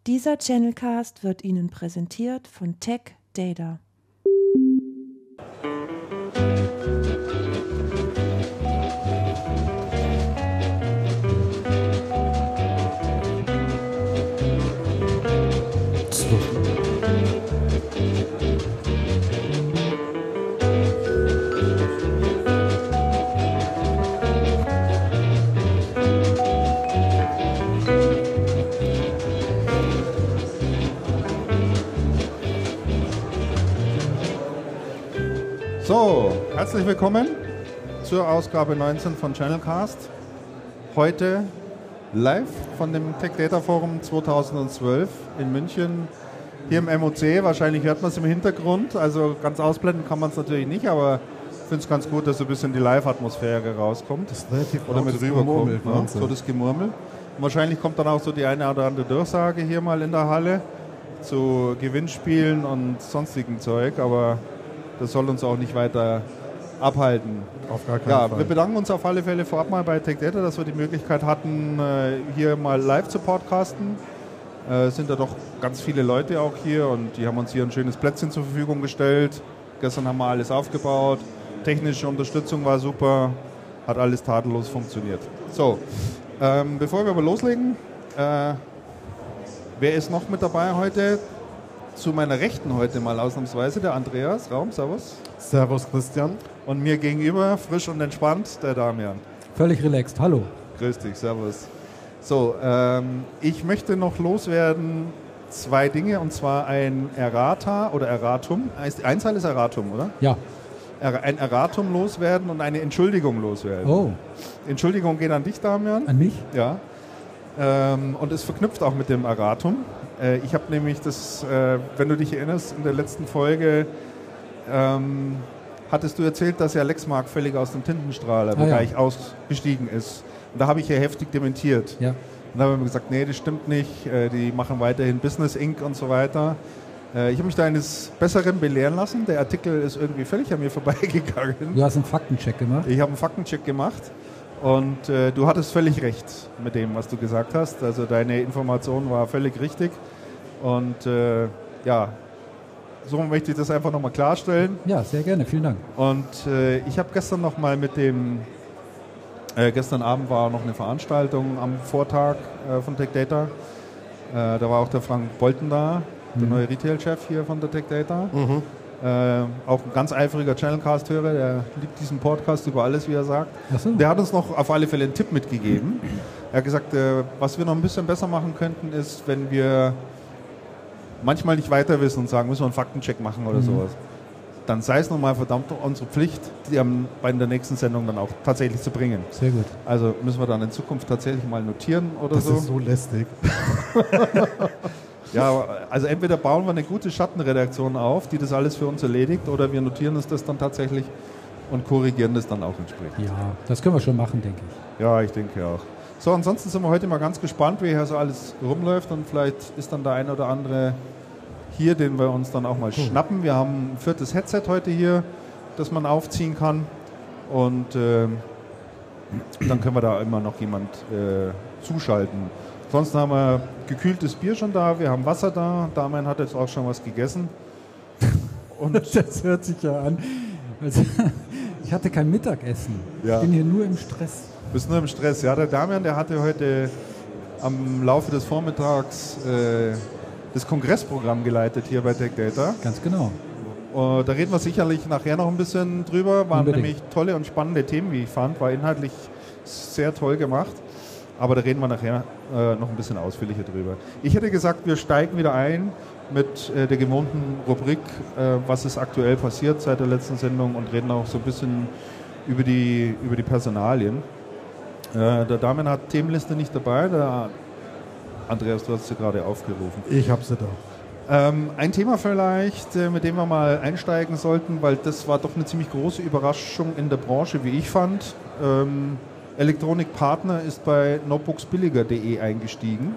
Dieser Channelcast wird Ihnen präsentiert von Tech Data. So, herzlich willkommen zur Ausgabe 19 von Channelcast. Heute live von dem Tech Data Forum 2012 in München, hier im MOC. Wahrscheinlich hört man es im Hintergrund, also ganz ausblenden kann man es natürlich nicht, aber ich finde es ganz gut, dass so ein bisschen die Live-Atmosphäre rauskommt. Das ist relativ oder mit rüberkommt, ne? So das Gemurmel. Und wahrscheinlich kommt dann auch so die eine oder andere Durchsage hier mal in der Halle zu Gewinnspielen und sonstigen Zeug, aber das soll uns auch nicht weiter abhalten. Auf gar keinen Fall. Wir bedanken uns auf alle Fälle vorab mal bei Tech Data, dass wir die Möglichkeit hatten, hier mal live zu podcasten. Es sind da doch ganz viele Leute auch hier und die haben uns hier ein schönes Plätzchen zur Verfügung gestellt. Gestern haben wir alles aufgebaut. Technische Unterstützung war super. Hat alles tadellos funktioniert. So, bevor wir aber loslegen, wer ist noch mit dabei heute? Zu meiner Rechten heute mal ausnahmsweise der Andreas Raum, servus. Servus Christian. Und mir gegenüber, frisch und entspannt, der Damian. Völlig relaxed, hallo. Grüß dich, servus. So, ich möchte noch loswerden zwei Dinge, und zwar ein Errata oder Erratum. Einzahl ist Erratum, oder? Ja. Ein Erratum loswerden und eine Entschuldigung loswerden. Oh. Entschuldigung geht an dich, Damian. An mich? Ja. Und es verknüpft auch mit dem Erratum. Ich habe nämlich das, wenn du dich erinnerst, in der letzten Folge hattest du erzählt, dass ja Lexmark völlig aus dem Tintenstrahler-Bereich ausgestiegen ist. Und da habe ich ja heftig dementiert. Ja. Und da haben wir gesagt, nee, das stimmt nicht, die machen weiterhin Business Inc. und so weiter. Ich habe mich da eines Besseren belehren lassen. Der Artikel ist irgendwie völlig an mir vorbeigegangen. Du hast einen Faktencheck gemacht? Ich habe einen Faktencheck gemacht. Und du hattest völlig recht mit dem, was du gesagt hast. Also deine Information war völlig richtig. Und so möchte ich das einfach nochmal klarstellen. Ja, sehr gerne, vielen Dank. Und ich habe gestern nochmal mit dem, gestern Abend war noch eine Veranstaltung am Vortag von Tech Data. Da war auch der Frank Bolten da, der neue Retail-Chef hier von der Tech Data. Auch ein ganz eifriger Channelcast-Hörer, der liebt diesen Podcast über alles, wie er sagt. Ach so. Der hat uns noch auf alle Fälle einen Tipp mitgegeben. Er hat gesagt, was wir noch ein bisschen besser machen könnten, ist, wenn wir manchmal nicht weiter wissen und sagen, müssen wir einen Faktencheck machen oder sowas. Dann sei es nochmal verdammt unsere Pflicht, die bei der nächsten Sendung dann auch tatsächlich zu bringen. Sehr gut. Also müssen wir dann in Zukunft tatsächlich mal notieren oder Das so. ist so lästig. Ja, also entweder bauen wir eine gute Schattenredaktion auf, die das alles für uns erledigt, oder wir notieren uns das dann tatsächlich und korrigieren das dann auch entsprechend. Ja, das können wir schon machen, denke ich. Ja, ich denke auch. So, ansonsten sind wir heute mal ganz gespannt, wie hier so alles rumläuft, und vielleicht ist dann der eine oder andere hier, den wir uns dann auch mal schnappen. Wir haben ein 4. Headset heute hier, das man aufziehen kann, und dann können wir da immer noch jemand zuschalten. Ansonsten haben wir gekühltes Bier schon da, wir haben Wasser da, Damian hat jetzt auch schon was gegessen. Und Das hört sich ja an. Also, ich hatte kein Mittagessen. Ja. Ich bin hier nur im Stress. bist nur im Stress. Ja, der Damian, der hatte heute am Laufe des Vormittags das Kongressprogramm geleitet hier bei Tech Data. Ganz genau. Da reden wir sicherlich nachher noch ein bisschen drüber. Waren Unbedingt. nämlich tolle und spannende Themen, wie ich fand. War inhaltlich sehr toll gemacht. Aber da reden wir nachher noch ein bisschen ausführlicher drüber. Ich hätte gesagt, wir steigen wieder ein mit der gewohnten Rubrik, was ist aktuell passiert seit der letzten Sendung, und reden auch so ein bisschen über die Personalien. Der Damian hat Themenliste nicht dabei. Der Andreas, du hast sie gerade aufgerufen. Ich habe sie da. Ein Thema vielleicht, mit dem wir mal einsteigen sollten, weil das war doch eine ziemlich große Überraschung in der Branche, wie ich fand. Electronic Partner ist bei notebooksbilliger.de eingestiegen.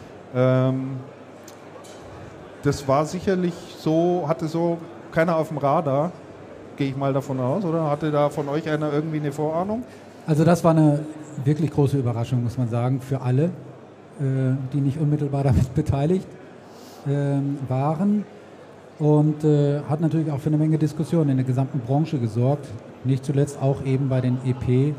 Das war sicherlich so, hatte so keiner auf dem Radar, gehe ich mal davon aus, oder? Hatte da von euch einer irgendwie eine Vorahnung? Also das war eine wirklich große Überraschung, muss man sagen, für alle. die nicht unmittelbar damit beteiligt waren. Und hat natürlich auch für eine Menge Diskussionen in der gesamten Branche gesorgt. Nicht zuletzt auch eben bei den EP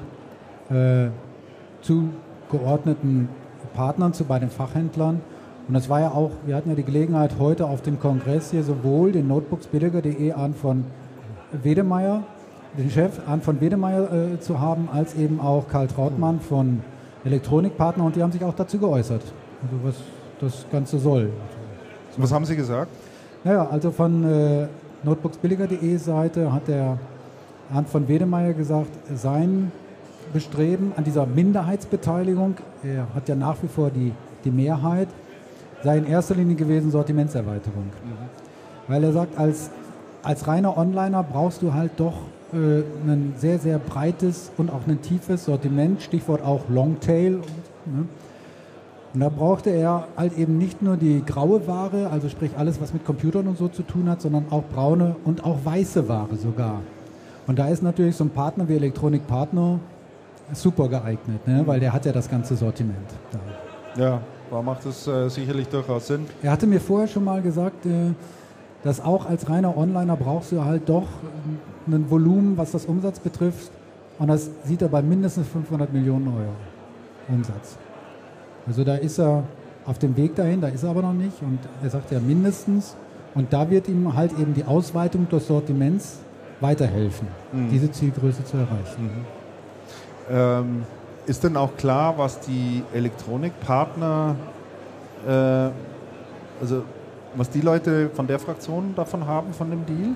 zugeordneten Partnern, bei den Fachhändlern. Und das war ja auch, wir hatten ja die Gelegenheit, heute auf dem Kongress hier sowohl den Notebooksbilliger.de Arndt von Wedemeyer, den Chef Arndt von Wedemeyer zu haben, als eben auch Karl Trautmann von Elektronikpartner, und die haben sich auch dazu geäußert, also was das Ganze soll. Was haben Sie gesagt? Naja, also von Notebooksbilliger.de Seite hat der Arndt von Wedemeyer gesagt, sein Bestreben an dieser Minderheitsbeteiligung, er hat ja nach wie vor die Mehrheit, sei in erster Linie gewesen Sortimentserweiterung. Weil er sagt, als reiner Onliner brauchst du halt doch ein sehr, sehr breites und auch ein tiefes Sortiment, Stichwort auch Longtail. Ne? Und da brauchte er halt eben nicht nur die graue Ware, also sprich alles, was mit Computern und so zu tun hat, sondern auch braune und auch weiße Ware sogar. Und da ist natürlich so ein Partner wie Elektronikpartner super geeignet, ne? Weil der hat ja das ganze Sortiment. Ja, da macht es sicherlich durchaus Sinn. Er hatte mir vorher schon mal gesagt, dass auch als reiner Onliner brauchst du halt doch ein Volumen, was das Umsatz betrifft. Und das sieht er bei mindestens 500 Millionen Euro Umsatz. Also da ist er auf dem Weg dahin, da ist er aber noch nicht. Und er sagt ja mindestens. Und da wird ihm halt eben die Ausweitung des Sortiments weiterhelfen, diese Zielgröße zu erreichen. Ist denn auch klar, was die Elektronikpartner, also was die Leute von der Fraktion davon haben, von dem Deal?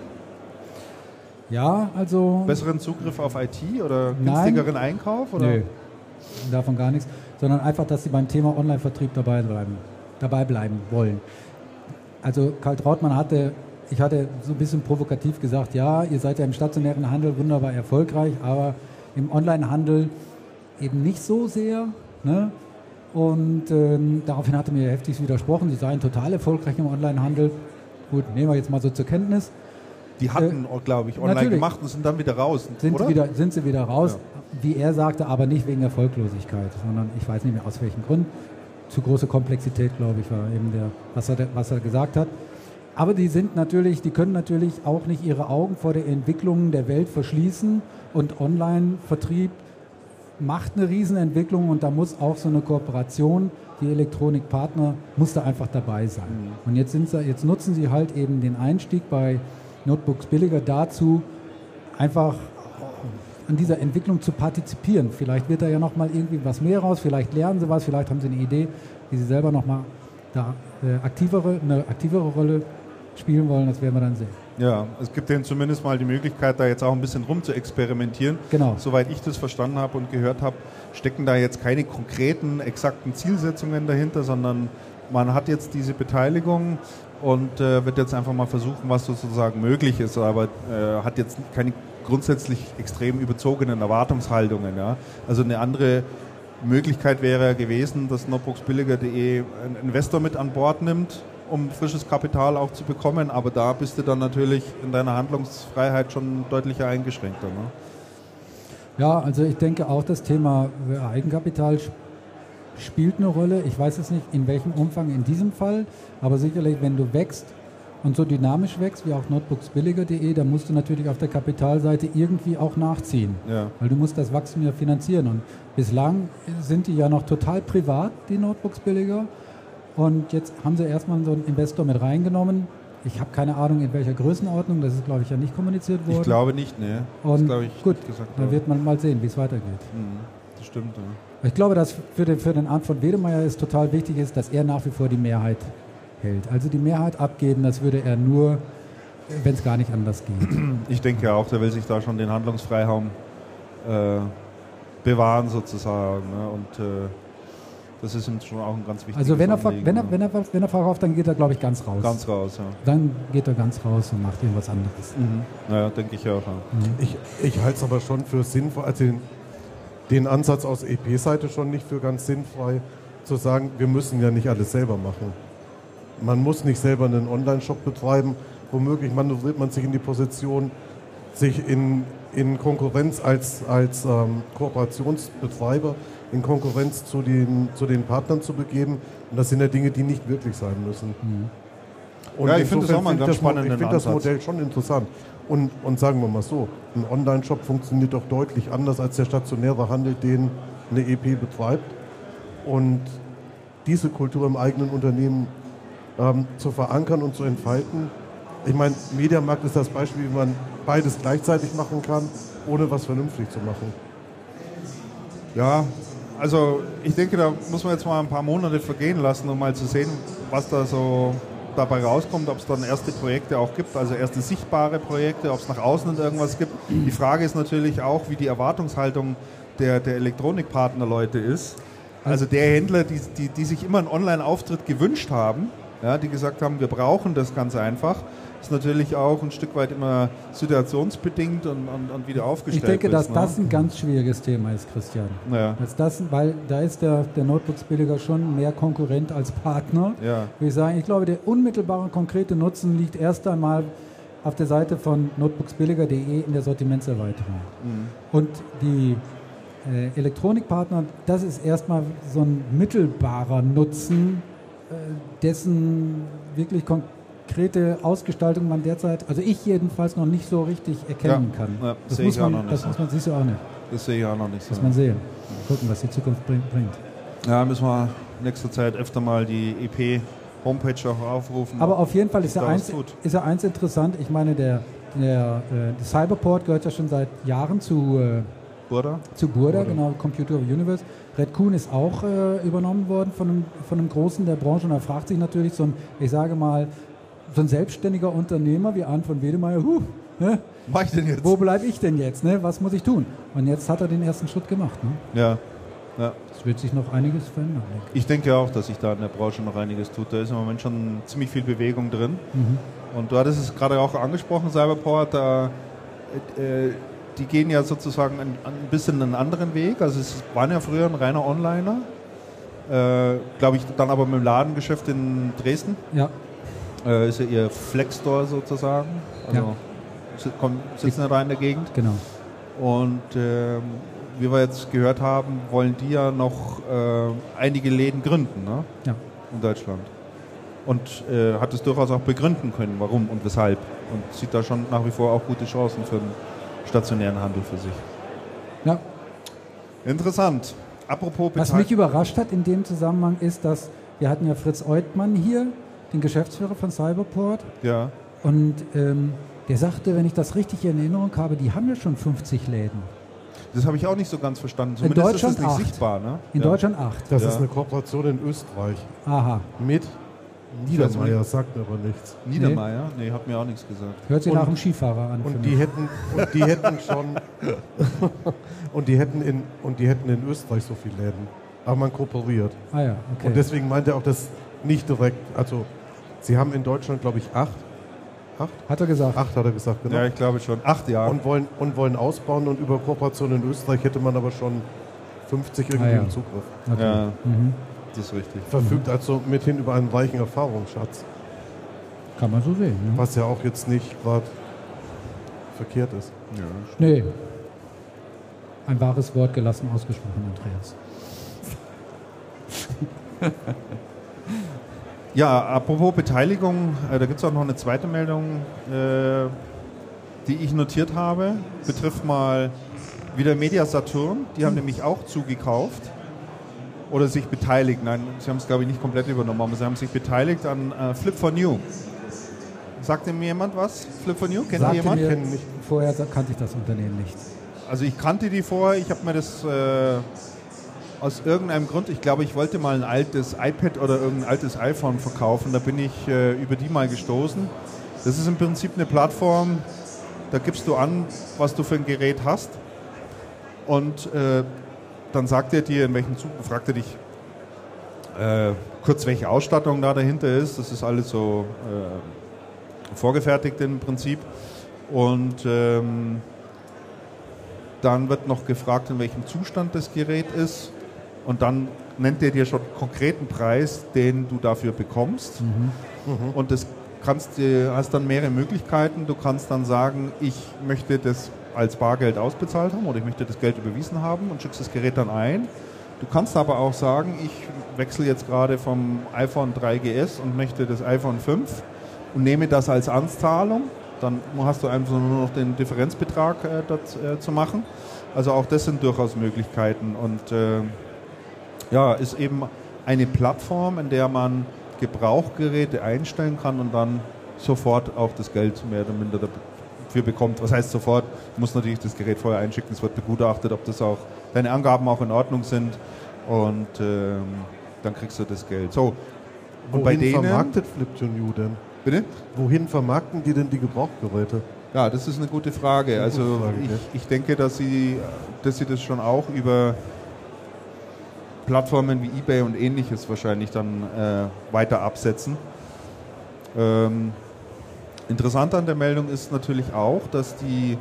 Ja, also... Besseren Zugriff auf IT oder günstigeren Einkauf? Oder? Nö, davon gar nichts. Sondern einfach, dass sie beim Thema Online-Vertrieb dabei bleiben wollen. Also Karl Trautmann ich hatte so ein bisschen provokativ gesagt, ja, ihr seid ja im stationären Handel wunderbar erfolgreich, aber im Online-Handel eben nicht so sehr. Ne? Und daraufhin hatte mir heftig widersprochen, sie seien total erfolgreich im Online-Handel. Gut, nehmen wir jetzt mal so zur Kenntnis. Die hatten, glaube ich, online gemacht und sind dann wieder raus, oder? Sind sie wieder raus, ja. Wie er sagte, aber nicht wegen Erfolglosigkeit, sondern ich weiß nicht mehr aus welchen Gründen. Zu große Komplexität, glaube ich, war eben was er gesagt hat. Aber die können natürlich auch nicht ihre Augen vor der Entwicklung der Welt verschließen, und Online-Vertrieb macht eine Riesenentwicklung, und da muss auch so eine Kooperation, die Elektronikpartner, muss da einfach dabei sein. Und jetzt nutzen sie halt eben den Einstieg bei Notebooks Billiger dazu, einfach an dieser Entwicklung zu partizipieren. Vielleicht wird da ja nochmal irgendwie was mehr raus, vielleicht lernen sie was, vielleicht haben sie eine Idee, wie sie selber nochmal da eine aktivere Rolle spielen wollen, das werden wir dann sehen. Ja, es gibt denen zumindest mal die Möglichkeit, da jetzt auch ein bisschen rum zu experimentieren. Genau. Soweit ich das verstanden habe und gehört habe, stecken da jetzt keine konkreten, exakten Zielsetzungen dahinter, sondern man hat jetzt diese Beteiligung und wird jetzt einfach mal versuchen, was sozusagen möglich ist, aber hat jetzt keine grundsätzlich extrem überzogenen Erwartungshaltungen. Ja? Also eine andere Möglichkeit wäre gewesen, dass Notebooksbilliger.de einen Investor mit an Bord nimmt, um frisches Kapital auch zu bekommen, aber da bist du dann natürlich in deiner Handlungsfreiheit schon deutlicher eingeschränkter. Ne? Ja, also ich denke auch, das Thema Eigenkapital spielt eine Rolle. Ich weiß es nicht, in welchem Umfang in diesem Fall, aber sicherlich, wenn du wächst und so dynamisch wächst, wie auch Notebooksbilliger.de, dann musst du natürlich auf der Kapitalseite irgendwie auch nachziehen, ja. Weil du musst das Wachstum ja finanzieren, und bislang sind die ja noch total privat, die Notebooksbilliger, und jetzt haben sie erstmal so einen Investor mit reingenommen. Ich habe keine Ahnung, in welcher Größenordnung, das ist, glaube ich, ja nicht kommuniziert worden. Ich glaube nicht, ne. Und das ich gut, nicht gesagt, dann wird man mal sehen, wie es weitergeht. Das stimmt, ja. Ich glaube, dass für den Arndt von Wedemeyer es total wichtig ist, dass er nach wie vor die Mehrheit hält. Also die Mehrheit abgeben, das würde er nur, wenn es gar nicht anders geht. Ich denke auch, der will sich da schon den Handlungsfreiraum bewahren sozusagen. Ne? Und das ist ihm schon auch ein ganz wichtiges Also wenn er verkauft, dann geht er, glaube ich, ganz raus. Ganz raus, ja. Dann geht er ganz raus und macht irgendwas anderes. Naja, denke ich auch. Ja. Ich halte es aber schon für sinnvoll, also den Ansatz aus EP-Seite schon nicht für ganz sinnfrei, zu sagen, wir müssen ja nicht alles selber machen. Man muss nicht selber einen Online-Shop betreiben. Womöglich manövriert man sich in die Position, sich in Konkurrenz als Kooperationsbetreiber in Konkurrenz zu den Partnern zu begeben. Und das sind ja Dinge, die nicht wirklich sein müssen. Und ja, ich finde das auch mal einen ganz spannenden Ich finde das Ansatz. Modell schon interessant. Und sagen wir mal so, ein Online-Shop funktioniert doch deutlich anders als der stationäre Handel, den eine EP betreibt. Und diese Kultur im eigenen Unternehmen zu verankern und zu entfalten. Ich meine, Mediamarkt ist das Beispiel, wie man beides gleichzeitig machen kann, ohne was vernünftig zu machen. Ja, also ich denke, da muss man jetzt mal ein paar Monate vergehen lassen, um mal zu sehen, was da so dabei rauskommt, ob es dann erste Projekte auch gibt, also erste sichtbare Projekte, ob es nach außen irgendwas gibt. Die Frage ist natürlich auch, wie die Erwartungshaltung der Elektronikpartnerleute ist. Also der Händler, die sich immer einen Online-Auftritt gewünscht haben, ja, die gesagt haben, wir brauchen das ganz einfach, ist natürlich auch ein Stück weit immer situationsbedingt und wieder aufgestellt. Ich denke, dass ist, das ein ganz schwieriges Thema ist, Christian. Ja. Weil da ist der Notebooks-Billiger schon mehr Konkurrent als Partner. Ja. Würde ich sagen, ich glaube, der unmittelbare konkrete Nutzen liegt erst einmal auf der Seite von notebooksbilliger.de in der Sortimentserweiterung. Und die Elektronikpartner, das ist erstmal so ein mittelbarer Nutzen, dessen wirklich konkrete Ausgestaltung man derzeit, also ich jedenfalls noch nicht so richtig erkennen kann. Ja, Das sehe muss ich auch man, noch nicht das so. muss man sich auch nicht. Das sehe ich auch noch nicht so. Muss man sehen. Gucken, was die Zukunft bringt. Ja, müssen wir in nächster Zeit öfter mal die EP-Homepage auch aufrufen. Aber auf jeden Fall ist da was ja eins interessant. Ich meine, der Cyberport gehört ja schon seit Jahren zu Burda, genau, Computer of the Universe. Red Coon ist auch übernommen worden von einem Großen der Branche und da fragt sich natürlich so ein selbstständiger Unternehmer wie Arndt von Wedemeyer, mach ich denn jetzt? wo bleibe ich denn jetzt? Ne? Was muss ich tun? Und jetzt hat er den ersten Schritt gemacht. Ne? Ja. Es wird sich noch einiges verändern. Ich denke auch, dass sich da in der Branche noch einiges tut. Da ist im Moment schon ziemlich viel Bewegung drin. Und du hattest es gerade auch angesprochen, Cyberport, die gehen ja sozusagen ein bisschen einen anderen Weg. Also es waren ja früher ein reiner Onliner. Glaube ich, dann aber mit dem Ladengeschäft in Dresden. Ja. Ist ja ihr Flex-Store sozusagen. Also sitzen ja da in der Gegend. Genau. Und wie wir jetzt gehört haben, wollen die ja noch einige Läden gründen, ne? Ja. In Deutschland. Und hat es durchaus auch begründen können, warum und weshalb. Und sieht da schon nach wie vor auch gute Chancen für den stationären Handel für sich. Ja. Interessant. Apropos Was mich überrascht hat in dem Zusammenhang ist, dass wir hatten ja Fritz Eutmann hier, den Geschäftsführer von Cyberport. Ja. Und der sagte, wenn ich das richtig in Erinnerung habe, die haben ja schon 50 Läden. Das habe ich auch nicht so ganz verstanden. In Zumindest Deutschland ist das nicht 8. sichtbar, ne? In Deutschland 8. Das ist eine Kooperation in Österreich Aha. mit Niedermeyer, sagt mir aber nichts. Niedermeyer? Nee, hat mir auch nichts gesagt. Hört sich nach einem Skifahrer an. Und die hätten in Österreich so viele Läden. Aber man kooperiert. Ah ja, okay. Und deswegen meint er auch das nicht direkt. Also sie haben in Deutschland, glaube ich, 8. Hat er gesagt. 8 hat er gesagt, genau. Ja, ich glaube schon. 8 Jahre. Und wollen ausbauen und über Kooperation in Österreich hätte man aber schon 50 irgendwie im Zugriff. Okay. Ja, das ist richtig. Verfügt also mithin über einen reichen Erfahrungsschatz. Kann man so sehen. Ne? Was ja auch jetzt nicht gerade verkehrt ist. Ja. Nee. Ein wahres Wort gelassen ausgesprochen, Andreas. Ja, apropos Beteiligung, da gibt es auch noch eine zweite Meldung, die ich notiert habe. Betrifft mal wieder Media Saturn. Die haben nämlich auch zugekauft oder sich beteiligt. Nein, sie haben es, glaube ich, nicht komplett übernommen, aber sie haben sich beteiligt an Flip4New. Sagt mir jemand was? Flip4New? Kennt ihr jemand? Vorher kannte ich das Unternehmen nicht. Also ich kannte die vorher. Ich habe mir das aus irgendeinem Grund, ich glaube, ich wollte mal ein altes iPad oder irgendein altes iPhone verkaufen. Da bin ich über die mal gestoßen. Das ist im Prinzip eine Plattform, da gibst du an, was du für ein Gerät hast. Und dann sagt er dir, in welchem Zug, fragt er dich kurz, welche Ausstattung da dahinter ist. Das ist alles so vorgefertigt im Prinzip. Und dann wird noch gefragt, in welchem Zustand das Gerät ist. Und dann nennt er dir schon einen konkreten Preis, den du dafür bekommst. Und das hast dann mehrere Möglichkeiten. Du kannst dann sagen, ich möchte das als Bargeld ausbezahlt haben oder ich möchte das Geld überwiesen haben und schickst das Gerät dann ein. Du kannst aber auch sagen, ich wechsle jetzt gerade vom iPhone 3GS und möchte das iPhone 5 und nehme das als Anzahlung. Dann hast du einfach nur noch den Differenzbetrag dort zu machen. Also auch das sind durchaus Möglichkeiten. Und ist eben eine Plattform, in der man Gebrauchgeräte einstellen kann und dann sofort auch das Geld mehr oder minder dafür bekommt. Was heißt sofort? Du musst natürlich das Gerät vorher einschicken, es wird begutachtet, ob das auch deine Angaben auch in Ordnung sind und dann kriegst du das Geld. So. Und wohin vermarktet Flip2New denn? Bitte? Wohin vermarkten die denn die Gebrauchgeräte? Ja, das ist eine gute Frage. Also ich denke, dass sie das schon auch über Plattformen wie eBay und ähnliches wahrscheinlich dann weiter absetzen. Interessant an der Meldung ist natürlich auch, dass die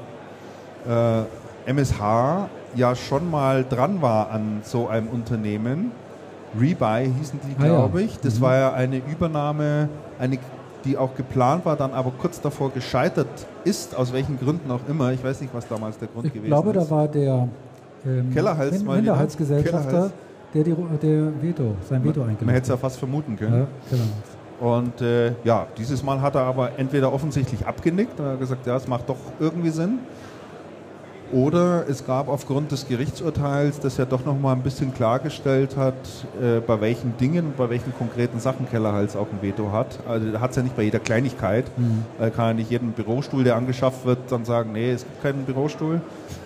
MSH ja schon mal dran war an so einem Unternehmen. Rebuy hießen die, glaube ich. Das war ja eine Übernahme, die auch geplant war, dann aber kurz davor gescheitert ist, aus welchen Gründen auch immer. Ich weiß nicht, was damals der Grund gewesen ist. Ich glaube, da war der Kellerhals, Minderheitsgesellschafter, der sein Veto eingelegt hat. Man hätte es ja fast vermuten können. Ja, und dieses Mal hat er aber entweder offensichtlich abgenickt und hat gesagt, ja, es macht doch irgendwie Sinn. Oder es gab aufgrund des Gerichtsurteils, das ja doch nochmal ein bisschen klargestellt hat, bei welchen Dingen, bei welchen konkreten Sachen Kellerhals auch ein Veto hat. Also er hat es ja nicht bei jeder Kleinigkeit. Er kann ja nicht jeden Bürostuhl, der angeschafft wird, dann sagen, nee, es gibt keinen Bürostuhl.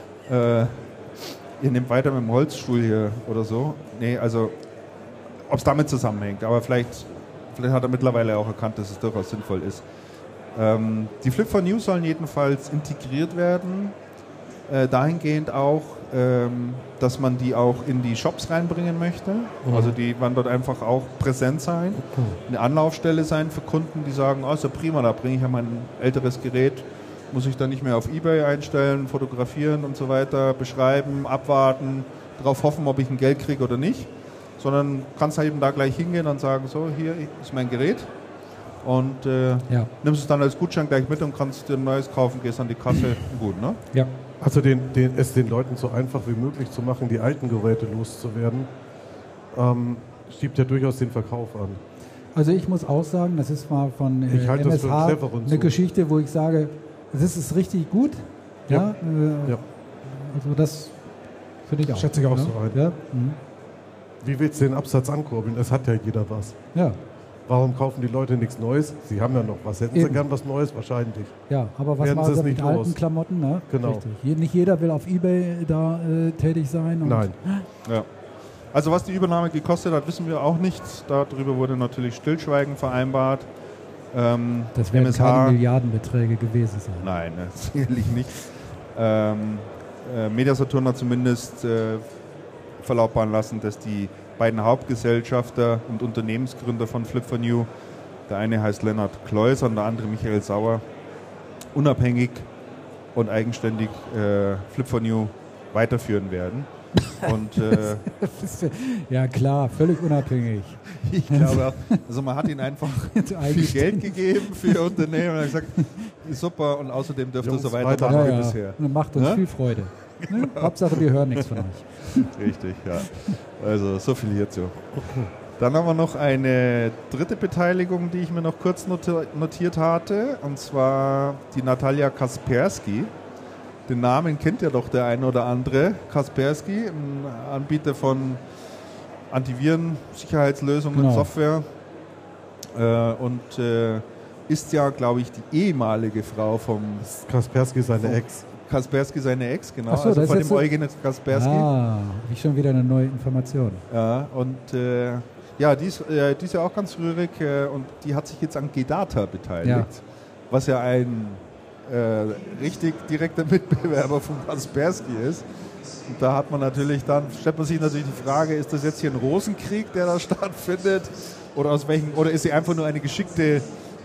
Ihr nehmt weiter mit dem Holzstuhl hier oder so. Nee, also ob es damit zusammenhängt. Aber vielleicht hat er mittlerweile auch erkannt, dass es durchaus sinnvoll ist. Die Flip4New sollen jedenfalls integriert werden. Dahingehend auch, dass man die auch in die Shops reinbringen möchte. Also die werden dort einfach auch präsent sein. Eine Anlaufstelle sein für Kunden, die sagen, oh, ist ja prima, da bringe ich ja mein älteres Gerät, muss ich dann nicht mehr auf eBay einstellen, fotografieren und so weiter, beschreiben, abwarten, darauf hoffen, ob ich ein Geld kriege oder nicht. Sondern kannst halt eben da gleich hingehen und sagen, so, hier ist mein Gerät. Und nimmst es dann als Gutschein gleich mit und kannst dir ein neues kaufen, gehst an die Kasse, gut, ne? Ja. Also es den Leuten so einfach wie möglich zu machen, die alten Geräte loszuwerden, schiebt ja durchaus den Verkauf an. Also ich muss auch sagen, das ist mal von MSH eine Geschichte, wo ich sage, das ist richtig gut. Ja. Also das finde ich auch. Schätze ich auch so ein. Ja. Wie willst du den Absatz ankurbeln? Es hat ja jeder was. Ja. Warum kaufen die Leute nichts Neues? Sie haben ja noch was. Hätten sie gern was Neues? Wahrscheinlich. Ja, aber was machen sie mit alten Klamotten? Ne? Genau. Richtig. Nicht jeder will auf eBay da tätig sein. Und nein. Ja. Also was die Übernahme gekostet hat, wissen wir auch nicht. Darüber wurde natürlich Stillschweigen vereinbart. Das werden keine Milliardenbeträge gewesen sein. Nein, sicherlich nicht. Media-Saturn hat zumindest verlautbaren lassen, dass die beiden Hauptgesellschafter und Unternehmensgründer von Flip4New, der eine heißt Lennart Kleuser und der andere Michael Sauer, unabhängig und eigenständig Flip4New weiterführen werden. Und, ja klar, völlig unabhängig. Ich glaube auch, also man hat ihnen einfach viel Geld gegeben für ihr Unternehmen und hat gesagt, super und außerdem dürft ihr so weitermachen wie bisher. Und macht uns viel Freude. Ne? Hauptsache wir hören nichts von euch. Richtig, ja. Also so viel hierzu. Dann haben wir noch eine dritte Beteiligung, die ich mir noch kurz notiert hatte, und zwar die Natalia Kaspersky. Den Namen kennt ja doch der ein oder andere. Kaspersky, ein Anbieter von Antiviren, Sicherheitslösungen und Software. Und ist ja, glaube ich, die ehemalige Frau vom... Kaspersky, seine Ex. Kaspersky, seine Ex, genau. So, also von dem Eugen Kaspersky. Habe ich schon wieder eine neue Information. Ja, und die ist ja auch ganz rührig und die hat sich jetzt an G-Data beteiligt, was ja ein richtig direkter Mitbewerber von Kaspersky ist. Und da hat man natürlich stellt man sich natürlich die Frage, ist das jetzt hier ein Rosenkrieg, der da stattfindet? Oder ist sie einfach nur eine geschickte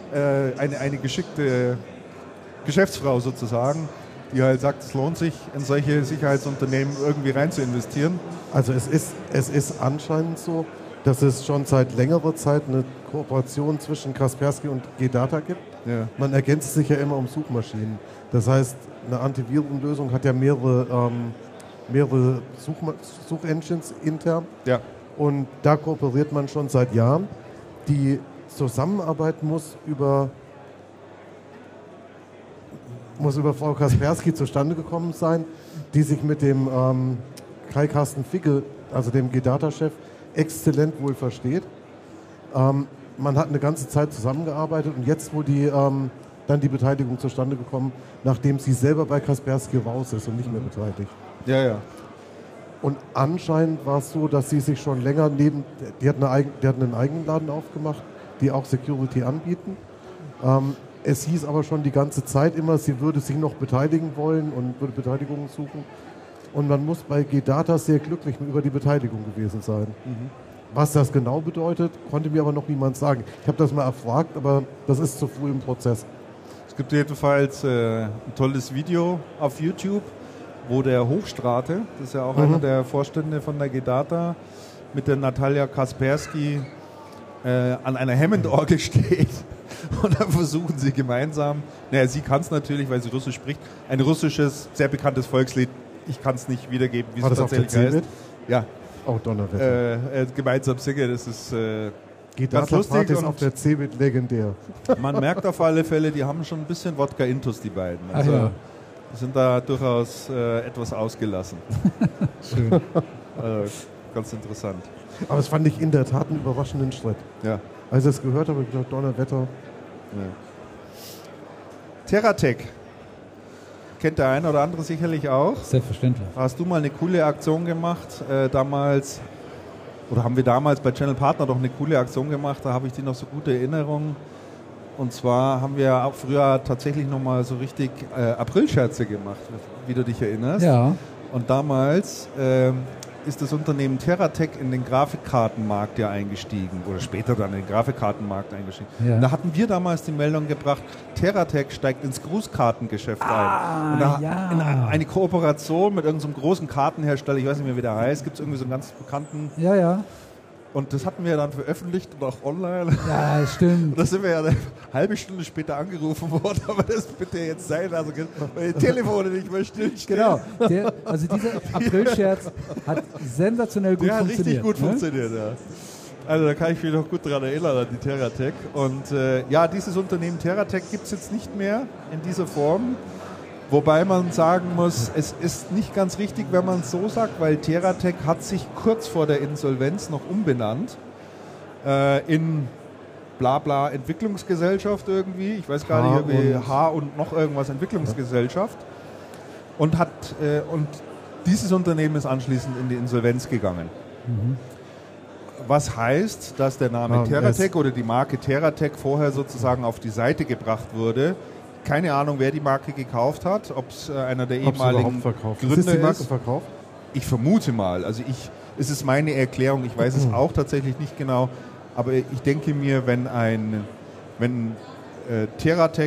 Geschäftsfrau sozusagen, die halt sagt, es lohnt sich, in solche Sicherheitsunternehmen irgendwie rein zu investieren? Also es ist anscheinend so, dass es schon seit längerer Zeit eine Kooperation zwischen Kaspersky und G-Data gibt. Ja. Man ergänzt sich ja immer um Suchmaschinen. Das heißt, eine Antivirenlösung hat ja mehrere mehrere Suchengines intern. Ja. Und da kooperiert man schon seit Jahren. Die Zusammenarbeit muss über Frau Kaspersky zustande gekommen sein, die sich mit dem Kai Carsten Ficke, also dem G-Data-Chef, exzellent wohl versteht. Man hat eine ganze Zeit zusammengearbeitet und jetzt, wo dann die Beteiligung zustande gekommen, nachdem sie selber bei Kaspersky raus ist und nicht mehr beteiligt. Ja, ja. Und anscheinend war es so, dass sie sich schon länger die hatten einen eigenen Laden aufgemacht, die auch Security anbieten. Es hieß aber schon die ganze Zeit immer, sie würde sich noch beteiligen wollen und würde Beteiligungen suchen. Und man muss bei G-Data sehr glücklich über die Beteiligung gewesen sein. Was das genau bedeutet, konnte mir aber noch niemand sagen. Ich habe das mal erfragt, aber das ist zu früh im Prozess. Es gibt jedenfalls ein tolles Video auf YouTube, wo der Hochstrate, das ist ja auch einer der Vorstände von der G-Data, mit der Natalia Kaspersky an einer Hammond-Orgel steht. Und dann versuchen sie gemeinsam, sie kann es natürlich, weil sie Russisch spricht, ein russisches, sehr bekanntes Volkslied, ich kann es nicht wiedergeben, wie es tatsächlich heißt. Ja. Oh, Donnerwetter. Gemeinsam singen, das ist ganz lustig. Ist auf der CeBIT legendär. Man merkt auf alle Fälle, die haben schon ein bisschen Wodka-Intus, die beiden. Also, die sind da durchaus etwas ausgelassen. Schön. Ganz interessant. Aber es fand ich in der Tat einen überraschenden Schritt. Ja. Als ich es gehört habe, habe ich gedacht, Donnerwetter. Ja. TerraTech. Kennt der eine oder andere sicherlich auch. Selbstverständlich. Hast du mal eine coole Aktion gemacht damals, oder haben wir damals bei Channel Partner doch eine coole Aktion gemacht, da habe ich die noch so gute Erinnerungen. Und zwar haben wir auch früher tatsächlich nochmal so richtig Aprilscherze gemacht, wie du dich erinnerst. Ja. Und damals ist das Unternehmen TerraTech in den Grafikkartenmarkt ja eingestiegen oder später dann in den Grafikkartenmarkt eingestiegen. Ja. Und da hatten wir damals die Meldung gebracht, TerraTech steigt ins Grußkartengeschäft ein. Und da in eine Kooperation mit irgendeinem großen Kartenhersteller, ich weiß nicht mehr, wie der heißt, gibt es irgendwie so einen ganz bekannten. Ja, ja. Und das hatten wir dann veröffentlicht und auch online. Ja, stimmt. Und da sind wir ja eine halbe Stunde später angerufen worden, aber das bitte jetzt sein, also weil die Telefone nicht mehr stillstehen. Genau, also dieser Aprilscherz hat sensationell gut funktioniert. Ja, richtig gut funktioniert, ja. Also da kann ich mich noch gut daran erinnern, an die TerraTech. Und dieses Unternehmen TerraTech gibt es jetzt nicht mehr in dieser Form. Wobei man sagen muss, es ist nicht ganz richtig, wenn man es so sagt, weil TerraTech hat sich kurz vor der Insolvenz noch umbenannt in Blabla Entwicklungsgesellschaft irgendwie. Ich weiß gar nicht, irgendwie H und noch irgendwas Entwicklungsgesellschaft. Und dieses Unternehmen ist anschließend in die Insolvenz gegangen. Was heißt, dass der Name TerraTech oder die Marke TerraTech vorher sozusagen auf die Seite gebracht wurde. Keine Ahnung, wer die Marke gekauft hat, ob es einer der ehemaligen Gründer ist. Ist die Marke verkauft? Ich vermute mal. Also es ist meine Erklärung, ich weiß es auch tatsächlich nicht genau, aber ich denke mir, wenn TerraTech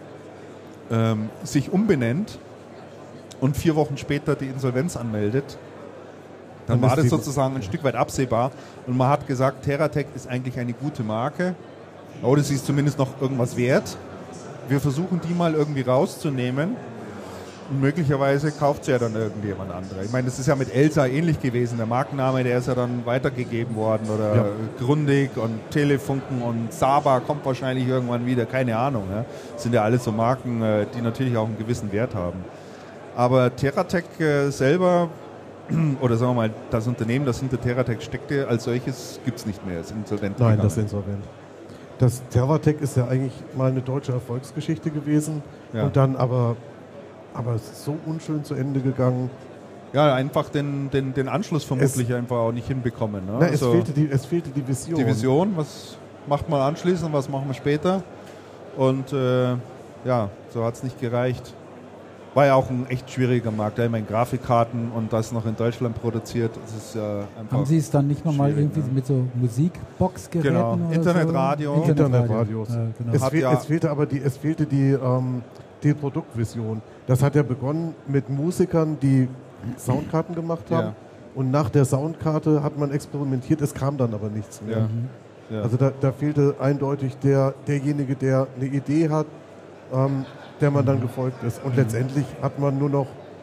sich umbenennt und 4 Wochen später die Insolvenz anmeldet, dann war das sozusagen ein Stück weit absehbar und man hat gesagt, TerraTech ist eigentlich eine gute Marke, oder sie ist zumindest noch irgendwas wert. Wir versuchen die mal irgendwie rauszunehmen und möglicherweise kauft sie ja dann irgendjemand anderer. Ich meine, das ist ja mit Elsa ähnlich gewesen. Der Markenname, der ist ja dann weitergegeben worden oder Grundig und Telefunken und Saba kommt wahrscheinlich irgendwann wieder, keine Ahnung. Ja. Das sind ja alles so Marken, die natürlich auch einen gewissen Wert haben. Aber TerraTech selber, oder sagen wir mal, das Unternehmen, das hinter TerraTech steckte, als solches gibt es nicht mehr, ist insolvent gegangen. Nein, das ist insolvent. Das TerraTech ist ja eigentlich mal eine deutsche Erfolgsgeschichte gewesen und dann aber so unschön zu Ende gegangen. Ja, einfach den Anschluss vermutlich einfach auch nicht hinbekommen. Ne? Na, es fehlte die Vision. Die Vision, was macht man anschließend, was machen wir später? Und so hat es nicht gereicht. War ja auch ein echt schwieriger Markt. Da immer in Grafikkarten und das noch in Deutschland produziert. Das ist einfach. Haben Sie es dann nicht nochmal irgendwie mit so Musikboxgeräten? Genau, oder Internetradio. Internetradios. Genau. Es fehlte die Produktvision. Das hat ja begonnen mit Musikern, die Soundkarten gemacht haben. Ja. Und nach der Soundkarte hat man experimentiert, es kam dann aber nichts mehr. Ja. Also da fehlte eindeutig derjenige, der eine Idee hat, der man dann gefolgt ist. Und letztendlich hat man nur noch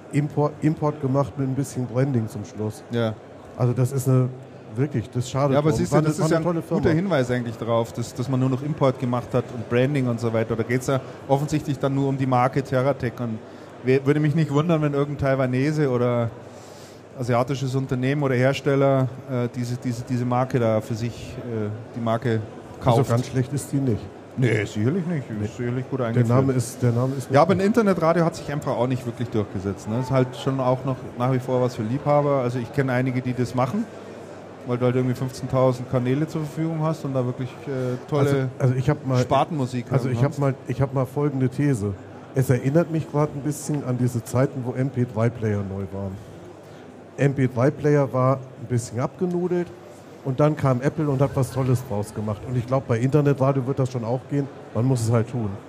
Import gemacht mit ein bisschen Branding zum Schluss. Ja. Also das ist wirklich, das schadet. Ja, aber siehst du, das ist ja ein tolle Firma. guter Hinweis eigentlich darauf, dass man nur noch Import gemacht hat und Branding und so weiter. Da geht es ja offensichtlich dann nur um die Marke TerraTech. Und würde mich nicht wundern, wenn irgendein Taiwanese oder asiatisches Unternehmen oder Hersteller diese Marke da für sich, die Marke kauft. Also ganz schlecht ist die nicht. Nee, sicherlich nicht. Ist sicherlich gut Der eingeführt. Name ist ja, aber ein Internetradio hat sich einfach auch nicht wirklich durchgesetzt. Ne? Ist halt schon auch noch nach wie vor was für Liebhaber. Also ich kenne einige, die das machen, weil du halt irgendwie 15.000 Kanäle zur Verfügung hast und da wirklich tolle ich hab mal, Spartenmusik. Also ich habe mal folgende These. Es erinnert mich gerade ein bisschen an diese Zeiten, wo MP3-Player neu waren. MP3-Player war ein bisschen abgenudelt. Und dann kam Apple und hat was Tolles draus gemacht. Und ich glaube, bei Internetradio wird das schon auch gehen. Man muss es halt tun.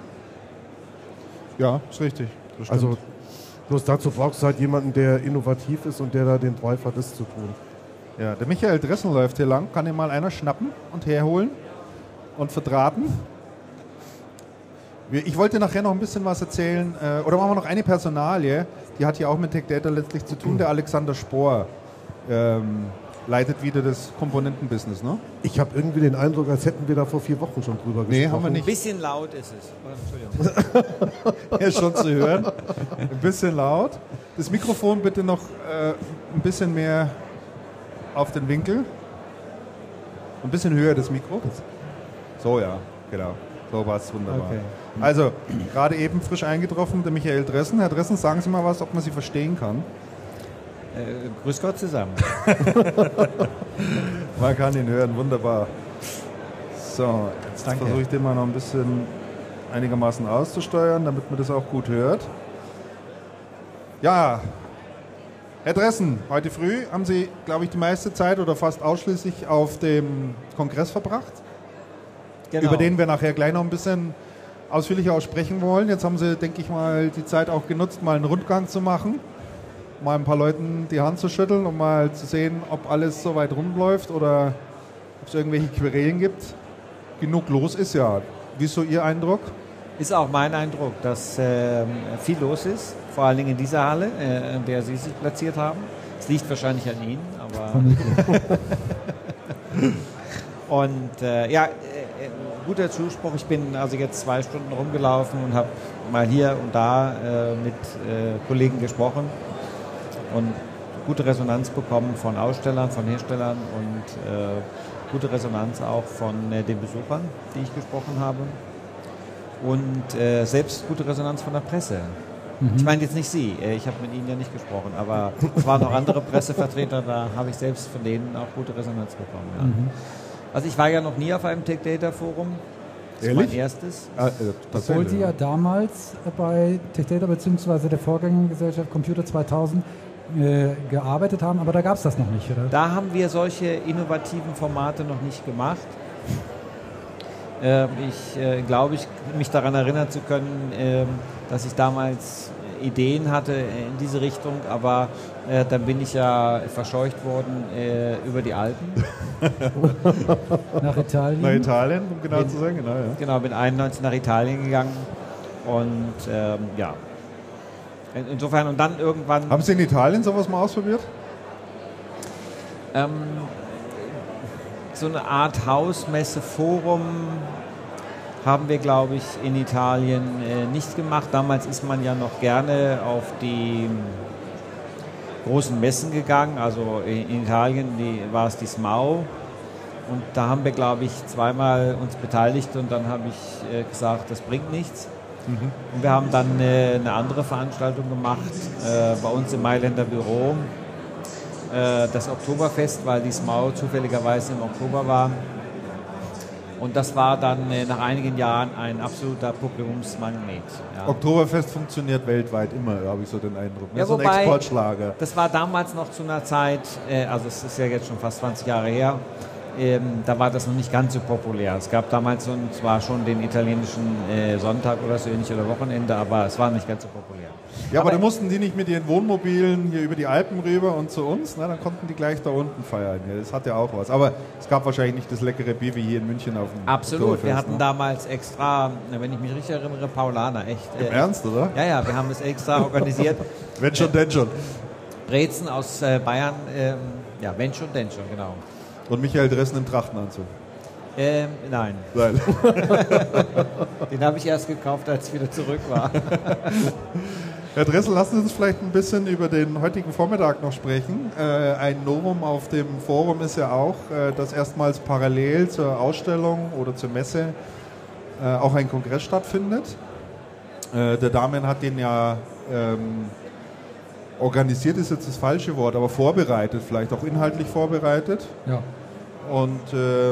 Ja, ist richtig. Also bloß dazu brauchst du halt jemanden, der innovativ ist und der da den Drive hat, das zu tun. Ja, der Michael Dressen läuft hier lang. Kann ihn mal einer schnappen und herholen und verdrahten? Ich wollte nachher noch ein bisschen was erzählen. Oder machen wir noch eine Personalie. Die hat hier auch mit Tech Data letztlich zu tun. Der Alexander Spohr leitet wieder das Komponentenbusiness, ne? Ich habe irgendwie den Eindruck, als hätten wir da vor 4 Wochen schon drüber gesprochen. Nee, haben wir nicht. Ein bisschen laut ist es. Entschuldigung. Er ist schon zu hören. Ein bisschen laut. Das Mikrofon bitte noch ein bisschen mehr auf den Winkel. Ein bisschen höher das Mikro. So, ja, genau. So war es wunderbar. Okay. Also, gerade eben frisch eingetroffen, der Michael Dressen. Herr Dressen, sagen Sie mal was, ob man Sie verstehen kann. Grüß Gott zusammen. Man kann ihn hören, wunderbar. So, jetzt Danke. versuche ich den mal noch ein bisschen einigermaßen auszusteuern, damit man das auch gut hört. Ja, Herr Dressen, heute früh haben Sie, glaube ich, die meiste Zeit oder fast ausschließlich auf dem Kongress verbracht, Genau. über den wir nachher gleich noch ein bisschen ausführlicher auch sprechen wollen. Jetzt haben Sie, denke ich mal, die Zeit auch genutzt, mal einen Rundgang zu machen, mal ein paar Leuten die Hand zu schütteln, um mal zu sehen, ob alles so weit rund läuft oder ob es irgendwelche Querelen gibt. Genug los ist ja. Wie ist so Ihr Eindruck? Ist auch mein Eindruck, dass viel los ist, vor allen Dingen in dieser Halle, in der Sie sich platziert haben. Es liegt wahrscheinlich an Ihnen, aber... Und guter Zuspruch. Ich bin also jetzt 2 Stunden rumgelaufen und habe mal hier und da mit Kollegen gesprochen und gute Resonanz bekommen von Ausstellern, von Herstellern und gute Resonanz auch von den Besuchern, die ich gesprochen habe. Und selbst gute Resonanz von der Presse. Ich meine jetzt nicht Sie, ich habe mit Ihnen ja nicht gesprochen, aber es waren noch andere Pressevertreter, da habe ich selbst von denen auch gute Resonanz bekommen. Ja. Also ich war ja noch nie auf einem Tech Data Forum. Das ist mein erstes. Obwohl Sie ja damals bei Tech Data bzw. der Vorgängergesellschaft Computer 2000 gearbeitet haben, aber da gab es das noch nicht, oder? Da haben wir solche innovativen Formate noch nicht gemacht. Ich glaube, mich daran erinnern zu können, dass ich damals Ideen hatte in diese Richtung, aber dann bin ich ja verscheucht worden über die Alpen. Nach Italien? Nach Italien, um genau zu sagen. Genau, ja. Genau, bin 91 nach Italien gegangen und ja. Insofern und dann irgendwann... Haben Sie in Italien sowas mal ausprobiert? So eine Art Hausmesse-Forum haben wir, glaube ich, in Italien nicht gemacht. Damals ist man ja noch gerne auf die großen Messen gegangen. Also in Italien war es die SMAU. Und da haben wir, glaube ich, zweimal uns beteiligt und dann habe ich gesagt, das bringt nichts. Und wir haben dann eine andere Veranstaltung gemacht bei uns im Mailänder Büro. Das Oktoberfest, weil die SMAU zufälligerweise im Oktober war. Und das war dann nach einigen Jahren ein absoluter Publikumsmagnet. Ja. Oktoberfest funktioniert weltweit immer, habe ich so den Eindruck. Ja, so ein wobei, Exportschlager. Das war damals noch zu einer Zeit, also es ist ja jetzt schon fast 20 Jahre her, da war das noch nicht ganz so populär. Es gab damals zwar schon den italienischen Sonntag oder so ähnlich oder Wochenende, aber es war nicht ganz so populär. Ja, aber da mussten die nicht mit ihren Wohnmobilen hier über die Alpen rüber und zu uns, ne? Dann konnten die gleich da unten feiern. Ja, das hat ja auch was. Aber es gab wahrscheinlich nicht das leckere Bier wie hier in München auf dem Absolut, Oktoberfest, wir hatten ne? damals extra, wenn ich mich richtig erinnere, Paulaner, echt. Im Ernst, oder? Ja, wir haben es extra organisiert. Wenn schon, denn schon. Brezen aus Bayern, ja, wenn schon, denn schon, genau. Und Michael Dressen im Trachtenanzug. Nein. Nein. Den habe ich erst gekauft, als ich wieder zurück war. Herr Dressel, lassen Sie uns vielleicht ein bisschen über den heutigen Vormittag noch sprechen. Ein Novum auf dem Forum ist ja auch, dass erstmals parallel zur Ausstellung oder zur Messe auch ein Kongress stattfindet. Der Damian hat den ja organisiert, ist jetzt das falsche Wort, aber vorbereitet, vielleicht auch inhaltlich vorbereitet. Ja. Und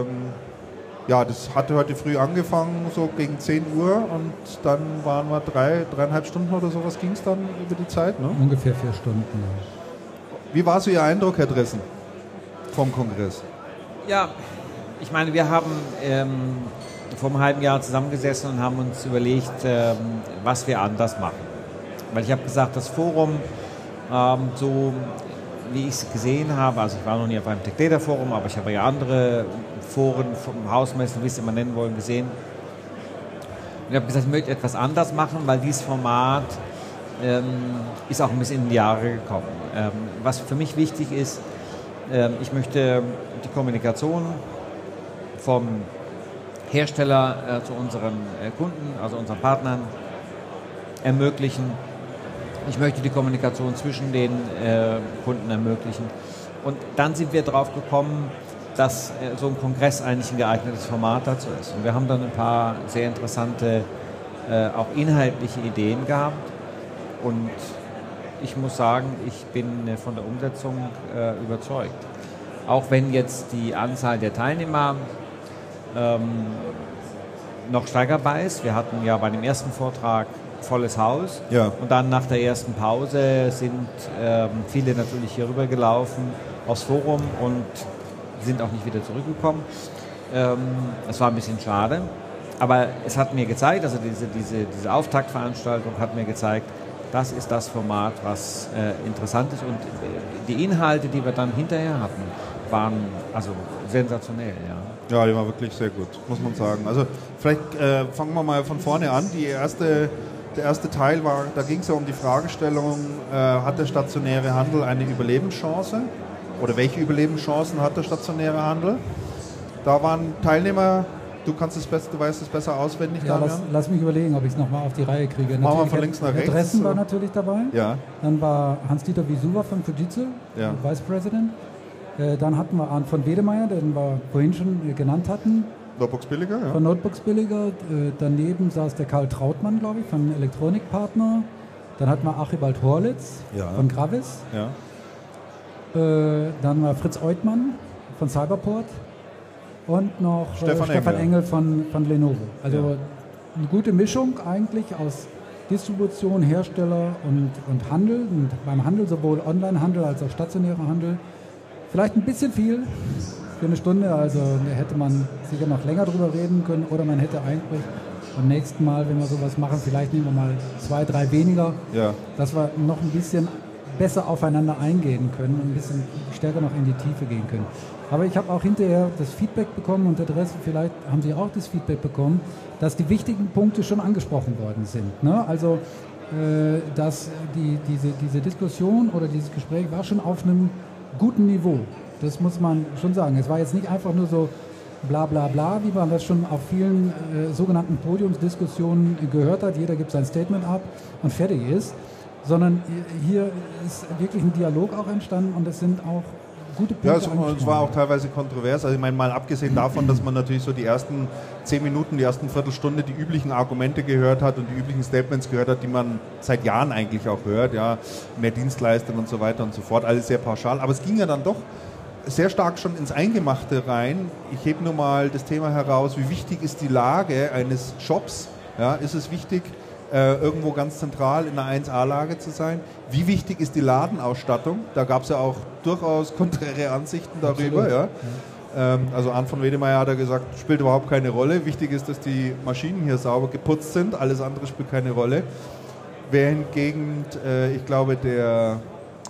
ja, das hatte heute früh angefangen, so gegen 10 Uhr und dann waren wir 3,5 Stunden oder sowas ging es dann über die Zeit, ne? Ungefähr 4 Stunden. Wie war so Ihr Eindruck, Herr Dressen, vom Kongress? Ja, ich meine, wir haben vor einem halben Jahr zusammengesessen und haben uns überlegt, was wir anders machen. Weil ich habe gesagt, das Forum, so wie ich es gesehen habe, also ich war noch nie auf einem Tech Data Forum, aber ich habe ja andere Foren vom Hausmessen, wie Sie es immer nennen wollen, gesehen. Und ich habe gesagt, ich möchte etwas anders machen, weil dieses Format ist auch ein bisschen in die Jahre gekommen. Was für mich wichtig ist, ich möchte die Kommunikation vom Hersteller zu unseren Kunden, also unseren Partnern, ermöglichen. Ich möchte die Kommunikation zwischen den Kunden ermöglichen. Und dann sind wir drauf gekommen, dass so ein Kongress eigentlich ein geeignetes Format dazu ist. Und wir haben dann ein paar sehr interessante, auch inhaltliche Ideen gehabt. Und ich muss sagen, ich bin von der Umsetzung überzeugt. Auch wenn jetzt die Anzahl der Teilnehmer noch steigerbar ist. Wir hatten ja bei dem ersten Vortrag volles Haus. Ja. Und dann nach der ersten Pause sind viele natürlich hier rüber gelaufen aufs Forum und sind auch nicht wieder zurückgekommen. Es war ein bisschen schade, aber es hat mir gezeigt, also diese Auftaktveranstaltung hat mir gezeigt, das ist das Format, was interessant ist, und die Inhalte, die wir dann hinterher hatten, waren also sensationell, ja. Ja, die war wirklich sehr gut, muss man sagen. Also vielleicht fangen wir mal von vorne an. Der erste Teil war, da ging es ja um die Fragestellung, hat der stationäre Handel eine Überlebenschance? Oder welche Überlebenschancen hat der stationäre Handel? Da waren Teilnehmer, du weißt es besser auswendig, ja, Damian? lass mich überlegen, ob ich es nochmal auf die Reihe kriege. Machen wir von links nach rechts. Dressen war natürlich dabei. Ja. Dann war Hans-Dieter Wiesuwa von Fujitsu, Ja. Vice President. Dann hatten wir Arndt von Wedemeyer, den wir vorhin schon genannt hatten. Notebooks billiger, ja. Von Notebooks billiger. Daneben saß der Karl Trautmann, glaube ich, von Elektronikpartner. Dann hatten wir Archibald Horlitz Ja. von Gravis. Ja. Dann war Fritz Eutmann von Cyberport. Und noch Stefan Engel von Lenovo. Also eine gute Mischung eigentlich aus Distribution, Hersteller und Handel. Und beim Handel sowohl Online-Handel als auch stationärer Handel. Vielleicht ein bisschen viel für eine Stunde, also da hätte man sicher noch länger drüber reden können, oder man hätte eigentlich beim nächsten Mal, wenn wir sowas machen, vielleicht nehmen wir mal 2, 3 weniger, Ja. dass wir noch ein bisschen besser aufeinander eingehen können und ein bisschen stärker noch in die Tiefe gehen können. Aber ich habe auch hinterher das Feedback bekommen, und der Rest, vielleicht haben Sie auch das Feedback bekommen, dass die wichtigen Punkte schon angesprochen worden sind. Ne? Also dass diese Diskussion oder dieses Gespräch war schon auf einem guten Niveau. Das muss man schon sagen. Es war jetzt nicht einfach nur so bla bla bla, wie man das schon auf vielen sogenannten Podiumsdiskussionen gehört hat. Jeder gibt sein Statement ab und fertig ist. Sondern hier ist wirklich ein Dialog auch entstanden, und es sind auch gute Punkte. Ja, es war auch teilweise kontrovers. Also ich meine, mal abgesehen davon, dass man natürlich so die ersten 10 Minuten, die ersten Viertelstunde die üblichen Argumente gehört hat und die üblichen Statements gehört hat, die man seit Jahren eigentlich auch hört, ja, mehr Dienstleistungen und so weiter und so fort, alles sehr pauschal. Aber es ging ja dann doch sehr stark schon ins Eingemachte rein. Ich hebe nur mal das Thema heraus, wie wichtig ist die Lage eines Shops? Ja, ist es wichtig, irgendwo ganz zentral in einer 1A-Lage zu sein? Wie wichtig ist die Ladenausstattung? Da gab es ja auch durchaus konträre Ansichten darüber. Ja. Also Arndt von Wedemeyer hat gesagt, spielt überhaupt keine Rolle. Wichtig ist, dass die Maschinen hier sauber geputzt sind. Alles andere spielt keine Rolle. Wer hingegen, ich glaube, der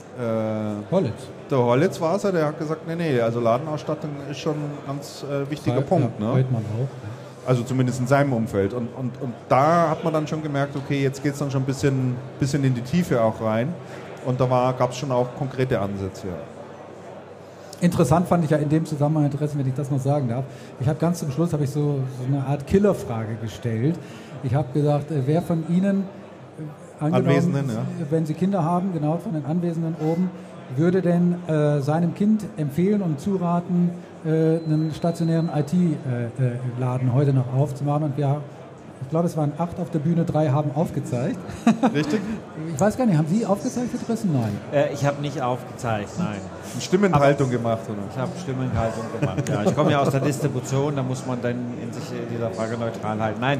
Hollitz war es, der hat gesagt, nee, also Ladenausstattung ist schon ein ganz wichtiger Punkt. Ne? Hört man auch. Also zumindest in seinem Umfeld. Und da hat man dann schon gemerkt, okay, jetzt geht es dann schon ein bisschen in die Tiefe auch rein. Und da gab es schon auch konkrete Ansätze. Ja. Interessant fand ich ja in dem Zusammenhang, Interesse, wenn ich das noch sagen darf. Ich habe ganz zum Schluss so eine Art Killerfrage gestellt. Ich habe gesagt, wer von Ihnen, Anwesenden, ja, wenn Sie Kinder haben, genau von den Anwesenden oben, würde denn seinem Kind empfehlen und zuraten, einen stationären IT-Laden heute noch aufzumachen? Und ich glaube, es waren 8 auf der Bühne, 3 haben aufgezeigt. Richtig? Ich weiß gar nicht, haben Sie aufgezeichnet, Rissen? Nein. Ich habe nicht aufgezeigt, nein. Eine Stimmenthaltung gemacht, oder? Ich habe Stimmenthaltung gemacht, ja. Ich komme ja aus der Distribution, da muss man dann in sich dieser Frage neutral halten. Nein.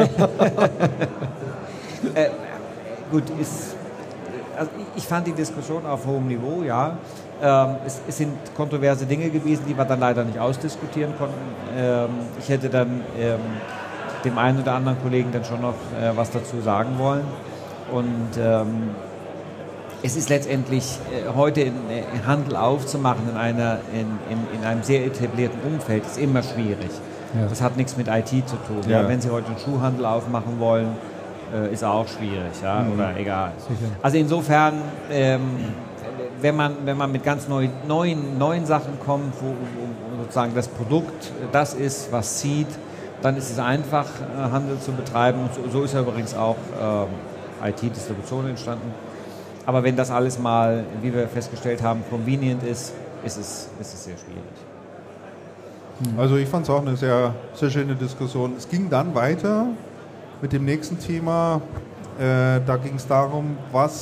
Gut, also ich fand die Diskussion auf hohem Niveau, ja. Es sind kontroverse Dinge gewesen, die wir dann leider nicht ausdiskutieren konnten. Ich hätte dann dem einen oder anderen Kollegen dann schon noch was dazu sagen wollen. Und es ist letztendlich heute in Handel aufzumachen in einem sehr etablierten Umfeld ist immer schwierig. Ja. Das hat nichts mit IT zu tun. Ja. Ja, wenn Sie heute einen Schuhhandel aufmachen wollen, ist auch schwierig, ja, oder egal. Sicher. Also insofern, wenn man mit ganz neuen Sachen kommt, wo sozusagen das Produkt das ist, was zieht, dann ist es einfach, Handel zu betreiben. So ist ja übrigens auch IT-Distribution entstanden. Aber wenn das alles mal, wie wir festgestellt haben, convenient ist es sehr schwierig. Also ich fand es auch eine sehr, sehr schöne Diskussion. Es ging dann weiter mit dem nächsten Thema. Da ging es darum,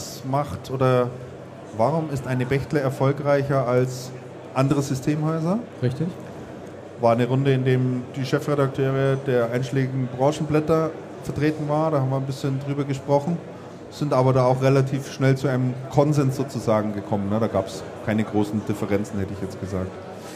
warum ist eine Bechtle erfolgreicher als andere Systemhäuser? Richtig. War eine Runde, in der die Chefredakteure der einschlägigen Branchenblätter vertreten waren. Da haben wir ein bisschen drüber gesprochen, sind aber da auch relativ schnell zu einem Konsens sozusagen gekommen. Ne? Da gab es keine großen Differenzen, hätte ich jetzt gesagt.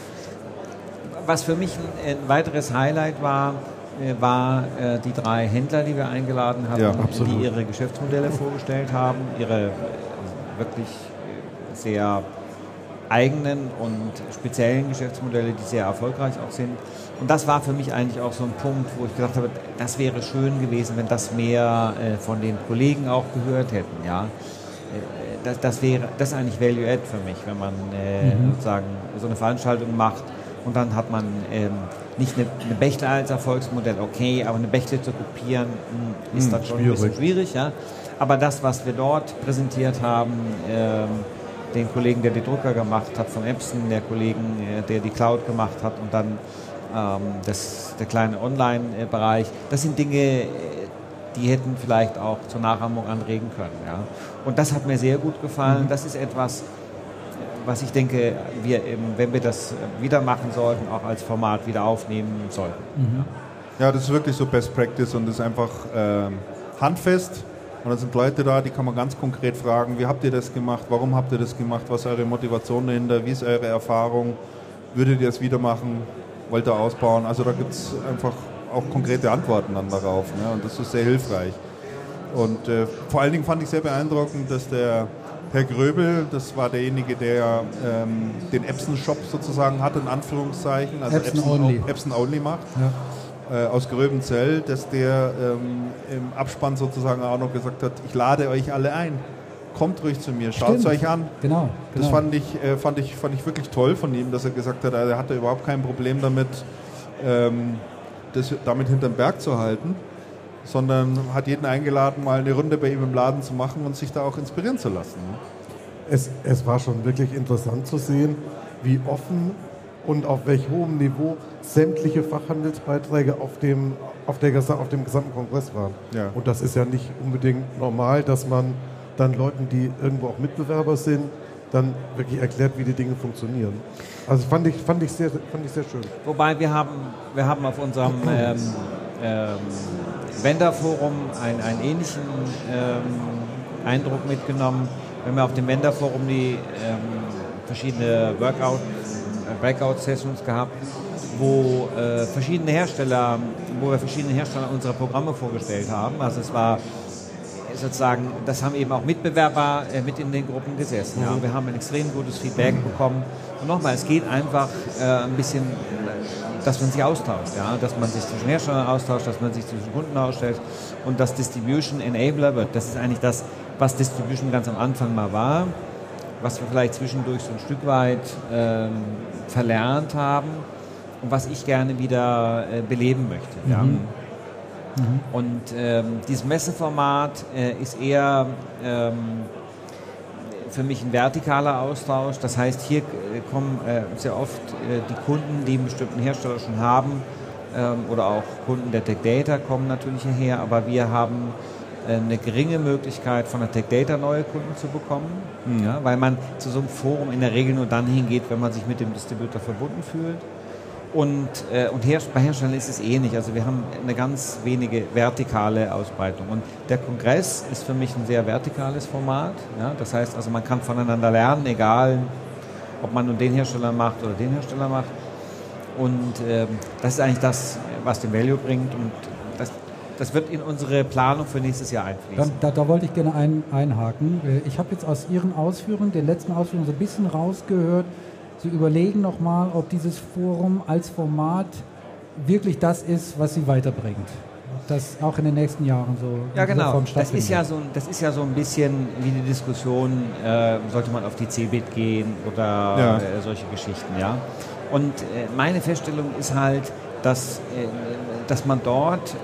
Was für mich ein weiteres Highlight war die 3 Händler, die wir eingeladen hatten, ja, die ihre Geschäftsmodelle vorgestellt haben, ihre wirklich sehr eigenen und speziellen Geschäftsmodelle, die sehr erfolgreich auch sind. Und das war für mich eigentlich auch so ein Punkt, wo ich gesagt habe, das wäre schön gewesen, wenn das mehr von den Kollegen auch gehört hätten. Ja? Das ist eigentlich Value Add für mich, wenn man sozusagen so eine Veranstaltung macht und dann hat man nicht eine Bechtle als Erfolgsmodell, okay, aber eine Bechtle zu kopieren ist dann schon ein bisschen schwierig. Ja? Aber das, was wir dort präsentiert haben, den Kollegen, der die Drucker gemacht hat von Epson, der Kollegen, der die Cloud gemacht hat und dann der kleine Online-Bereich, das sind Dinge, die hätten vielleicht auch zur Nachahmung anregen können. Ja? Und das hat mir sehr gut gefallen. Das ist etwas, was ich denke, wenn wir das wieder machen sollten, auch als Format wieder aufnehmen sollten. Ja, das ist wirklich so Best Practice und das ist einfach handfest. Und da sind Leute da, die kann man ganz konkret fragen, wie habt ihr das gemacht, warum habt ihr das gemacht, was ist eure Motivation dahinter, wie ist eure Erfahrung, würdet ihr es wieder machen, wollt ihr ausbauen? Also da gibt es einfach auch konkrete Antworten dann darauf, ne? Und das ist sehr hilfreich. Und vor allen Dingen fand ich sehr beeindruckend, dass der Herr Gröbel, das war derjenige, der den Epson-Shop sozusagen hat, in Anführungszeichen, also Epson Only macht. Ja. Aus Gröbenzell, dass der im Abspann sozusagen auch noch gesagt hat, ich lade euch alle ein, kommt ruhig zu mir, schaut es euch an. Genau. Das fand ich wirklich toll von ihm, dass er gesagt hat, er hatte überhaupt kein Problem damit, damit hinterm Berg zu halten, sondern hat jeden eingeladen, mal eine Runde bei ihm im Laden zu machen und sich da auch inspirieren zu lassen. Es war schon wirklich interessant zu sehen, wie offen und auf welch hohem Niveau sämtliche Fachhandelsbeiträge auf dem gesamten Kongress waren. Ja. Und das ist ja nicht unbedingt normal, dass man dann Leuten, die irgendwo auch Mitbewerber sind, dann wirklich erklärt, wie die Dinge funktionieren. Also fand ich sehr schön. Wobei wir haben auf unserem Vendor-Forum einen ähnlichen Eindruck mitgenommen. Wir haben auf dem Vendor-Forum die verschiedene Breakout-Sessions gehabt, wo wir verschiedene Hersteller unsere Programme vorgestellt haben. Also es war sozusagen, das haben eben auch Mitbewerber mit in den Gruppen gesessen. Ja. Wir haben ein extrem gutes Feedback bekommen. Und nochmal, es geht einfach ein bisschen, dass man sich austauscht, ja? Dass man sich zwischen Herstellern austauscht, dass man sich zwischen Kunden ausstellt und dass Distribution Enabler wird. Das ist eigentlich das, was Distribution ganz am Anfang mal war, was wir vielleicht zwischendurch so ein Stück weit verlernt haben und was ich gerne wieder beleben möchte. Ja? Und dieses Messeformat ist eher für mich ein vertikaler Austausch. Das heißt, hier kommen sehr oft die Kunden, die einen bestimmten Hersteller schon haben, oder auch Kunden der Tech Data kommen natürlich hierher, aber wir haben eine geringe Möglichkeit, von der Tech Data neue Kunden zu bekommen, ja, weil man zu so einem Forum in der Regel nur dann hingeht, wenn man sich mit dem Distributor verbunden fühlt. Und bei Herstellern ist es ähnlich. Also wir haben eine ganz wenige vertikale Ausbreitung. Und der Kongress ist für mich ein sehr vertikales Format. Ja? Das heißt, also man kann voneinander lernen, egal ob man nun den Hersteller macht oder den Hersteller macht. Und das ist eigentlich das, was den Value bringt. Und das wird in unsere Planung für nächstes Jahr einfließen. Da wollte ich gerne einhaken. Ich habe jetzt aus Ihren Ausführungen, den letzten Ausführungen, so ein bisschen rausgehört, Sie überlegen nochmal, ob dieses Forum als Format wirklich das ist, was Sie weiterbringt. Das auch in den nächsten Jahren so. Ja, genau. Das ist ja so ein bisschen wie die Diskussion, sollte man auf die CeBIT gehen oder solche Geschichten. Ja? Und meine Feststellung ist halt, dass man dort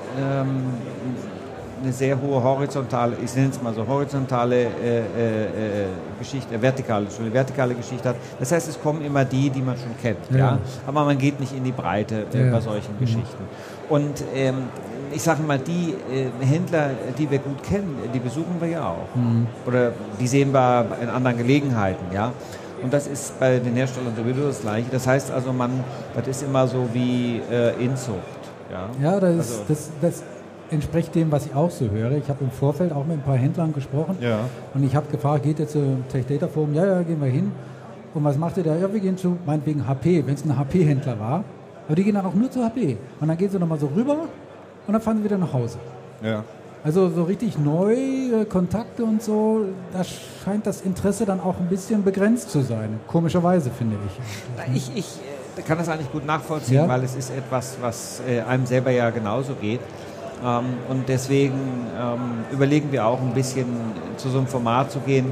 eine sehr hohe horizontale, ich nenne es mal so, horizontale Geschichte, vertikale Geschichte hat. Das heißt, es kommen immer die man schon kennt, ja? Aber man geht nicht in die Breite bei solchen Geschichten. Und ich sage mal, die Händler, die wir gut kennen, die besuchen wir ja auch. Oder die sehen wir in anderen Gelegenheiten, ja. Und das ist bei den Herstellern sowieso das Gleiche. Das heißt also, das ist immer so wie Inzucht. Ja, das entspricht dem, was ich auch so höre. Ich habe im Vorfeld auch mit ein paar Händlern gesprochen und ich habe gefragt, geht ihr zum Tech Data Forum? Ja, gehen wir hin. Und was macht ihr da? Ja, wir gehen zu, meinetwegen HP, wenn es ein HP-Händler war. Aber die gehen dann auch nur zu HP. Und dann gehen sie nochmal so rüber und dann fahren sie wieder nach Hause. Ja. Also so richtig neu, Kontakte und so, da scheint das Interesse dann auch ein bisschen begrenzt zu sein. Komischerweise, finde ich. Ich kann das eigentlich gut nachvollziehen, weil es ist etwas, was einem selber ja genauso geht. Und deswegen überlegen wir auch ein bisschen zu so einem Format zu gehen,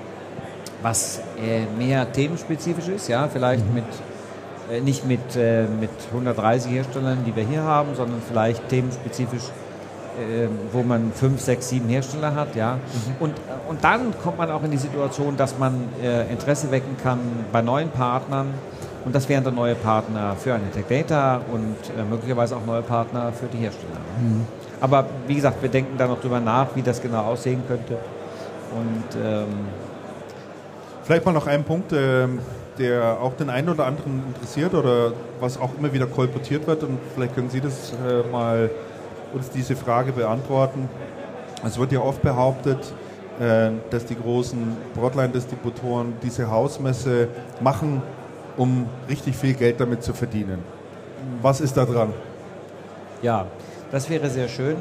was mehr themenspezifisch ist, ja, vielleicht nicht mit 130 Herstellern, die wir hier haben, sondern vielleicht themenspezifisch, wo man 5, 6, 7 Hersteller hat, ja. Und dann kommt man auch in die Situation, dass man Interesse wecken kann bei neuen Partnern. Und das wären dann neue Partner für eine Tech Data und möglicherweise auch neue Partner für die Hersteller. Aber wie gesagt, wir denken da noch drüber nach, wie das genau aussehen könnte. Und vielleicht mal noch ein Punkt, der auch den einen oder anderen interessiert oder was auch immer wieder kolportiert wird. Und vielleicht können Sie das mal uns diese Frage beantworten. Es wird ja oft behauptet, dass die großen Broadline-Distributoren diese Hausmesse machen, um richtig viel Geld damit zu verdienen. Was ist da dran? Ja, das wäre sehr schön.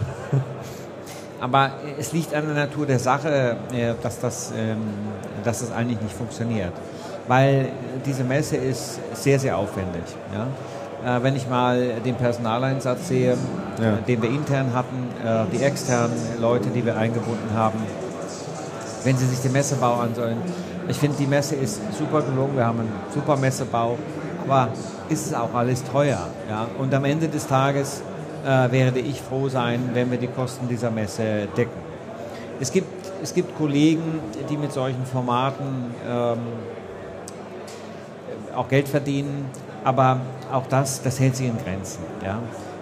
Aber es liegt an der Natur der Sache, dass das eigentlich nicht funktioniert. Weil diese Messe ist sehr, sehr aufwendig. Ja? Wenn ich mal den Personaleinsatz sehe, den wir intern hatten, die externen Leute, die wir eingebunden haben, wenn Sie sich den Messebau ansehen, ich finde, die Messe ist super gelungen, wir haben einen super Messebau, aber ist es auch alles teuer. Ja? Und am Ende des Tages werde ich froh sein, wenn wir die Kosten dieser Messe decken. Es gibt Kollegen, die mit solchen Formaten auch Geld verdienen, aber auch das hält sich in Grenzen. Ja?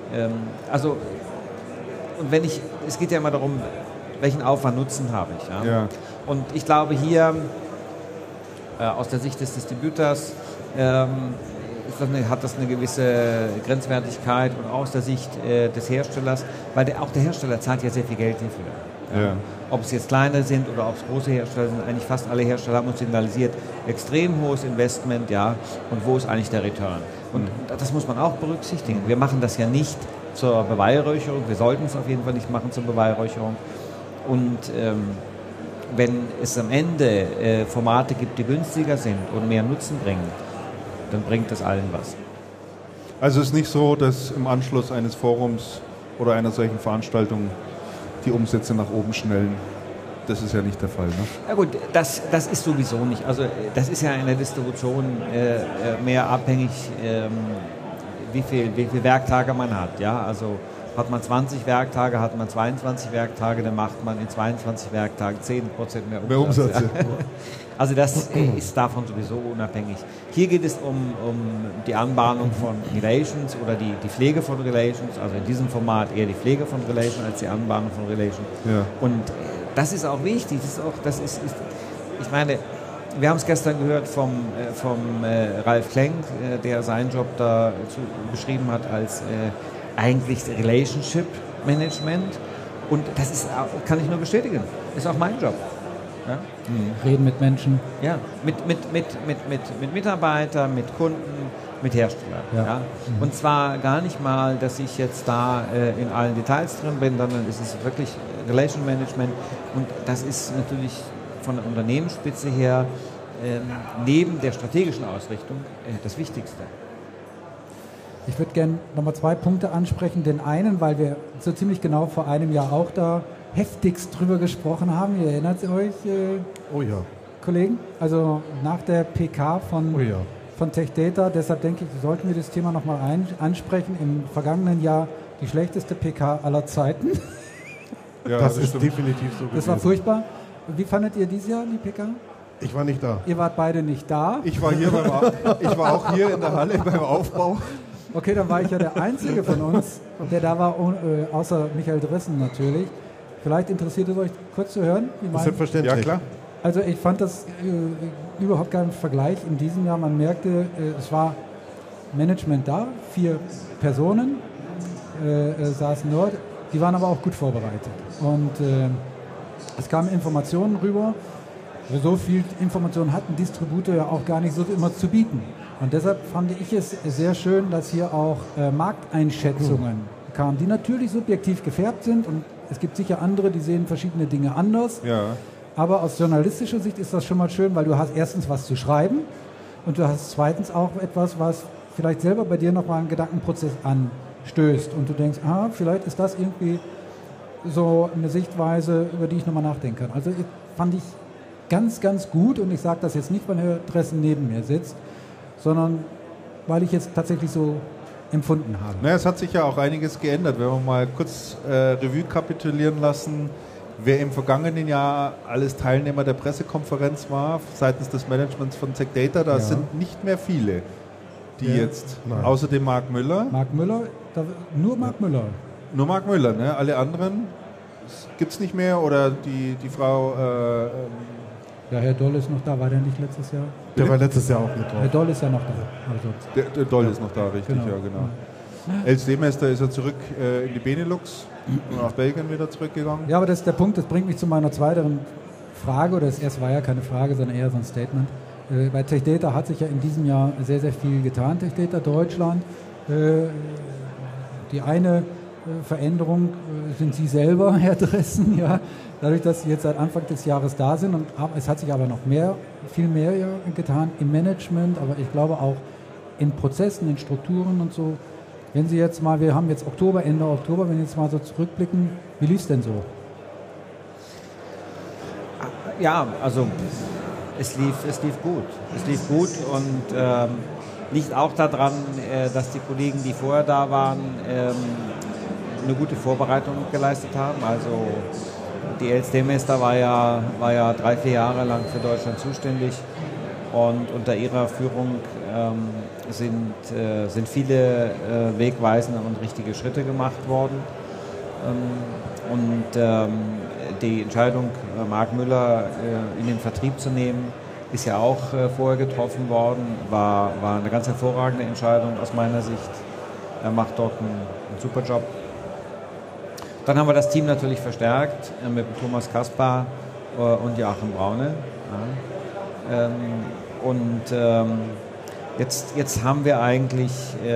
Und es geht ja immer darum, welchen Aufwand Nutzen habe ich. Ja? Ja. Und ich glaube hier, aus der Sicht des Distributors, hat das eine gewisse Grenzwertigkeit und auch aus der Sicht des Herstellers, weil auch der Hersteller zahlt ja sehr viel Geld hierfür. Ja. Ob es jetzt kleine sind oder ob es große Hersteller sind, eigentlich fast alle Hersteller haben uns signalisiert, extrem hohes Investment, ja, und wo ist eigentlich der Return? Und das muss man auch berücksichtigen. Wir machen das ja nicht zur Beweihräucherung, wir sollten es auf jeden Fall nicht machen zur Beweihräucherung. Und wenn es am Ende Formate gibt, die günstiger sind und mehr Nutzen bringen, dann bringt das allen was. Also es ist nicht so, dass im Anschluss eines Forums oder einer solchen Veranstaltung die Umsätze nach oben schnellen. Das ist ja nicht der Fall. Ne? Ja gut, das ist sowieso nicht. Also das ist ja in der Distribution mehr abhängig, wie viel Werktage man hat. Ja? Also hat man 20 Werktage, hat man 22 Werktage, dann macht man in 22 Werktagen 10% mehr Umsatz. Ja. Also das ist davon sowieso unabhängig. Hier geht es um die Anbahnung von Relations oder die Pflege von Relations, also in diesem Format eher die Pflege von Relations als die Anbahnung von Relations. Ja. Und das ist auch wichtig. Ich meine, wir haben es gestern gehört vom Ralf Klenk, der seinen Job da beschrieben hat als eigentlich Relationship Management. Und das ist, kann ich nur bestätigen, ist auch mein Job. Ja? Reden mit Menschen. Ja, mit Mitarbeitern, mit Kunden, mit Herstellern. Ja. Ja? Und zwar gar nicht mal, dass ich jetzt da in allen Details drin bin, sondern es ist wirklich Relation Management. Und das ist natürlich von der Unternehmensspitze her neben der strategischen Ausrichtung das Wichtigste. Ich würde gerne nochmal 2 Punkte ansprechen. Den einen, weil wir so ziemlich genau vor einem Jahr auch da heftigst drüber gesprochen haben. Ihr erinnert euch, oh ja. Kollegen? Also nach der PK von Tech Data. Deshalb denke ich, sollten wir das Thema nochmal ansprechen. Im vergangenen Jahr die schlechteste PK aller Zeiten. Ja, das ist definitiv so gewesen. Das war furchtbar. Wie fandet ihr dieses Jahr die PK? Ich war nicht da. Ihr wart beide nicht da. Ich war auch hier in der Halle beim Aufbau. Okay, dann war ich ja der Einzige von uns, der da war, außer Michael Dressen natürlich. Vielleicht interessiert es euch kurz zu hören. Selbstverständlich. Ja, klar. Also ich fand das überhaupt kein Vergleich in diesem Jahr. Man merkte, es war Management da, 4 Personen saßen dort, die waren aber auch gut vorbereitet. Und es kamen Informationen rüber. So viel Informationen hat ein Distributor ja auch gar nicht so immer zu bieten. Und deshalb fand ich es sehr schön, dass hier auch Markteinschätzungen kamen, die natürlich subjektiv gefärbt sind. Und es gibt sicher andere, die sehen verschiedene Dinge anders. Ja. Aber aus journalistischer Sicht ist das schon mal schön, weil du hast erstens was zu schreiben und du hast zweitens auch etwas, was vielleicht selber bei dir nochmal einen Gedankenprozess anstößt. Und du denkst, vielleicht ist das irgendwie so eine Sichtweise, über die ich nochmal nachdenken kann. Also fand ich ganz, ganz gut. Und ich sage das jetzt nicht, weil Herr Dressen neben mir sitzt, sondern weil ich jetzt tatsächlich so empfunden habe. Na, es hat sich ja auch einiges geändert. Wenn wir mal kurz Revue kapitulieren lassen, wer im vergangenen Jahr alles Teilnehmer der Pressekonferenz war, seitens des Managements von Tech Data, da sind nicht mehr viele, die jetzt, außer dem Marc Müller. Marc Müller, nur Marc Müller. Nur Marc Müller, ne? Alle anderen gibt es nicht mehr oder die Frau... Ja, Herr Doll ist noch da, war der nicht letztes Jahr? Der war letztes Jahr auch mit drauf. Herr Doll ist ja noch da. Also. Der Doll ist noch da, richtig, genau. Ja, genau. Ja. Els Seemeister ist ja zurück in die Benelux und nach Belgien wieder zurückgegangen. Ja, aber das ist der Punkt, das bringt mich zu meiner zweiten Frage, oder das erste war ja keine Frage, sondern eher so ein Statement. Bei Tech Data hat sich ja in diesem Jahr sehr, sehr viel getan, Tech Data Deutschland. Die eine Veränderung sind Sie selber, Herr Dressen, ja. Dadurch, dass Sie jetzt seit Anfang des Jahres da sind und es hat sich aber noch viel mehr getan im Management, aber ich glaube auch in Prozessen, in Strukturen und so. Wenn Sie jetzt mal, wir haben jetzt Ende Oktober, wenn Sie jetzt mal so zurückblicken, wie lief es denn so? Ja, also es lief gut. Es lief gut und liegt auch daran, dass die Kollegen, die vorher da waren, eine gute Vorbereitung geleistet haben. Also die Els Seemeister war ja 3-4 Jahre lang für Deutschland zuständig und unter ihrer Führung sind viele wegweisende und richtige Schritte gemacht worden. Die Entscheidung, Marc Müller in den Vertrieb zu nehmen, ist ja auch vorher getroffen worden, war eine ganz hervorragende Entscheidung aus meiner Sicht. Er macht dort einen super Job. Dann haben wir das Team natürlich verstärkt mit Thomas Kaspar und Joachim Braune. Ja. Jetzt haben wir eigentlich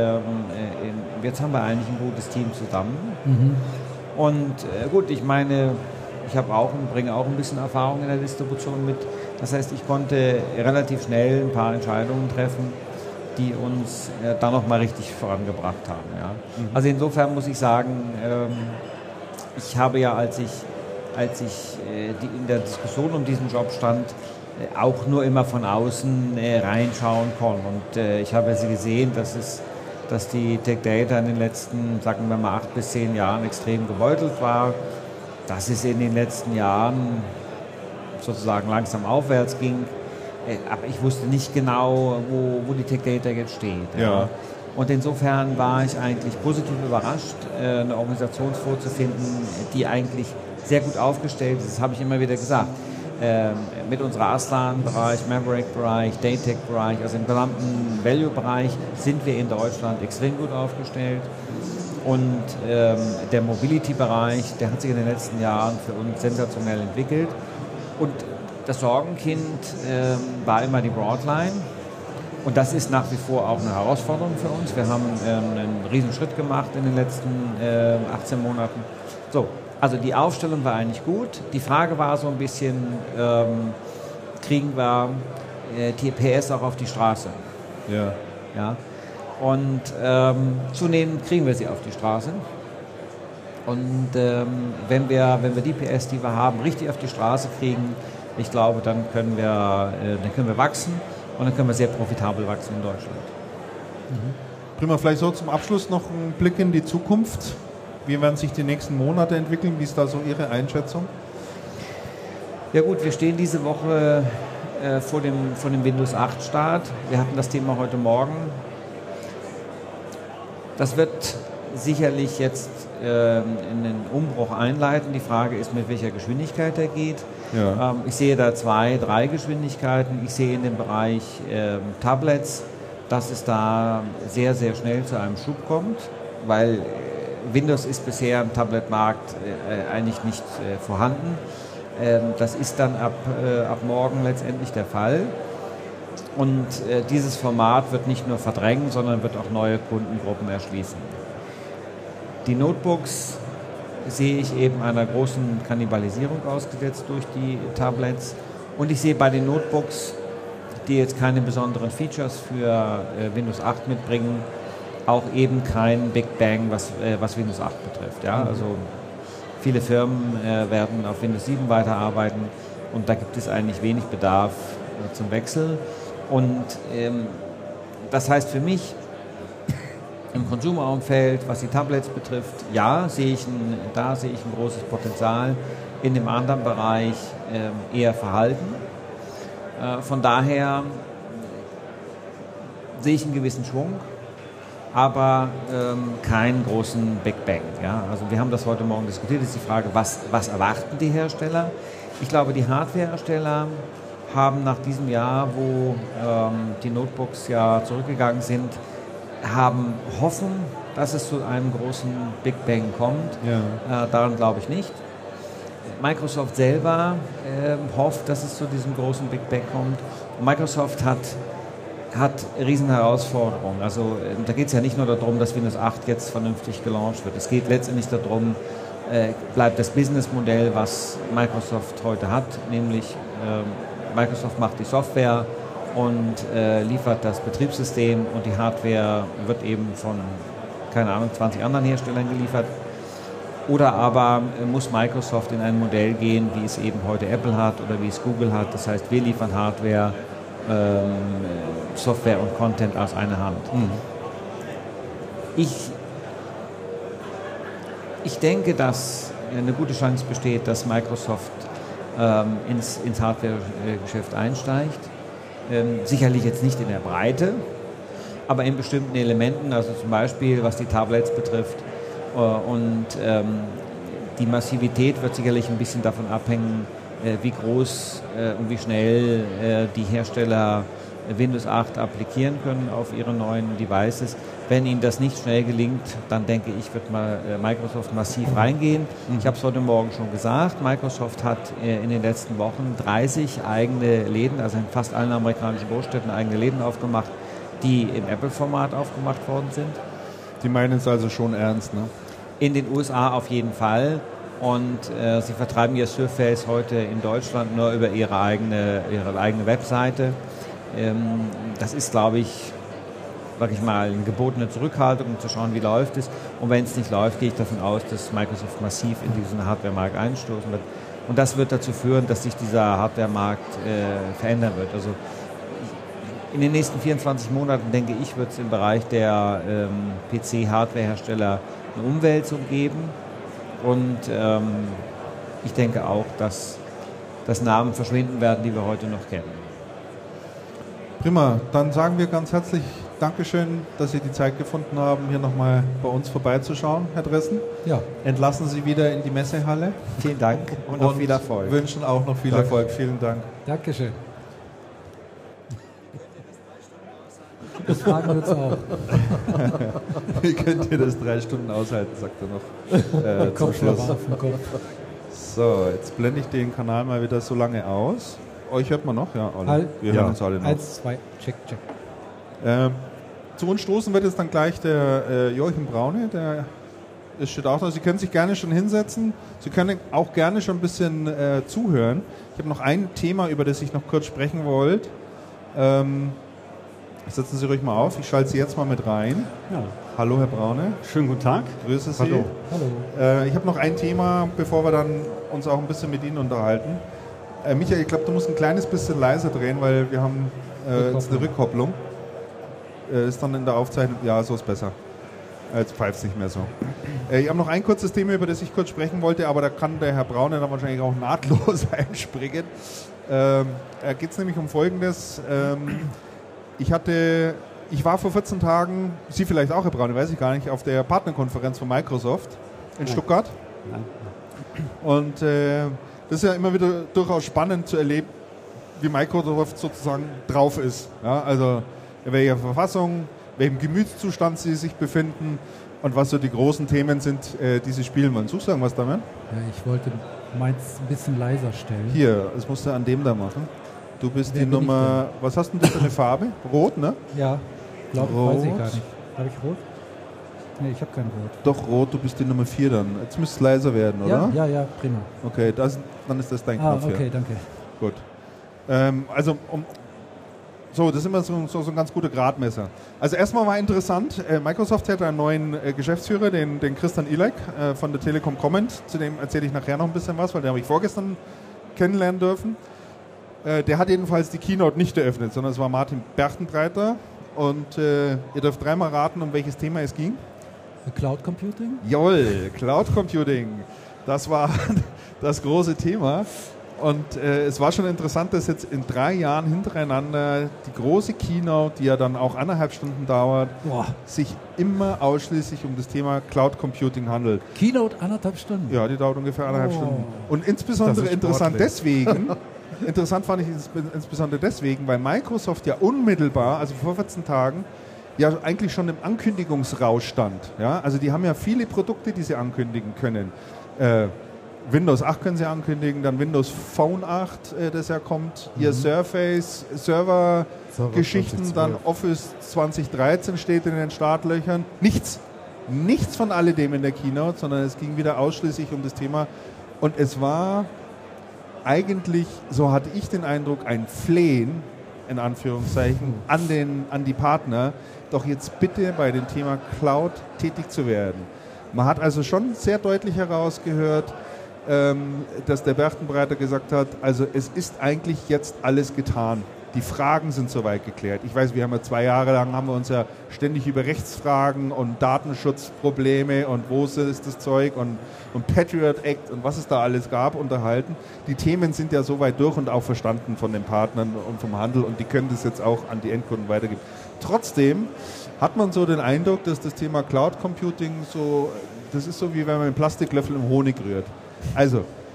ein gutes Team zusammen. Und gut, ich meine, bringe auch ein bisschen Erfahrung in der Distribution mit. Das heißt, ich konnte relativ schnell ein paar Entscheidungen treffen, die uns dann nochmal richtig vorangebracht haben. Ja. Also insofern muss ich sagen, ich habe ja, als ich in der Diskussion um diesen Job stand, auch nur immer von außen reinschauen können. Und ich habe ja gesehen, dass die Tech Data in den letzten, sagen wir mal, 8 bis 10 Jahren extrem gebeutelt war, dass es in den letzten Jahren sozusagen langsam aufwärts ging. Aber ich wusste nicht genau, wo die Tech Data jetzt steht. Ja. Und insofern war ich eigentlich positiv überrascht, eine Organisation vorzufinden, die eigentlich sehr gut aufgestellt ist. Das habe ich immer wieder gesagt. Mit unserer Aslan-Bereich, Maverick-Bereich, Datec-Bereich, also im gesamten Value-Bereich sind wir in Deutschland extrem gut aufgestellt. Und der Mobility-Bereich, der hat sich in den letzten Jahren für uns sensationell entwickelt. Und das Sorgenkind war immer die Broadline. Und das ist nach wie vor auch eine Herausforderung für uns. Wir haben einen riesen Schritt gemacht in den letzten 18 Monaten. So, also die Aufstellung war eigentlich gut. Die Frage war so ein bisschen, kriegen wir TPS auch auf die Straße? Ja. Ja. Und zunehmend kriegen wir sie auf die Straße. Und wenn wir die PS, die wir haben, richtig auf die Straße kriegen, ich glaube, dann können wir wachsen und dann können wir sehr profitabel wachsen in Deutschland. Prima, vielleicht so zum Abschluss noch ein Blick in die Zukunft. Wie werden sich die nächsten Monate entwickeln? Wie ist da so Ihre Einschätzung? Ja gut, wir stehen diese Woche vor dem Windows 8 Start. Wir hatten das Thema heute Morgen. Das wird sicherlich jetzt einen Umbruch einleiten. Die Frage ist, mit welcher Geschwindigkeit er geht. Ja. Ich sehe da 2, 3 Geschwindigkeiten. Ich sehe in dem Bereich Tablets, dass es da sehr, sehr schnell zu einem Schub kommt, weil Windows ist bisher im Tabletmarkt eigentlich nicht vorhanden. Das ist dann ab morgen letztendlich der Fall. Und dieses Format wird nicht nur verdrängen, sondern wird auch neue Kundengruppen erschließen. Die Notebooks sehe ich eben einer großen Kannibalisierung ausgesetzt durch die Tablets. Und ich sehe bei den Notebooks, die jetzt keine besonderen Features für Windows 8 mitbringen, auch eben kein Big Bang, was Windows 8 betrifft. Ja? Also viele Firmen werden auf Windows 7 weiterarbeiten und da gibt es eigentlich wenig Bedarf zum Wechsel. Und das heißt für mich, im Consumer-Umfeld, was die Tablets betrifft, ja, sehe ich ein großes Potenzial. In dem anderen Bereich eher verhalten. Von daher sehe ich einen gewissen Schwung, aber keinen großen Big Bang. Ja? Also wir haben das heute Morgen diskutiert, ist die Frage, was erwarten die Hersteller? Ich glaube, die Hardwarehersteller haben nach diesem Jahr, wo die Notebooks ja zurückgegangen sind, hoffen, dass es zu einem großen Big Bang kommt. Ja. Daran glaube ich nicht. Microsoft selber hofft, dass es zu diesem großen Big Bang kommt. Microsoft hat riesen Herausforderungen. Also da geht es ja nicht nur darum, dass Windows 8 jetzt vernünftig gelauncht wird. Es geht letztendlich darum, bleibt das Businessmodell, was Microsoft heute hat, nämlich Microsoft macht die Software und liefert das Betriebssystem und die Hardware wird eben von, keine Ahnung, 20 anderen Herstellern geliefert. Oder aber muss Microsoft in ein Modell gehen, wie es eben heute Apple hat oder wie es Google hat. Das heißt, wir liefern Hardware, Software und Content aus einer Hand. Ich denke, dass eine gute Chance besteht, dass Microsoft ins Hardware-Geschäft einsteigt. Sicherlich jetzt nicht in der Breite, aber in bestimmten Elementen, also zum Beispiel was die Tablets betrifft. Und die Massivität wird sicherlich ein bisschen davon abhängen, wie groß und wie schnell die Hersteller Windows 8 applizieren können auf ihre neuen Devices. Wenn ihnen das nicht schnell gelingt, dann denke ich, wird mal Microsoft massiv reingehen. Ich habe es heute Morgen schon gesagt, Microsoft hat in den letzten Wochen 30 eigene Läden, also in fast allen amerikanischen Großstädten eigene Läden aufgemacht, die im Apple-Format aufgemacht worden sind. Die meinen es also schon ernst, ne? In den USA auf jeden Fall. Und sie vertreiben ihr Surface heute in Deutschland nur über ihre eigene Webseite. Das ist, glaube ich, sag ich mal, eine gebotene Zurückhaltung, um zu schauen, wie läuft es. Und wenn es nicht läuft, gehe ich davon aus, dass Microsoft massiv in diesen Hardware-Markt einstoßen wird. Und das wird dazu führen, dass sich dieser Hardware-Markt verändern wird. Also in den nächsten 24 Monaten, denke ich, wird es im Bereich der PC-Hardware-Hersteller eine Umwälzung geben. Und ich denke auch, dass Namen verschwinden werden, die wir heute noch kennen. Prima, dann sagen wir ganz herzlich Dankeschön, dass Sie die Zeit gefunden haben, hier nochmal bei uns vorbeizuschauen, Herr Dressen. Ja. Entlassen Sie wieder in die Messehalle. Vielen Dank und noch viel Erfolg. Wünschen auch noch viel Erfolg. Vielen Dank. Dankeschön. Das fragen wir uns auch. Wie könnt ihr das 3 Stunden aushalten, sagt er noch zum Schluss. So, jetzt blende ich den Kanal mal wieder so lange aus. Euch hört man noch? Ja, alle. Wir hören uns alle noch. 1, 2, check. Zu uns stoßen wird jetzt dann gleich der Joachim Braune, der steht auch da. Sie können sich gerne schon hinsetzen. Sie können auch gerne schon ein bisschen zuhören. Ich habe noch ein Thema, über das ich noch kurz sprechen wollte. Setzen Sie ruhig mal auf. Ich schalte Sie jetzt mal mit rein. Ja. Hallo, Herr Braune. Schönen guten Tag. Grüße Sie. Hallo. Ich habe noch ein Thema, bevor wir dann uns auch ein bisschen mit Ihnen unterhalten. Michael, ich glaube, du musst ein kleines bisschen leiser drehen, weil wir haben jetzt eine Rückkopplung. Ist dann in der Aufzeichnung, ja, so ist besser. Jetzt pfeift es nicht mehr so. Ich habe noch ein kurzes Thema, über das ich kurz sprechen wollte, aber da kann der Herr Braune dann wahrscheinlich auch nahtlos einspringen. Da geht es nämlich um Folgendes. Ich war vor 14 Tagen, Sie vielleicht auch, Herr Braune, weiß ich gar nicht, auf der Partnerkonferenz von Microsoft in Stuttgart. Nein. Und das ist ja immer wieder durchaus spannend zu erleben, wie Microsoft sozusagen drauf ist. Ja, also in welcher Verfassung, welchem Gemütszustand sie sich befinden und was so die großen Themen sind, die sie spielen wollen. Suchst du irgendwas damit? Ja, ich wollte meins ein bisschen leiser stellen. Hier, das musst du an dem da machen. Du bist die Nummer, was hast denn du für eine Farbe? Rot, ne? Ja, glaube ich, weiß ich gar nicht. Habe ich rot? Nee, ich habe kein Rot. Doch, rot, du bist die Nummer 4 dann. Jetzt müsste es leiser werden, oder? Ja, prima. Okay, dann ist das dein Knopf hier. Okay, danke. Gut. Das ist immer so ein ganz guter Gradmesser. Also erstmal war interessant, Microsoft hat einen neuen Geschäftsführer, den Christian Ilek von der Telekom Comment. Zu dem erzähle ich nachher noch ein bisschen was, weil den habe ich vorgestern kennenlernen dürfen. Der hat jedenfalls die Keynote nicht eröffnet, sondern es war Martin Berchtenbreiter. Und ihr dürft 3-mal raten, um welches Thema es ging. Cloud Computing? Jawohl, Cloud Computing. Das war das große Thema. Und es war schon interessant, dass jetzt in 3 Jahren hintereinander die große Keynote, die ja dann auch 1,5 Stunden dauert, sich immer ausschließlich um das Thema Cloud Computing handelt. Keynote 1,5 Stunden? Ja, die dauert ungefähr 1,5 Stunden. Und insbesondere interessant fand ich insbesondere deswegen, weil Microsoft ja unmittelbar, also vor 14 Tagen, ja eigentlich schon im Ankündigungsrausch stand. Ja? Also die haben ja viele Produkte, die sie ankündigen können. Windows 8 können sie ankündigen, dann Windows Phone 8, das ja kommt, ihr Surface, Server-Geschichten, dann Office 2013 steht in den Startlöchern. Nichts von alledem in der Keynote, sondern es ging wieder ausschließlich um das Thema. Und es war eigentlich, so hatte ich den Eindruck, ein Flehen, in Anführungszeichen, an die Partner, doch jetzt bitte bei dem Thema Cloud tätig zu werden. Man hat also schon sehr deutlich herausgehört, dass der Berchtenbreiter gesagt hat, also es ist eigentlich jetzt alles getan. Die Fragen sind soweit geklärt. Ich weiß, wir haben ja 2 Jahre lang haben wir uns ja ständig über Rechtsfragen und Datenschutzprobleme und wo ist das Zeug und Patriot Act und was es da alles gab unterhalten. Die Themen sind ja soweit durch und auch verstanden von den Partnern und vom Handel und die können das jetzt auch an die Endkunden weitergeben. Trotzdem hat man so den Eindruck, dass das Thema Cloud Computing das ist so wie wenn man einen Plastiklöffel im Honig rührt. Also,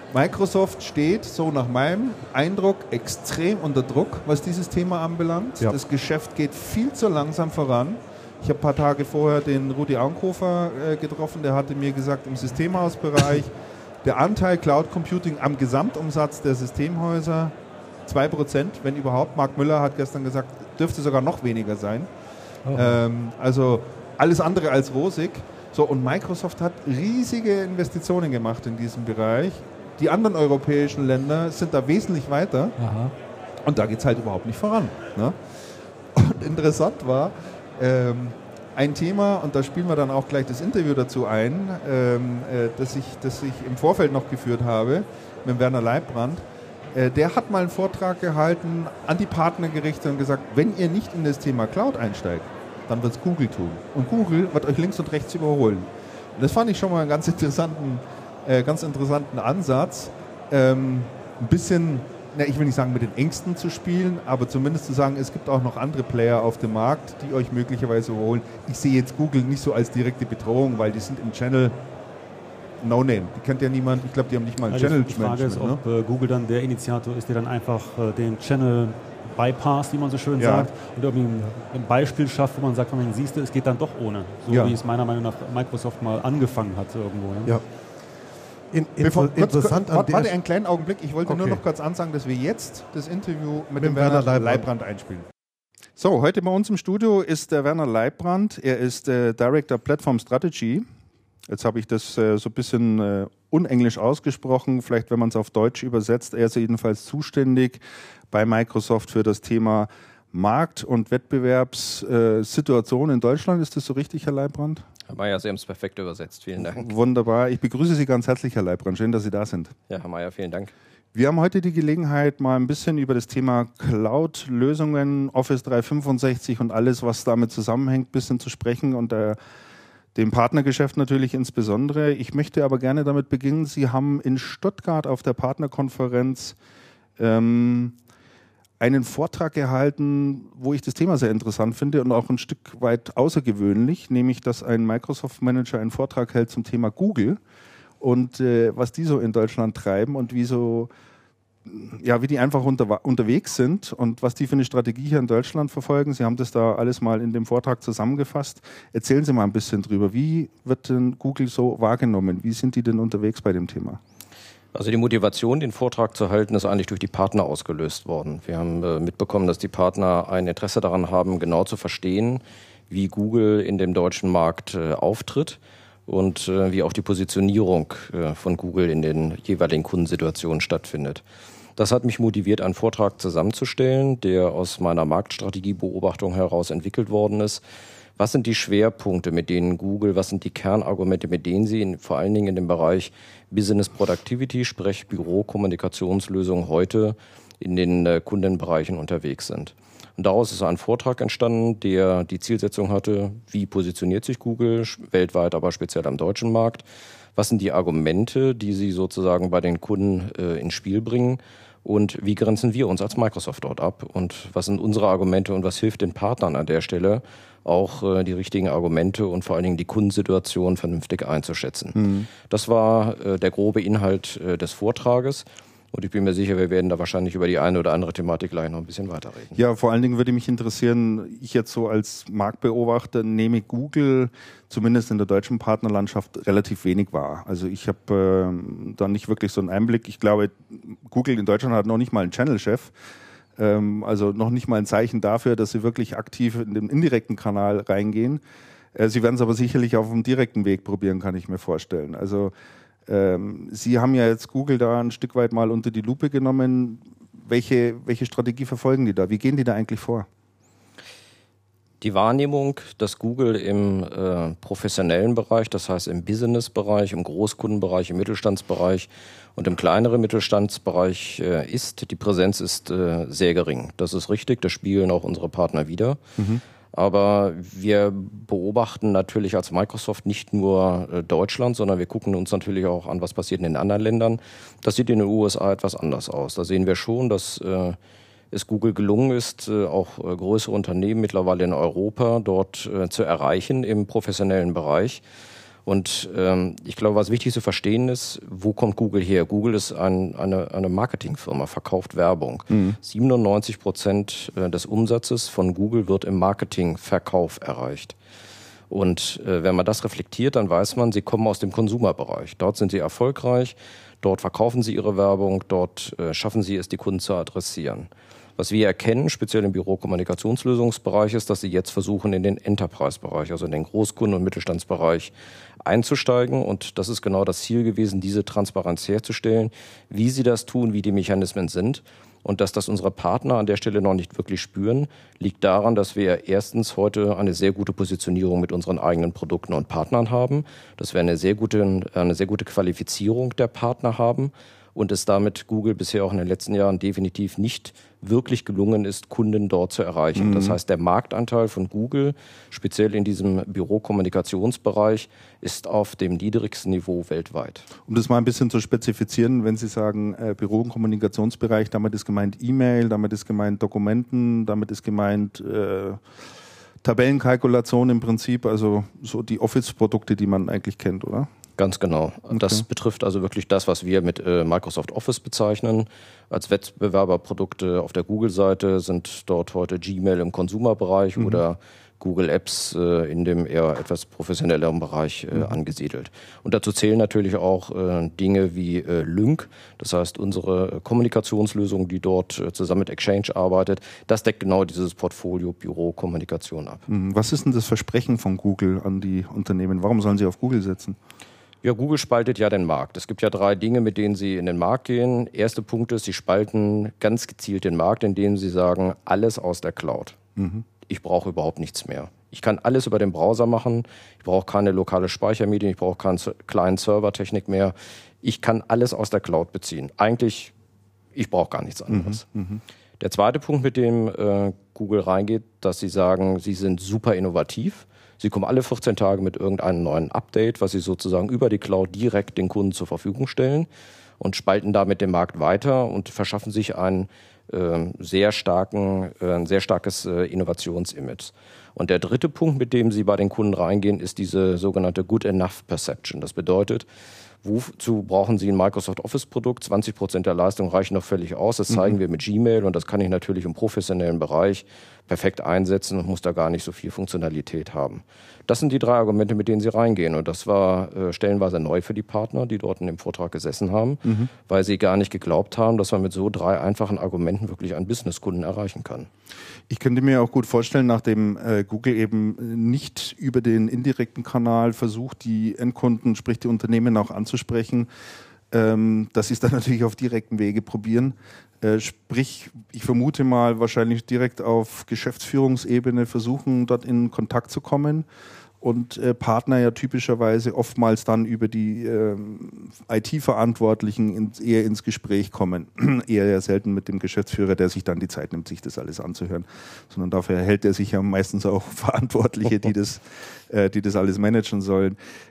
Microsoft steht, so nach meinem Eindruck, extrem unter Druck, was dieses Thema anbelangt. Ja. Das Geschäft geht viel zu langsam voran. Ich habe ein paar Tage vorher den Rudi Aunkhofer getroffen, der hatte mir gesagt, im Systemhausbereich der Anteil Cloud Computing am Gesamtumsatz der Systemhäuser 2%, wenn überhaupt. Mark Müller hat gestern gesagt, dürfte sogar noch weniger sein. Oh. Also alles andere als rosig. So, und Microsoft hat riesige Investitionen gemacht in diesem Bereich. Die anderen europäischen Länder sind da wesentlich weiter. Aha. Und da geht es halt überhaupt nicht voran. Ne? Und interessant war, ein Thema, und da spielen wir dann auch gleich das Interview dazu ein, das ich im Vorfeld noch geführt habe, mit Werner Leibbrand. Der hat mal einen Vortrag gehalten, an die Partner gerichtet und gesagt, wenn ihr nicht in das Thema Cloud einsteigt, dann wird es Google tun. Und Google wird euch links und rechts überholen. Und das fand ich schon mal einen ganz interessanten Ansatz. Ein bisschen, ich will nicht sagen, mit den Ängsten zu spielen, aber zumindest zu sagen, es gibt auch noch andere Player auf dem Markt, die euch möglicherweise überholen. Ich sehe jetzt Google nicht so als direkte Bedrohung, weil die sind im Channel No-Name. Die kennt ja niemand. Ich glaube, die haben nicht mal ein Channel-Management. Die Frage ist, ob Google dann der Initiator ist, der dann einfach den Channel bypass, wie man so schön sagt, und irgendwie ein Beispiel schafft, wo man sagt, siehst du, es geht dann doch ohne. So wie es meiner Meinung nach Microsoft mal angefangen hat irgendwo. Ja. Interessant warte einen kleinen Augenblick. Ich wollte nur noch kurz ansagen, dass wir jetzt das Interview mit dem Werner Leibbrand einspielen. So, heute bei uns im Studio ist der Werner Leibbrand. Er ist Director Platform Strategy. Jetzt habe ich das so ein bisschen unenglisch ausgesprochen. Vielleicht, wenn man es auf Deutsch übersetzt. Er ist jedenfalls zuständig bei Microsoft für das Thema Markt- und Wettbewerbssituation in Deutschland. Ist das so richtig, Herr Leibbrand? Herr Mayer, Sie haben es perfekt übersetzt. Vielen Dank. Wunderbar. Ich begrüße Sie ganz herzlich, Herr Leibbrand. Schön, dass Sie da sind. Ja, Herr Mayer, vielen Dank. Wir haben heute die Gelegenheit, mal ein bisschen über das Thema Cloud-Lösungen, Office 365 und alles, was damit zusammenhängt, ein bisschen zu sprechen und dem Partnergeschäft natürlich insbesondere. Ich möchte aber gerne damit beginnen. Sie haben in Stuttgart auf der Partnerkonferenz einen Vortrag gehalten, wo ich das Thema sehr interessant finde und auch ein Stück weit außergewöhnlich, nämlich, dass ein Microsoft-Manager einen Vortrag hält zum Thema Google und was die so in Deutschland treiben und wie die einfach unterwegs sind und was die für eine Strategie hier in Deutschland verfolgen. Sie haben das da alles mal in dem Vortrag zusammengefasst. Erzählen Sie mal ein bisschen drüber. Wie wird denn Google so wahrgenommen? Wie sind die denn unterwegs bei dem Thema? Also die Motivation, den Vortrag zu halten, ist eigentlich durch die Partner ausgelöst worden. Wir haben mitbekommen, dass die Partner ein Interesse daran haben, genau zu verstehen, wie Google in dem deutschen Markt auftritt und wie auch die Positionierung von Google in den jeweiligen Kundensituationen stattfindet. Das hat mich motiviert, einen Vortrag zusammenzustellen, der aus meiner Marktstrategiebeobachtung heraus entwickelt worden ist. Was sind die Schwerpunkte, mit denen Google, was sind die Kernargumente, mit denen sie vor allen Dingen in dem Bereich Business Productivity, sprich Büro, Kommunikationslösungen heute in den Kundenbereichen unterwegs sind. Und daraus ist ein Vortrag entstanden, der die Zielsetzung hatte, wie positioniert sich Google weltweit, aber speziell am deutschen Markt. Was sind die Argumente, die sie sozusagen bei den Kunden ins Spiel bringen? Und wie grenzen wir uns als Microsoft dort ab? Und was sind unsere Argumente und was hilft den Partnern an der Stelle, auch die richtigen Argumente und vor allen Dingen die Kundensituation vernünftig einzuschätzen? Mhm. Das war der grobe Inhalt des Vortrages. Und ich bin mir sicher, wir werden da wahrscheinlich über die eine oder andere Thematik gleich noch ein bisschen weiterreden. Ja, vor allen Dingen würde mich interessieren, ich jetzt so als Marktbeobachter nehme Google zumindest in der deutschen Partnerlandschaft relativ wenig wahr. Also ich habe da nicht wirklich so einen Einblick. Ich glaube, Google in Deutschland hat noch nicht mal einen Channel-Chef. Also noch nicht mal ein Zeichen dafür, dass sie wirklich aktiv in den indirekten Kanal reingehen. Sie werden es aber sicherlich auf dem direkten Weg probieren, kann ich mir vorstellen. Also Sie haben ja jetzt Google da ein Stück weit mal unter die Lupe genommen. Welche Strategie verfolgen die da? Wie gehen die da eigentlich vor? Die Wahrnehmung, dass Google im professionellen Bereich, das heißt im Business-Bereich, im Großkundenbereich, im Mittelstandsbereich und im kleineren Mittelstandsbereich ist, die Präsenz ist sehr gering. Das ist richtig, das spiegeln auch unsere Partner wider. Mhm. Aber wir beobachten natürlich als Microsoft nicht nur Deutschland, sondern wir gucken uns natürlich auch an, was passiert in den anderen Ländern. Das sieht in den USA etwas anders aus. Da sehen wir schon, dass es Google gelungen ist, auch größere Unternehmen mittlerweile in Europa dort zu erreichen im professionellen Bereich. Und ich glaube, was wichtig zu verstehen ist, wo kommt Google her? Google ist eine Marketingfirma, verkauft Werbung. 97% des Umsatzes von Google wird im Marketingverkauf erreicht. Und wenn man das reflektiert, dann weiß man, sie kommen aus dem Konsumerbereich. Dort sind sie erfolgreich, dort verkaufen sie ihre Werbung, dort schaffen sie es, die Kunden zu adressieren. Was wir erkennen, speziell im Büro-Kommunikationslösungsbereich, ist, dass sie jetzt versuchen, in den Enterprise-Bereich, also in den Großkunden- und Mittelstandsbereich einzusteigen. Und das ist genau das Ziel gewesen, diese Transparenz herzustellen, wie sie das tun, wie die Mechanismen sind. Und dass das unsere Partner an der Stelle noch nicht wirklich spüren, liegt daran, dass wir erstens heute eine sehr gute Positionierung mit unseren eigenen Produkten und Partnern haben, dass wir eine sehr gute Qualifizierung der Partner haben und es damit Google bisher auch in den letzten Jahren definitiv nicht wirklich gelungen ist, Kunden dort zu erreichen. Das heißt, der Marktanteil von Google, speziell in diesem Bürokommunikationsbereich, ist auf dem niedrigsten Niveau weltweit. Um das mal ein bisschen zu spezifizieren, wenn Sie sagen Büro- und Kommunikationsbereich, damit ist gemeint E-Mail, damit ist gemeint Dokumenten, damit ist gemeint Tabellenkalkulation im Prinzip, also so die Office-Produkte, die man eigentlich kennt, oder? Ganz genau. Okay. Das betrifft also wirklich das, was wir mit Microsoft Office bezeichnen. Als Wettbewerberprodukte auf der Google-Seite sind dort heute Gmail im Konsumerbereich oder Google Apps in dem eher etwas professionelleren Bereich angesiedelt. Und dazu zählen natürlich auch Dinge wie Lync, das heißt unsere Kommunikationslösung, die dort zusammen mit Exchange arbeitet. Das deckt genau dieses Portfolio Büro-Kommunikation ab. Was ist denn das Versprechen von Google an die Unternehmen? Warum sollen sie auf Google setzen? Ja, Google spaltet ja den Markt. Es gibt ja 3 Dinge, mit denen sie in den Markt gehen. Erster Punkt ist, sie spalten ganz gezielt den Markt, indem sie sagen, alles aus der Cloud. Ich brauche überhaupt nichts mehr. Ich kann alles über den Browser machen. Ich brauche keine lokale Speichermedien. Ich brauche keine kleinen Servertechnik mehr. Ich kann alles aus der Cloud beziehen. Eigentlich, ich brauche gar nichts anderes. Der zweite Punkt, mit dem Google reingeht, dass sie sagen, sie sind super innovativ. Sie kommen alle 14 Tage mit irgendeinem neuen Update, was sie sozusagen über die Cloud direkt den Kunden zur Verfügung stellen und spalten damit den Markt weiter und verschaffen sich ein sehr starkes Innovationsimage. Und der dritte Punkt, mit dem sie bei den Kunden reingehen, ist diese sogenannte Good Enough Perception. Das bedeutet, wozu brauchen Sie ein Microsoft Office-Produkt? 20% der Leistung reichen noch völlig aus. Das zeigen wir mit Gmail und das kann ich natürlich im professionellen Bereich perfekt einsetzen und muss da gar nicht so viel Funktionalität haben. Das sind die 3 Argumente, mit denen sie reingehen. Und das war stellenweise neu für die Partner, die dort in dem Vortrag gesessen haben, weil sie gar nicht geglaubt haben, dass man mit so 3 einfachen Argumenten wirklich einen Businesskunden erreichen kann. Ich könnte mir auch gut vorstellen, nachdem Google eben nicht über den indirekten Kanal versucht, die Endkunden, sprich die Unternehmen auch anzusprechen, dass sie es dann natürlich auf direkten Wege probieren. Sprich, ich vermute mal, wahrscheinlich direkt auf Geschäftsführungsebene versuchen, dort in Kontakt zu kommen und Partner ja typischerweise oftmals dann über die IT-Verantwortlichen eher ins Gespräch kommen. Eher ja selten mit dem Geschäftsführer, der sich dann die Zeit nimmt, sich das alles anzuhören, sondern dafür hält er sich ja meistens auch Verantwortliche, die das alles managen sollen.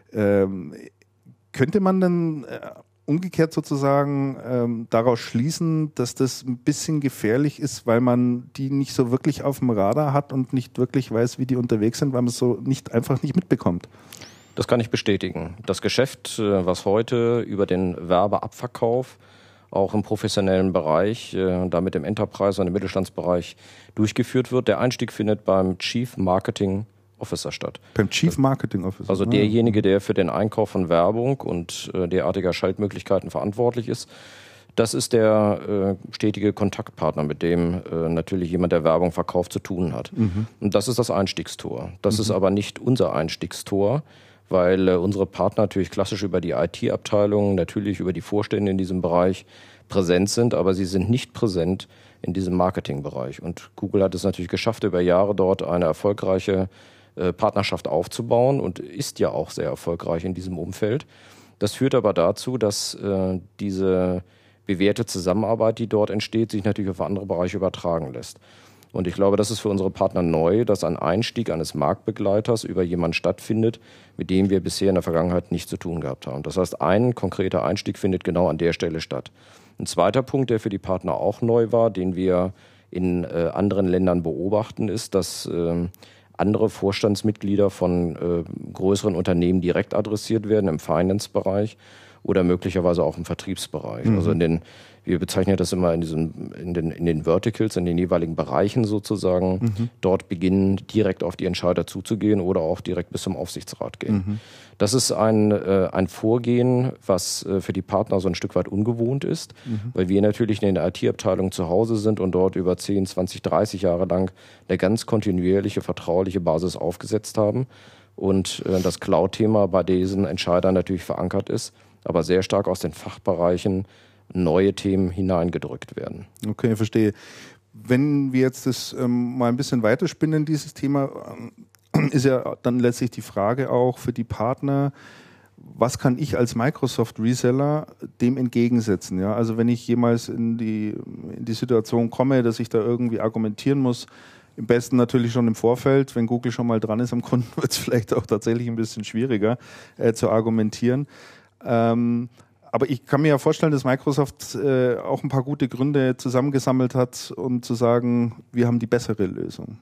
Könnte man dann umgekehrt sozusagen daraus schließen, dass das ein bisschen gefährlich ist, weil man die nicht so wirklich auf dem Radar hat und nicht wirklich weiß, wie die unterwegs sind, weil man es so einfach nicht mitbekommt? Das kann ich bestätigen. Das Geschäft, was heute über den Werbeabverkauf auch im professionellen Bereich, damit im Enterprise- und im Mittelstandsbereich durchgeführt wird, der Einstieg findet beim Chief Marketing Officer statt. Beim Chief Marketing Officer? Also derjenige, der für den Einkauf von Werbung und derartiger Schaltmöglichkeiten verantwortlich ist. Das ist der stetige Kontaktpartner, mit dem natürlich jemand, der Werbung verkauft, zu tun hat. Und das ist das Einstiegstor. Das ist aber nicht unser Einstiegstor, weil unsere Partner natürlich klassisch über die IT-Abteilung, natürlich über die Vorstände in diesem Bereich präsent sind, aber sie sind nicht präsent in diesem Marketingbereich. Und Google hat es natürlich geschafft, über Jahre dort eine erfolgreiche Partnerschaft aufzubauen und ist ja auch sehr erfolgreich in diesem Umfeld. Das führt aber dazu, dass diese bewährte Zusammenarbeit, die dort entsteht, sich natürlich auf andere Bereiche übertragen lässt. Und ich glaube, das ist für unsere Partner neu, dass ein Einstieg eines Marktbegleiters über jemanden stattfindet, mit dem wir bisher in der Vergangenheit nichts zu tun gehabt haben. Das heißt, ein konkreter Einstieg findet genau an der Stelle statt. Ein zweiter Punkt, der für die Partner auch neu war, den wir in anderen Ländern beobachten, ist, dass andere Vorstandsmitglieder von größeren Unternehmen direkt adressiert werden im Finance-Bereich oder möglicherweise auch im Vertriebsbereich. Also wir bezeichnen das immer in den Verticals, in den jeweiligen Bereichen sozusagen, dort beginnen, direkt auf die Entscheider zuzugehen oder auch direkt bis zum Aufsichtsrat gehen. Das ist ein Vorgehen, was für die Partner so ein Stück weit ungewohnt ist, weil wir natürlich in der IT-Abteilung zu Hause sind und dort über 10, 20, 30 Jahre lang eine ganz kontinuierliche, vertrauliche Basis aufgesetzt haben und das Cloud-Thema bei diesen Entscheidern natürlich verankert ist, aber sehr stark aus den Fachbereichen neue Themen hineingedrückt werden. Okay, verstehe. Wenn wir jetzt das mal ein bisschen weiterspinnen, dieses Thema, ist ja dann letztlich die Frage auch für die Partner, was kann ich als Microsoft-Reseller dem entgegensetzen? Ja? Also wenn ich jemals in die Situation komme, dass ich da irgendwie argumentieren muss, im besten natürlich schon im Vorfeld, wenn Google schon mal dran ist am Kunden, wird es vielleicht auch tatsächlich ein bisschen schwieriger zu argumentieren. Aber ich kann mir ja vorstellen, dass Microsoft auch ein paar gute Gründe zusammengesammelt hat, um zu sagen, wir haben die bessere Lösung.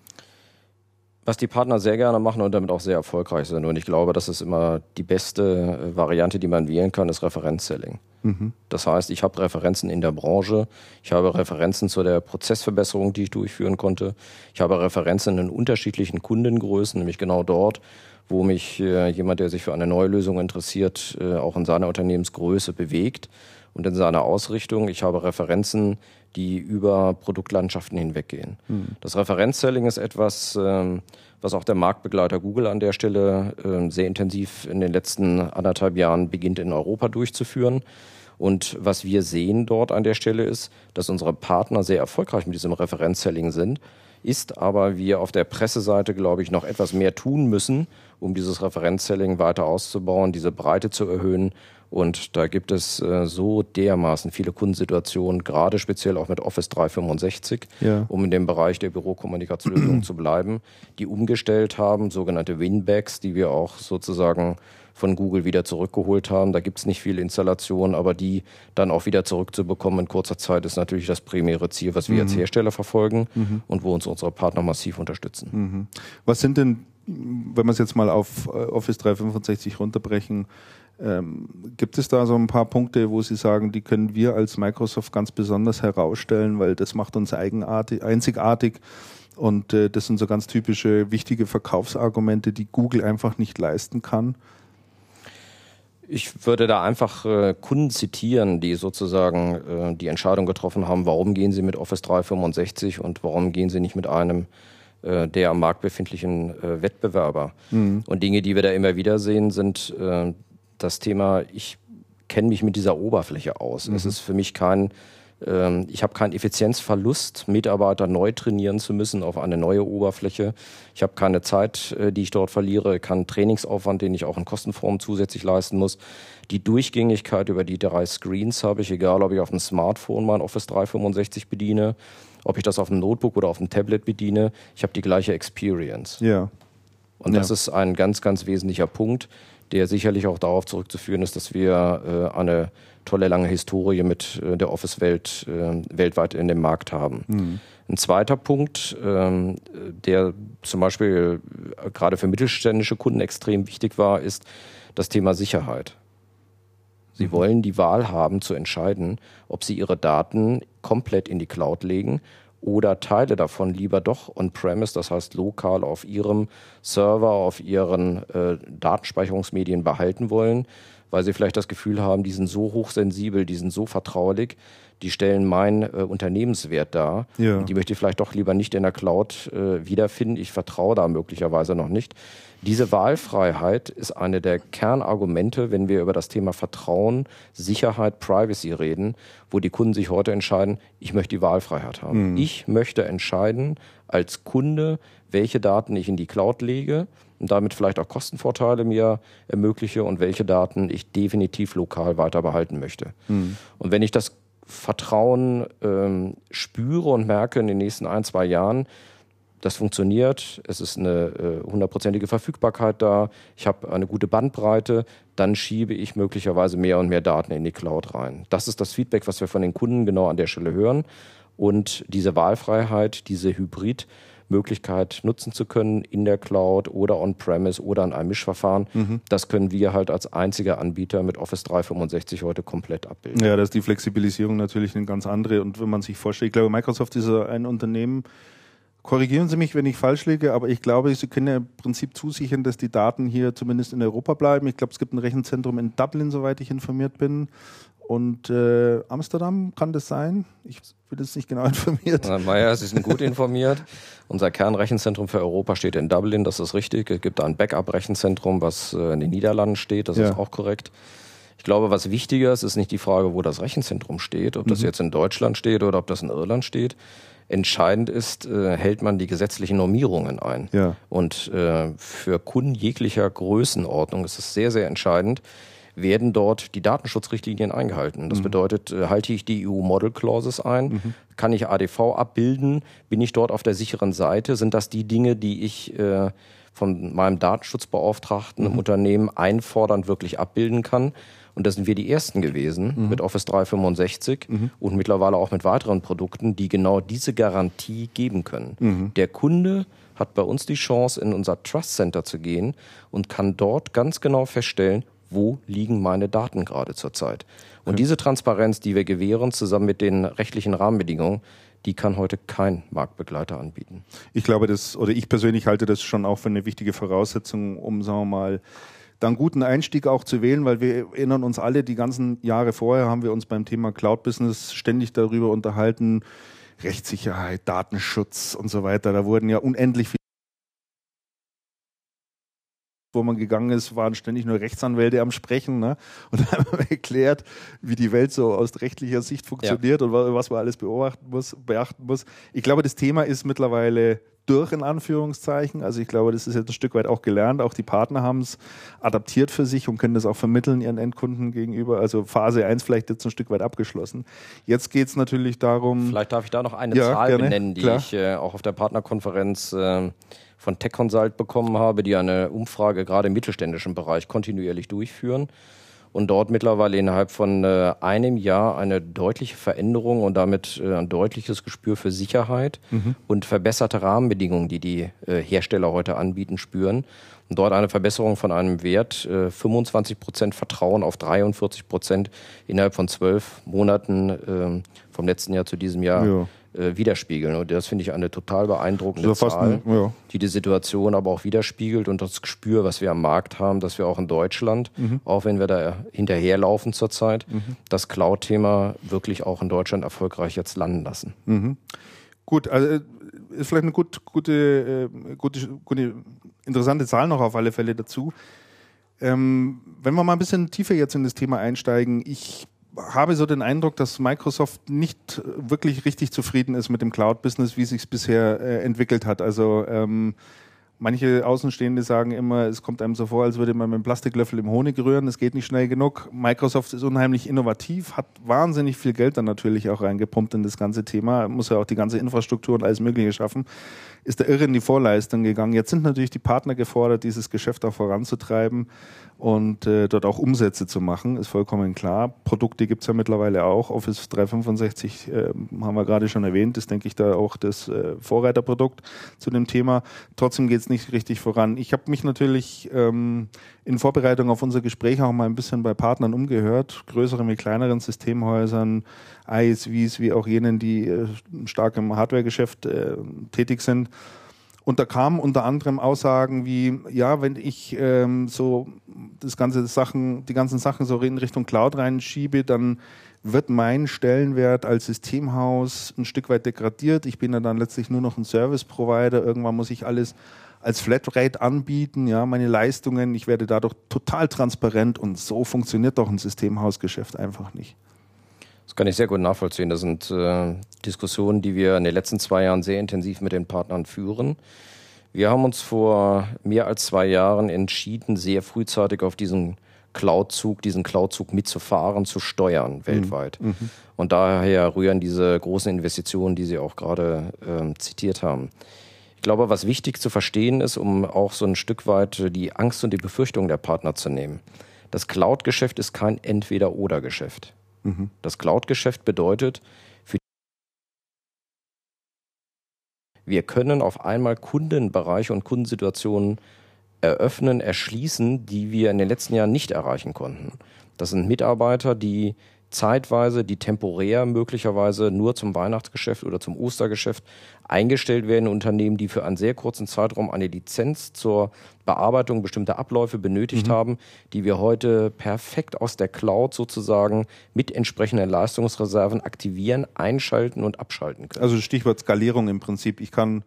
Was die Partner sehr gerne machen und damit auch sehr erfolgreich sind. Und ich glaube, das ist immer die beste Variante, die man wählen kann, ist Referenzselling. Das heißt, ich habe Referenzen in der Branche, ich habe Referenzen zu der Prozessverbesserung, die ich durchführen konnte. Ich habe Referenzen in unterschiedlichen Kundengrößen, nämlich genau dort, wo mich jemand, der sich für eine neue Lösung interessiert, auch in seiner Unternehmensgröße bewegt und in seiner Ausrichtung. Ich habe Referenzen, die über Produktlandschaften hinweggehen. Das Referenzselling ist etwas, was auch der Marktbegleiter Google an der Stelle sehr intensiv in den letzten 1,5 Jahren beginnt in Europa durchzuführen. Und was wir sehen dort an der Stelle ist, dass unsere Partner sehr erfolgreich mit diesem Referenzselling sind, ist aber wir auf der Presseseite, glaube ich, noch etwas mehr tun müssen, um dieses Referenzselling weiter auszubauen, diese Breite zu erhöhen. Und da gibt es so dermaßen viele Kundensituationen, gerade speziell auch mit Office 365, um in dem Bereich der Bürokommunikationslösungen zu bleiben, die umgestellt haben, sogenannte Winbacks, die wir auch sozusagen von Google wieder zurückgeholt haben. Da gibt es nicht viel Installation, aber die dann auch wieder zurückzubekommen in kurzer Zeit ist natürlich das primäre Ziel, was wir als Hersteller verfolgen und wo uns unsere Partner massiv unterstützen. Was sind denn, wenn wir es jetzt mal auf Office 365 runterbrechen, gibt es da so ein paar Punkte, wo Sie sagen, die können wir als Microsoft ganz besonders herausstellen, weil das macht uns einzigartig und das sind so ganz typische wichtige Verkaufsargumente, die Google einfach nicht leisten kann? Ich würde da einfach Kunden zitieren, die sozusagen die Entscheidung getroffen haben, warum gehen sie mit Office 365 und warum gehen sie nicht mit einem der am Markt befindlichen Wettbewerber. Und Dinge, die wir da immer wieder sehen, sind das Thema, ich kenne mich mit dieser Oberfläche aus. Es ist für mich ich habe keinen Effizienzverlust, Mitarbeiter neu trainieren zu müssen auf eine neue Oberfläche. Ich habe keine Zeit, die ich dort verliere, keinen Trainingsaufwand, den ich auch in Kostenform zusätzlich leisten muss. Die Durchgängigkeit über die 3 Screens habe ich, egal ob ich auf dem Smartphone mein Office 365 bediene, ob ich das auf dem Notebook oder auf dem Tablet bediene. Ich habe die gleiche Experience. Ja. Und das ist ein ganz, ganz wesentlicher Punkt, der sicherlich auch darauf zurückzuführen ist, dass wir eine tolle lange Historie mit der Office-Welt weltweit in dem Markt haben. Ein zweiter Punkt, der zum Beispiel gerade für mittelständische Kunden extrem wichtig war, ist das Thema Sicherheit. Sie wollen die Wahl haben zu entscheiden, ob sie ihre Daten komplett in die Cloud legen oder Teile davon lieber doch on-premise, das heißt lokal auf ihrem Server, auf ihren Datenspeicherungsmedien behalten wollen, weil sie vielleicht das Gefühl haben, die sind so hochsensibel, die sind so vertraulich, die stellen meinen Unternehmenswert dar. Ja. Und die möchte ich vielleicht doch lieber nicht in der Cloud wiederfinden. Ich vertraue da möglicherweise noch nicht. Diese Wahlfreiheit ist eine der Kernargumente, wenn wir über das Thema Vertrauen, Sicherheit, Privacy reden, wo die Kunden sich heute entscheiden, ich möchte die Wahlfreiheit haben. Ich möchte entscheiden als Kunde, welche Daten ich in die Cloud lege und damit vielleicht auch Kostenvorteile mir ermögliche und welche Daten ich definitiv lokal weiter behalten möchte. Und wenn ich das Vertrauen spüre und merke in den nächsten 1-2 Jahren, das funktioniert, es ist eine 100%ige Verfügbarkeit da, ich habe eine gute Bandbreite, dann schiebe ich möglicherweise mehr und mehr Daten in die Cloud rein. Das ist das Feedback, was wir von den Kunden genau an der Stelle hören. Und diese Wahlfreiheit, diese Hybrid- Möglichkeit nutzen zu können in der Cloud oder on-premise oder in einem Mischverfahren. Das können wir halt als einziger Anbieter mit Office 365 heute komplett abbilden. Ja, da ist die Flexibilisierung natürlich eine ganz andere. Und wenn man sich vorstellt, ich glaube, Microsoft ist ein Unternehmen, korrigieren Sie mich, wenn ich falsch liege, aber ich glaube, Sie können ja im Prinzip zusichern, dass die Daten hier zumindest in Europa bleiben. Ich glaube, es gibt ein Rechenzentrum in Dublin, soweit ich informiert bin. Und Amsterdam, kann das sein? Ich bin jetzt nicht genau informiert. Herr Meier, Sie sind gut informiert. Unser Kernrechenzentrum für Europa steht in Dublin, das ist richtig. Es gibt ein Backup-Rechenzentrum, was in den Niederlanden steht, das ist auch korrekt. Ich glaube, was wichtiger ist, ist nicht die Frage, wo das Rechenzentrum steht, ob das jetzt in Deutschland steht oder ob das in Irland steht. Entscheidend ist, hält man die gesetzlichen Normierungen ein. Ja. Und für Kunden jeglicher Größenordnung ist es sehr, sehr entscheidend, werden dort die Datenschutzrichtlinien eingehalten. Das bedeutet, halte ich die EU Model Clauses ein? Kann ich ADV abbilden? Bin ich dort auf der sicheren Seite? Sind das die Dinge, die ich von meinem Datenschutzbeauftragten im Unternehmen einfordernd wirklich abbilden kann? Und da sind wir die Ersten gewesen mit Office 365 und mittlerweile auch mit weiteren Produkten, die genau diese Garantie geben können. Der Kunde hat bei uns die Chance, in unser Trust Center zu gehen und kann dort ganz genau feststellen, wo liegen meine Daten gerade zurzeit. Und diese Transparenz, die wir gewähren, zusammen mit den rechtlichen Rahmenbedingungen, die kann heute kein Marktbegleiter anbieten. Ich glaube, ich persönlich halte das schon auch für eine wichtige Voraussetzung, um, sagen wir mal, da einen guten Einstieg auch zu wählen, weil wir erinnern uns alle, die ganzen Jahre vorher haben wir uns beim Thema Cloud-Business ständig darüber unterhalten, Rechtssicherheit, Datenschutz und so weiter. Da wurden ja unendlich viele, wo man gegangen ist, waren ständig nur Rechtsanwälte am Sprechen, ne? Und da haben wir erklärt, wie die Welt so aus rechtlicher Sicht funktioniert und was man alles beachten muss. Ich glaube, das Thema ist mittlerweile durch, in Anführungszeichen. Also ich glaube, das ist jetzt ein Stück weit auch gelernt. Auch die Partner haben es adaptiert für sich und können das auch vermitteln ihren Endkunden gegenüber. Also Phase 1 vielleicht jetzt ein Stück weit abgeschlossen. Jetzt geht es natürlich darum... Vielleicht darf ich da noch eine Zahl benennen, die ich auch auf der Partnerkonferenz von Tech Consult bekommen habe, die eine Umfrage gerade im mittelständischen Bereich kontinuierlich durchführen und dort mittlerweile innerhalb von einem Jahr eine deutliche Veränderung und damit ein deutliches Gespür für Sicherheit und verbesserte Rahmenbedingungen, die die Hersteller heute anbieten, spüren. Und dort eine Verbesserung von einem Wert, 25% Vertrauen auf 43% innerhalb von 12 Monaten vom letzten Jahr zu diesem Jahr widerspiegeln. Und das finde ich eine total beeindruckende Zahl, die Situation aber auch widerspiegelt und das Gespür, was wir am Markt haben, dass wir auch in Deutschland, auch wenn wir da hinterherlaufen zurzeit, das Cloud-Thema wirklich auch in Deutschland erfolgreich jetzt landen lassen. Gut, also ist vielleicht eine gute, interessante Zahl noch auf alle Fälle dazu. Wenn wir mal ein bisschen tiefer jetzt in das Thema einsteigen, ich habe so den Eindruck, dass Microsoft nicht wirklich richtig zufrieden ist mit dem Cloud-Business, wie es sich bisher entwickelt hat. Also manche Außenstehende sagen immer, es kommt einem so vor, als würde man mit einem Plastiklöffel im Honig rühren, es geht nicht schnell genug. Microsoft ist unheimlich innovativ, hat wahnsinnig viel Geld dann natürlich auch reingepumpt in das ganze Thema, muss ja auch die ganze Infrastruktur und alles Mögliche schaffen, ist da irre in die Vorleistung gegangen. Jetzt sind natürlich die Partner gefordert, dieses Geschäft auch voranzutreiben und dort auch Umsätze zu machen, ist vollkommen klar. Produkte gibt es ja mittlerweile auch. Office 365 haben wir gerade schon erwähnt, ist, denke ich, da auch das Vorreiterprodukt zu dem Thema. Trotzdem geht es nicht richtig voran. Ich habe mich natürlich in Vorbereitung auf unser Gespräch auch mal ein bisschen bei Partnern umgehört, größeren wie kleineren Systemhäusern, ISVs, wie auch jenen, die stark im Hardwaregeschäft tätig sind. Und da kamen unter anderem Aussagen wie, ja, wenn ich so die ganzen Sachen so in Richtung Cloud reinschiebe, dann wird mein Stellenwert als Systemhaus ein Stück weit degradiert. Ich bin ja dann letztlich nur noch ein Service-Provider. Irgendwann muss ich alles als Flatrate anbieten, ja, meine Leistungen. Ich werde dadurch total transparent und so funktioniert doch ein Systemhausgeschäft einfach nicht. Das kann ich sehr gut nachvollziehen. Das sind Diskussionen, die wir in den letzten 2 Jahren sehr intensiv mit den Partnern führen. Wir haben uns vor mehr als 2 Jahren entschieden, sehr frühzeitig auf diesen Cloud-Zug mitzufahren, zu steuern weltweit. Und daher rühren diese großen Investitionen, die Sie auch gerade zitiert haben. Ich glaube, was wichtig zu verstehen ist, um auch so ein Stück weit die Angst und die Befürchtung der Partner zu nehmen. Das Cloud-Geschäft ist kein Entweder-oder-Geschäft. Das Cloud-Geschäft bedeutet, Wir können auf einmal Kundenbereiche und Kundensituationen eröffnen, erschließen, die wir in den letzten Jahren nicht erreichen konnten. Das sind Mitarbeiter, die zeitweise, die temporär möglicherweise nur zum Weihnachtsgeschäft oder zum Ostergeschäft eingestellt werden, Unternehmen, die für einen sehr kurzen Zeitraum eine Lizenz zur Bearbeitung bestimmter Abläufe benötigt haben, die wir heute perfekt aus der Cloud sozusagen mit entsprechenden Leistungsreserven aktivieren, einschalten und abschalten können. Also Stichwort Skalierung im Prinzip. Ich kann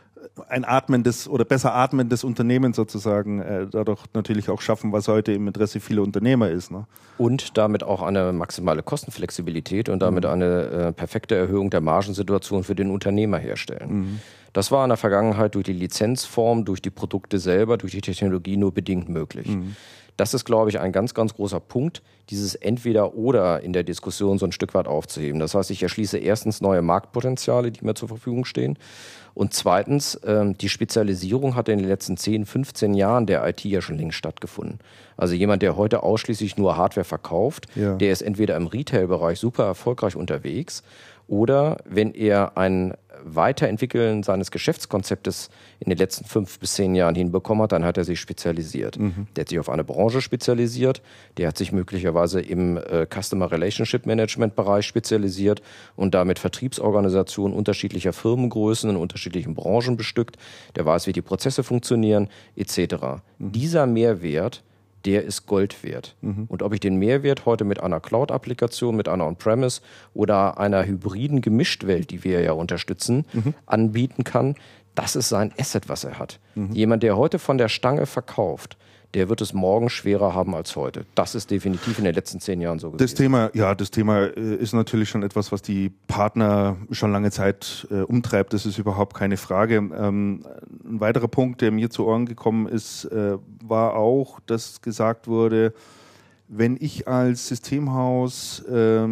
ein atmendes oder besser atmendes Unternehmen sozusagen dadurch natürlich auch schaffen, was heute im Interesse vieler Unternehmer ist. Ne? Und damit auch eine maximale Kostenflexibilität und damit eine perfekte Erhöhung der Margensituation für den Unternehmer herstellen. Das war in der Vergangenheit durch die Lizenzform, durch die Produkte selber, durch die Technologie nur bedingt möglich. Das ist, glaube ich, ein ganz, ganz großer Punkt, dieses Entweder-Oder in der Diskussion so ein Stück weit aufzuheben. Das heißt, ich erschließe erstens neue Marktpotenziale, die mir zur Verfügung stehen. Und zweitens, die Spezialisierung hat in den letzten 10, 15 Jahren der IT ja schon längst stattgefunden. Also jemand, der heute ausschließlich nur Hardware verkauft, der ist entweder im Retail-Bereich super erfolgreich unterwegs oder wenn er ein Weiterentwickeln seines Geschäftskonzeptes in den letzten 5 bis 10 Jahren hinbekommen hat, dann hat er sich spezialisiert. Der hat sich auf eine Branche spezialisiert, der hat sich möglicherweise im Customer Relationship Management Bereich spezialisiert und damit Vertriebsorganisationen unterschiedlicher Firmengrößen in unterschiedlichen Branchen bestückt, der weiß, wie die Prozesse funktionieren, etc. Dieser Mehrwert, der ist Gold wert. Und ob ich den Mehrwert heute mit einer Cloud-Applikation, mit einer On-Premise oder einer hybriden Gemischtwelt, die wir ja unterstützen, anbieten kann, das ist sein Asset, was er hat. Jemand, der heute von der Stange verkauft, der wird es morgen schwerer haben als heute. Das ist definitiv in den letzten 10 Jahren so gewesen. Das Thema ist natürlich schon etwas, was die Partner schon lange Zeit umtreibt. Das ist überhaupt keine Frage. Ein weiterer Punkt, der mir zu Ohren gekommen ist, war auch, dass gesagt wurde, wenn ich als Systemhaus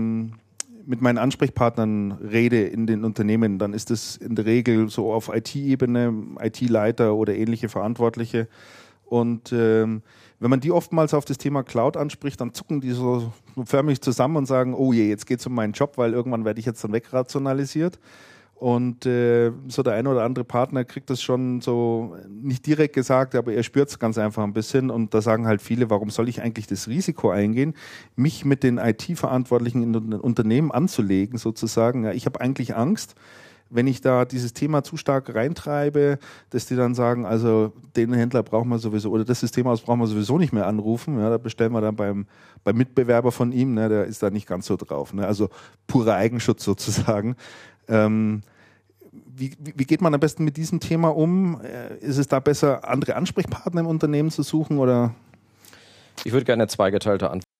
mit meinen Ansprechpartnern rede in den Unternehmen, dann ist das in der Regel so auf IT-Ebene, IT-Leiter oder ähnliche Verantwortliche. Und wenn man die oftmals auf das Thema Cloud anspricht, dann zucken die so förmlich zusammen und sagen, oh je, jetzt geht es um meinen Job, weil irgendwann werde ich jetzt dann wegrationalisiert. Und so der eine oder andere Partner kriegt das schon so nicht direkt gesagt, aber er spürt es ganz einfach ein bisschen. Und da sagen halt viele, warum soll ich eigentlich das Risiko eingehen, mich mit den IT-Verantwortlichen in den Unternehmen anzulegen sozusagen. Ja, ich habe eigentlich Angst, wenn ich da dieses Thema zu stark reintreibe, dass die dann sagen, also den Händler brauchen wir sowieso oder das Systemhaus brauchen wir sowieso nicht mehr anrufen. Ja, da bestellen wir dann beim Mitbewerber von ihm, ne, der ist da nicht ganz so drauf. Ne, also purer Eigenschutz sozusagen. Wie geht man am besten mit diesem Thema um? Ist es da besser, andere Ansprechpartner im Unternehmen zu suchen? Oder? Ich würde gerne eine zweigeteilte Antwort.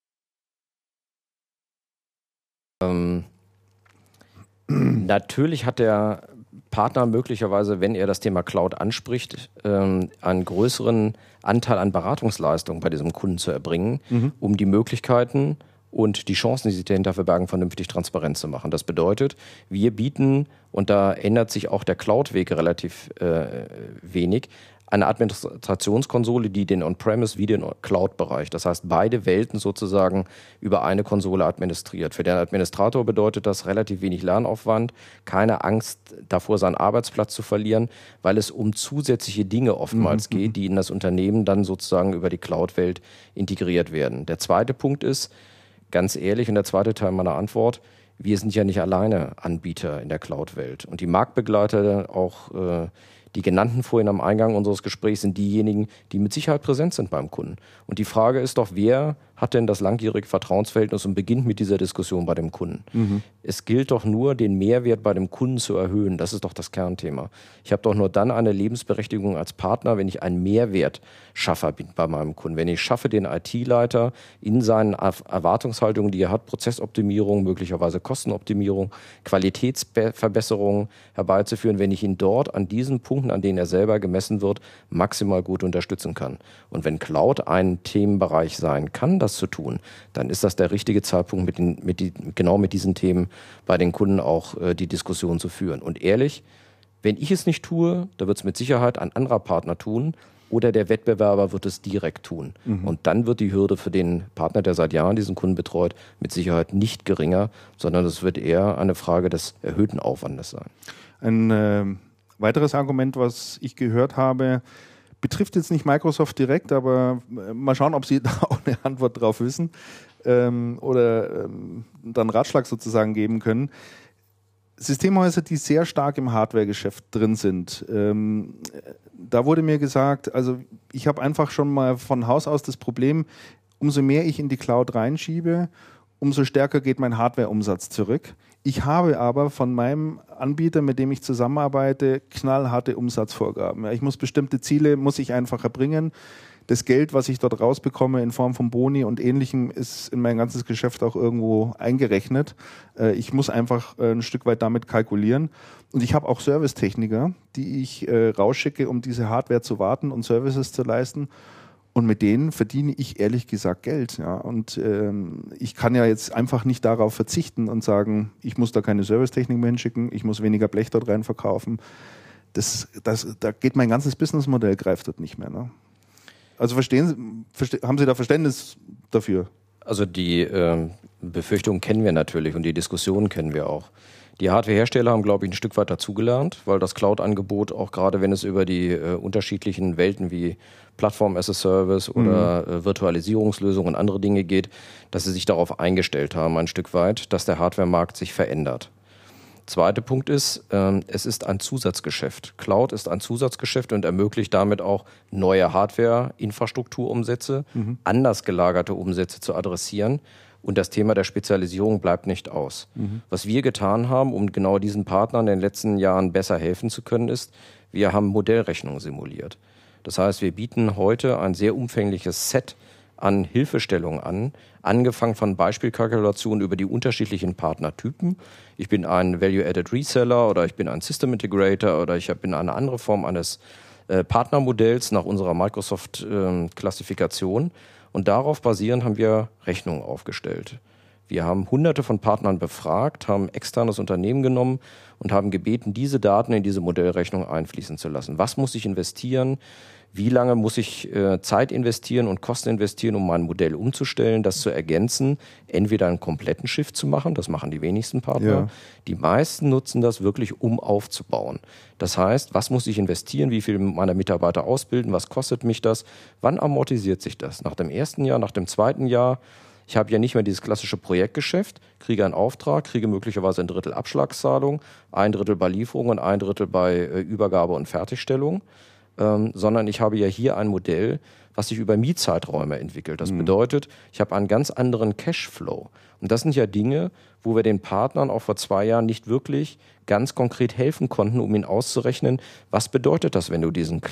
Natürlich hat der Partner möglicherweise, wenn er das Thema Cloud anspricht, einen größeren Anteil an Beratungsleistung bei diesem Kunden zu erbringen, um die Möglichkeiten und die Chancen, die sich dahinter verbergen, vernünftig transparent zu machen. Das bedeutet, wir bieten, und da ändert sich auch der Cloud-Weg relativ wenig, eine Administrationskonsole, die den On-Premise wie den Cloud-Bereich, das heißt beide Welten sozusagen über eine Konsole administriert. Für den Administrator bedeutet das relativ wenig Lernaufwand, keine Angst davor, seinen Arbeitsplatz zu verlieren, weil es um zusätzliche Dinge oftmals geht, die in das Unternehmen dann sozusagen über die Cloud-Welt integriert werden. Der zweite Punkt ist, ganz ehrlich, und der zweite Teil meiner Antwort, wir sind ja nicht alleine Anbieter in der Cloud-Welt. Und die Marktbegleiter, auch die genannten vorhin am Eingang unseres Gesprächs, sind diejenigen, die mit Sicherheit präsent sind beim Kunden. Und die Frage ist doch, wer hat denn das langjährige Vertrauensverhältnis und beginnt mit dieser Diskussion bei dem Kunden? Es gilt doch nur, den Mehrwert bei dem Kunden zu erhöhen. Das ist doch das Kernthema. Ich habe doch nur dann eine Lebensberechtigung als Partner, wenn ich einen Mehrwert schaffe bei meinem Kunden. Wenn ich schaffe, den IT-Leiter in seinen Erwartungshaltungen, die er hat, Prozessoptimierung, möglicherweise Kostenoptimierung, Qualitätsverbesserungen herbeizuführen, wenn ich ihn dort an diesen Punkten, an denen er selber gemessen wird, maximal gut unterstützen kann. Und wenn Cloud ein Themenbereich sein kann, das zu tun, dann ist das der richtige Zeitpunkt, genau mit diesen Themen bei den Kunden auch die Diskussion zu führen. Und ehrlich, wenn ich es nicht tue, da wird es mit Sicherheit ein anderer Partner tun oder der Wettbewerber wird es direkt tun. Und dann wird die Hürde für den Partner, der seit Jahren diesen Kunden betreut, mit Sicherheit nicht geringer, sondern es wird eher eine Frage des erhöhten Aufwandes sein. Ein Weiteres Argument, was ich gehört habe, betrifft jetzt nicht Microsoft direkt, aber mal schauen, ob Sie da auch eine Antwort drauf wissen oder dann Ratschlag sozusagen geben können. Systemhäuser, die sehr stark im Hardware-Geschäft drin sind. Da wurde mir gesagt, also ich habe einfach schon mal von Haus aus das Problem, umso mehr ich in die Cloud reinschiebe, umso stärker geht mein Hardware-Umsatz zurück. Ich habe aber von meinem Anbieter, mit dem ich zusammenarbeite, knallharte Umsatzvorgaben. Ja, ich muss bestimmte Ziele, muss ich einfach erbringen. Das Geld, was ich dort rausbekomme in Form von Boni und Ähnlichem, ist in mein ganzes Geschäft auch irgendwo eingerechnet. Ich muss einfach ein Stück weit damit kalkulieren. Und ich habe auch Servicetechniker, die ich rausschicke, um diese Hardware zu warten und Services zu leisten. Und mit denen verdiene ich ehrlich gesagt Geld. Ja. Und ich kann ja jetzt einfach nicht darauf verzichten und sagen, ich muss da keine Servicetechnik mehr hinschicken, ich muss weniger Blech dort rein verkaufen. Da geht mein ganzes Businessmodell, greift dort nicht mehr. Ne? Also haben Sie da Verständnis dafür? Also die Befürchtungen kennen wir natürlich und die Diskussionen kennen wir auch. Die Hardwarehersteller haben, glaube ich, ein Stück weit dazugelernt, weil das Cloud-Angebot, auch gerade wenn es über die unterschiedlichen Welten wie Plattform as a Service oder Virtualisierungslösungen und andere Dinge geht, dass sie sich darauf eingestellt haben, ein Stück weit, dass der Hardwaremarkt sich verändert. Zweiter Punkt ist, es ist ein Zusatzgeschäft. Cloud ist ein Zusatzgeschäft und ermöglicht damit auch neue Hardware-Infrastrukturumsätze, anders gelagerte Umsätze zu adressieren. Und das Thema der Spezialisierung bleibt nicht aus. Was wir getan haben, um genau diesen Partnern in den letzten Jahren besser helfen zu können, ist, wir haben Modellrechnungen simuliert. Das heißt, wir bieten heute ein sehr umfängliches Set an Hilfestellungen an, angefangen von Beispielkalkulationen über die unterschiedlichen Partnertypen. Ich bin ein Value-Added Reseller oder ich bin ein System Integrator oder ich bin eine andere Form eines Partnermodells nach unserer Microsoft-Klassifikation. Und darauf basierend haben wir Rechnungen aufgestellt. Wir haben Hunderte von Partnern befragt, haben ein externes Unternehmen genommen und haben gebeten, diese Daten in diese Modellrechnung einfließen zu lassen. Was muss ich investieren? Wie lange muss ich Zeit investieren und Kosten investieren, um mein Modell umzustellen, das zu ergänzen, entweder einen kompletten Shift zu machen, das machen die wenigsten Partner. Ja. Die meisten nutzen das wirklich, um aufzubauen. Das heißt, was muss ich investieren, wie viele meiner Mitarbeiter ausbilden, was kostet mich das, wann amortisiert sich das? Nach dem ersten Jahr, nach dem zweiten Jahr? Ich habe ja nicht mehr dieses klassische Projektgeschäft, kriege einen Auftrag, kriege möglicherweise 1/3 Abschlagszahlung, 1/3 bei Lieferung und 1/3 bei Übergabe und Fertigstellung. Sondern ich habe ja hier ein Modell, was sich über Mietzeiträume entwickelt. Das bedeutet, ich habe einen ganz anderen Cashflow. Und das sind ja Dinge, wo wir den Partnern auch vor 2 Jahren nicht wirklich ganz konkret helfen konnten, um ihnen auszurechnen, was bedeutet das, wenn du diesen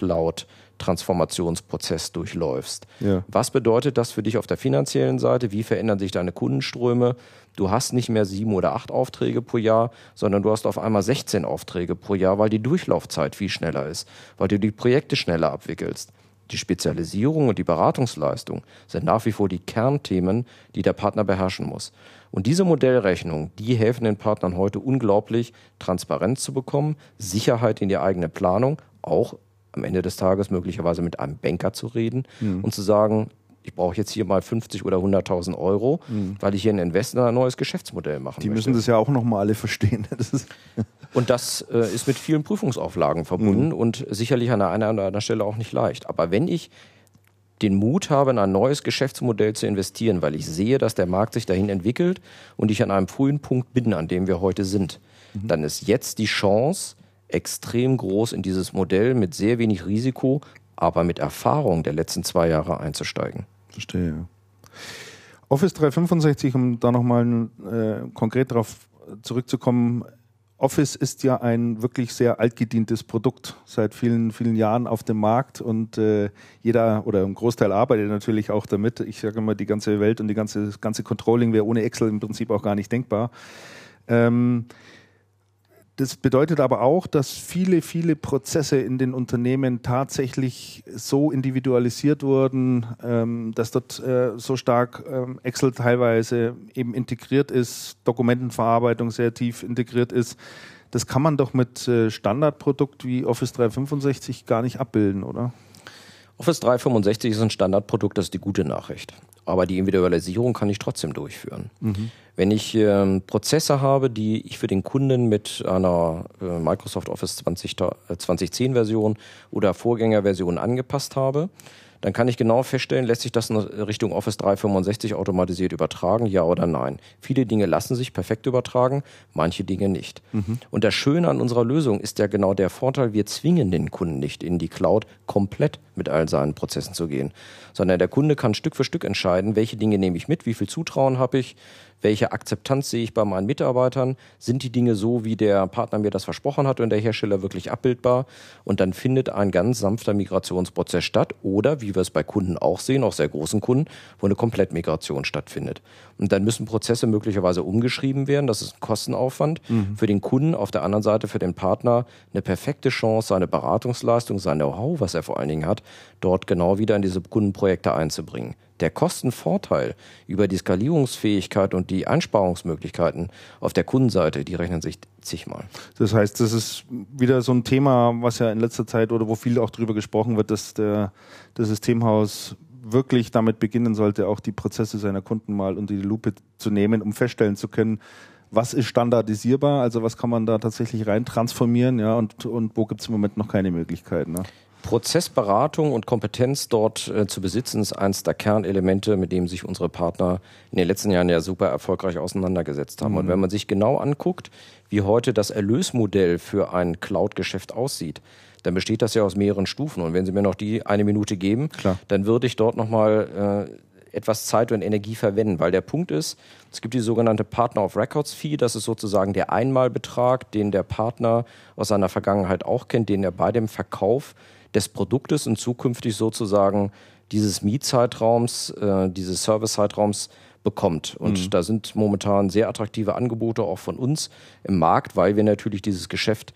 Cloud-Transformationsprozess durchläufst? Ja. Was bedeutet das für dich auf der finanziellen Seite? Wie verändern sich deine Kundenströme? Du hast nicht mehr 7 oder 8 Aufträge pro Jahr, sondern du hast auf einmal 16 Aufträge pro Jahr, weil die Durchlaufzeit viel schneller ist, weil du die Projekte schneller abwickelst. Die Spezialisierung und die Beratungsleistung sind nach wie vor die Kernthemen, die der Partner beherrschen muss. Und diese Modellrechnungen, die helfen den Partnern heute unglaublich, Transparenz zu bekommen, Sicherheit in die eigene Planung, auch am Ende des Tages möglicherweise mit einem Banker zu reden und zu sagen, ich brauche jetzt hier mal 50 oder 100.000 Euro, weil ich hier ein Invest in ein neues Geschäftsmodell machen möchte. Die müssen das ja auch nochmal alle verstehen. Und das ist mit vielen Prüfungsauflagen verbunden und sicherlich an einer oder anderen Stelle auch nicht leicht. Aber wenn ich den Mut habe, in ein neues Geschäftsmodell zu investieren, weil ich sehe, dass der Markt sich dahin entwickelt und ich an einem frühen Punkt bin, an dem wir heute sind, dann ist jetzt die Chance extrem groß, in dieses Modell mit sehr wenig Risiko, aber mit Erfahrung der letzten 2 Jahre einzusteigen. Verstehe. Office 365, um da nochmal konkret darauf zurückzukommen, Office ist ja ein wirklich sehr altgedientes Produkt, seit vielen, vielen Jahren auf dem Markt und jeder oder ein Großteil arbeitet natürlich auch damit. Ich sage immer, die ganze Welt und die ganze Controlling wäre ohne Excel im Prinzip auch gar nicht denkbar. Das bedeutet aber auch, dass viele, viele Prozesse in den Unternehmen tatsächlich so individualisiert wurden, dass dort so stark Excel teilweise eben integriert ist, Dokumentenverarbeitung sehr tief integriert ist. Das kann man doch mit Standardprodukt wie Office 365 gar nicht abbilden, oder? Office 365 ist ein Standardprodukt, das ist die gute Nachricht. Aber die Individualisierung kann ich trotzdem durchführen. Wenn ich Prozesse habe, die ich für den Kunden mit einer Microsoft Office 2010 Version oder Vorgängerversion angepasst habe, dann kann ich genau feststellen, lässt sich das in Richtung Office 365 automatisiert übertragen, ja oder nein. Viele Dinge lassen sich perfekt übertragen, manche Dinge nicht. Und das Schöne an unserer Lösung ist ja genau der Vorteil, wir zwingen den Kunden nicht in die Cloud komplett mit all seinen Prozessen zu gehen, sondern der Kunde kann Stück für Stück entscheiden, welche Dinge nehme ich mit, wie viel Zutrauen habe ich, welche Akzeptanz sehe ich bei meinen Mitarbeitern, sind die Dinge so, wie der Partner mir das versprochen hat und der Hersteller wirklich abbildbar, und dann findet ein ganz sanfter Migrationsprozess statt oder, wie wir es bei Kunden auch sehen, auch sehr großen Kunden, wo eine Komplettmigration stattfindet. Und dann müssen Prozesse möglicherweise umgeschrieben werden, das ist ein Kostenaufwand für den Kunden, auf der anderen Seite für den Partner eine perfekte Chance, seine Beratungsleistung, sein Know-how, was er vor allen Dingen hat, dort genau wieder in diese Kundenprojekte einzubringen. Der Kostenvorteil über die Skalierungsfähigkeit und die Einsparungsmöglichkeiten auf der Kundenseite, die rechnen sich zigmal. Das heißt, das ist wieder so ein Thema, was ja in letzter Zeit oder wo viel auch drüber gesprochen wird, dass das Systemhaus wirklich damit beginnen sollte, auch die Prozesse seiner Kunden mal unter die Lupe zu nehmen, um feststellen zu können, was ist standardisierbar, also was kann man da tatsächlich rein transformieren, ja, und wo gibt es im Moment noch keine Möglichkeiten, ne? Prozessberatung und Kompetenz dort zu besitzen, ist eines der Kernelemente, mit dem sich unsere Partner in den letzten Jahren ja super erfolgreich auseinandergesetzt haben. Und wenn man sich genau anguckt, wie heute das Erlösmodell für ein Cloud-Geschäft aussieht, dann besteht das ja aus mehreren Stufen. Und wenn Sie mir noch die eine Minute geben, dann würde ich dort nochmal etwas Zeit und Energie verwenden, weil der Punkt ist, es gibt die sogenannte Partner of Records Fee, das ist sozusagen der Einmalbetrag, den der Partner aus seiner Vergangenheit auch kennt, den er bei dem Verkauf des Produktes und zukünftig sozusagen dieses Mietzeitraums, dieses Servicezeitraums bekommt. Und da sind momentan sehr attraktive Angebote auch von uns im Markt, weil wir natürlich dieses Geschäft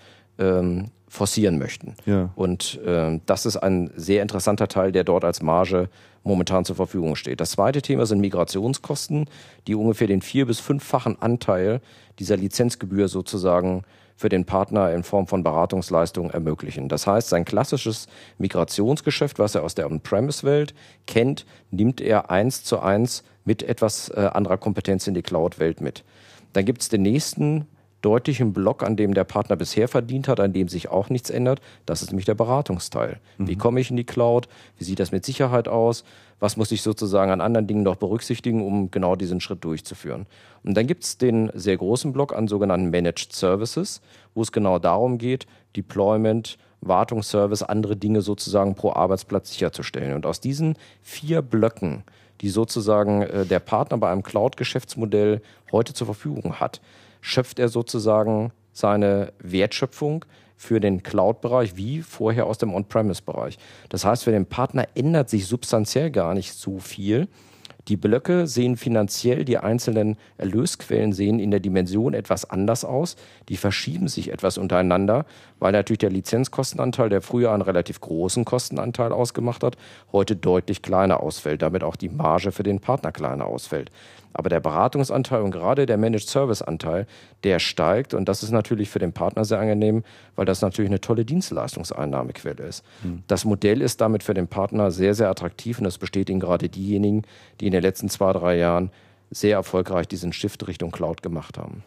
forcieren möchten. Ja. Und das ist ein sehr interessanter Teil, der dort als Marge momentan zur Verfügung steht. Das zweite Thema sind Migrationskosten, die ungefähr den 4- bis 5-fachen Anteil dieser Lizenzgebühr sozusagen für den Partner in Form von Beratungsleistungen ermöglichen. Das heißt, sein klassisches Migrationsgeschäft, was er aus der On-Premise-Welt kennt, nimmt er 1:1 mit etwas anderer Kompetenz in die Cloud-Welt mit. Dann gibt es den nächsten deutlichen Block, an dem der Partner bisher verdient hat, an dem sich auch nichts ändert. Das ist nämlich der Beratungsteil. Wie komme ich in die Cloud? Wie sieht das mit Sicherheit aus? Was muss ich sozusagen an anderen Dingen noch berücksichtigen, um genau diesen Schritt durchzuführen? Und dann gibt es den sehr großen Block an sogenannten Managed Services, wo es genau darum geht, Deployment, Wartungsservice, andere Dinge sozusagen pro Arbeitsplatz sicherzustellen. Und aus diesen 4 Blöcken, die sozusagen der Partner bei einem Cloud-Geschäftsmodell heute zur Verfügung hat, schöpft er sozusagen seine Wertschöpfung für den Cloud-Bereich wie vorher aus dem On-Premise-Bereich. Das heißt, für den Partner ändert sich substanziell gar nicht so viel. Die Blöcke sehen finanziell, die einzelnen Erlösquellen sehen in der Dimension etwas anders aus. Die verschieben sich etwas untereinander, weil natürlich der Lizenzkostenanteil, der früher einen relativ großen Kostenanteil ausgemacht hat, heute deutlich kleiner ausfällt, damit auch die Marge für den Partner kleiner ausfällt. Aber der Beratungsanteil und gerade der Managed Service Anteil, der steigt, und das ist natürlich für den Partner sehr angenehm, weil das natürlich eine tolle Dienstleistungseinnahmequelle ist. Das Modell ist damit für den Partner sehr, sehr attraktiv, und das bestätigen gerade diejenigen, die in den letzten 2-3 Jahren sehr erfolgreich diesen Shift Richtung Cloud gemacht haben.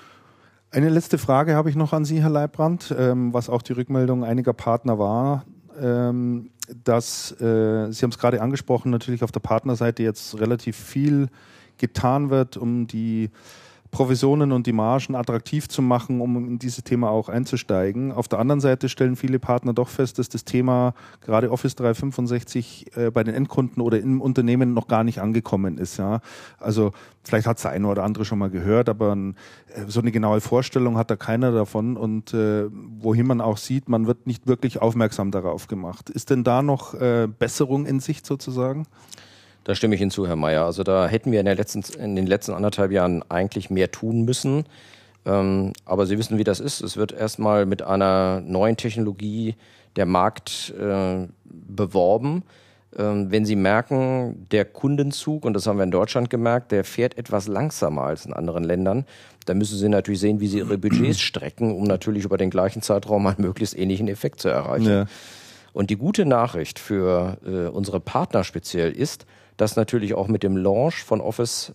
Eine letzte Frage habe ich noch an Sie, Herr Leibrand, was auch die Rückmeldung einiger Partner war, dass, Sie haben es gerade angesprochen, natürlich auf der Partnerseite jetzt relativ viel getan wird, um die Provisionen und die Margen attraktiv zu machen, um in dieses Thema auch einzusteigen. Auf der anderen Seite stellen viele Partner doch fest, dass das Thema gerade Office 365 bei den Endkunden oder im Unternehmen noch gar nicht angekommen ist. Ja? Also vielleicht hat es der eine oder andere schon mal gehört, aber so eine genaue Vorstellung hat da keiner davon, und wohin man auch sieht, man wird nicht wirklich aufmerksam darauf gemacht. Ist denn da noch Besserung in Sicht sozusagen? Da stimme ich hinzu, Herr Mayer. Also da hätten wir in den letzten 1,5 Jahren eigentlich mehr tun müssen. Aber Sie wissen, wie das ist. Es wird erstmal mit einer neuen Technologie der Markt beworben. Wenn Sie merken, der Kundenzug, und das haben wir in Deutschland gemerkt, der fährt etwas langsamer als in anderen Ländern, dann müssen Sie natürlich sehen, wie Sie Ihre Budgets strecken, um natürlich über den gleichen Zeitraum einen möglichst ähnlichen Effekt zu erreichen. Ja. Und die gute Nachricht für unsere Partner speziell ist, dass natürlich auch mit dem Launch von Office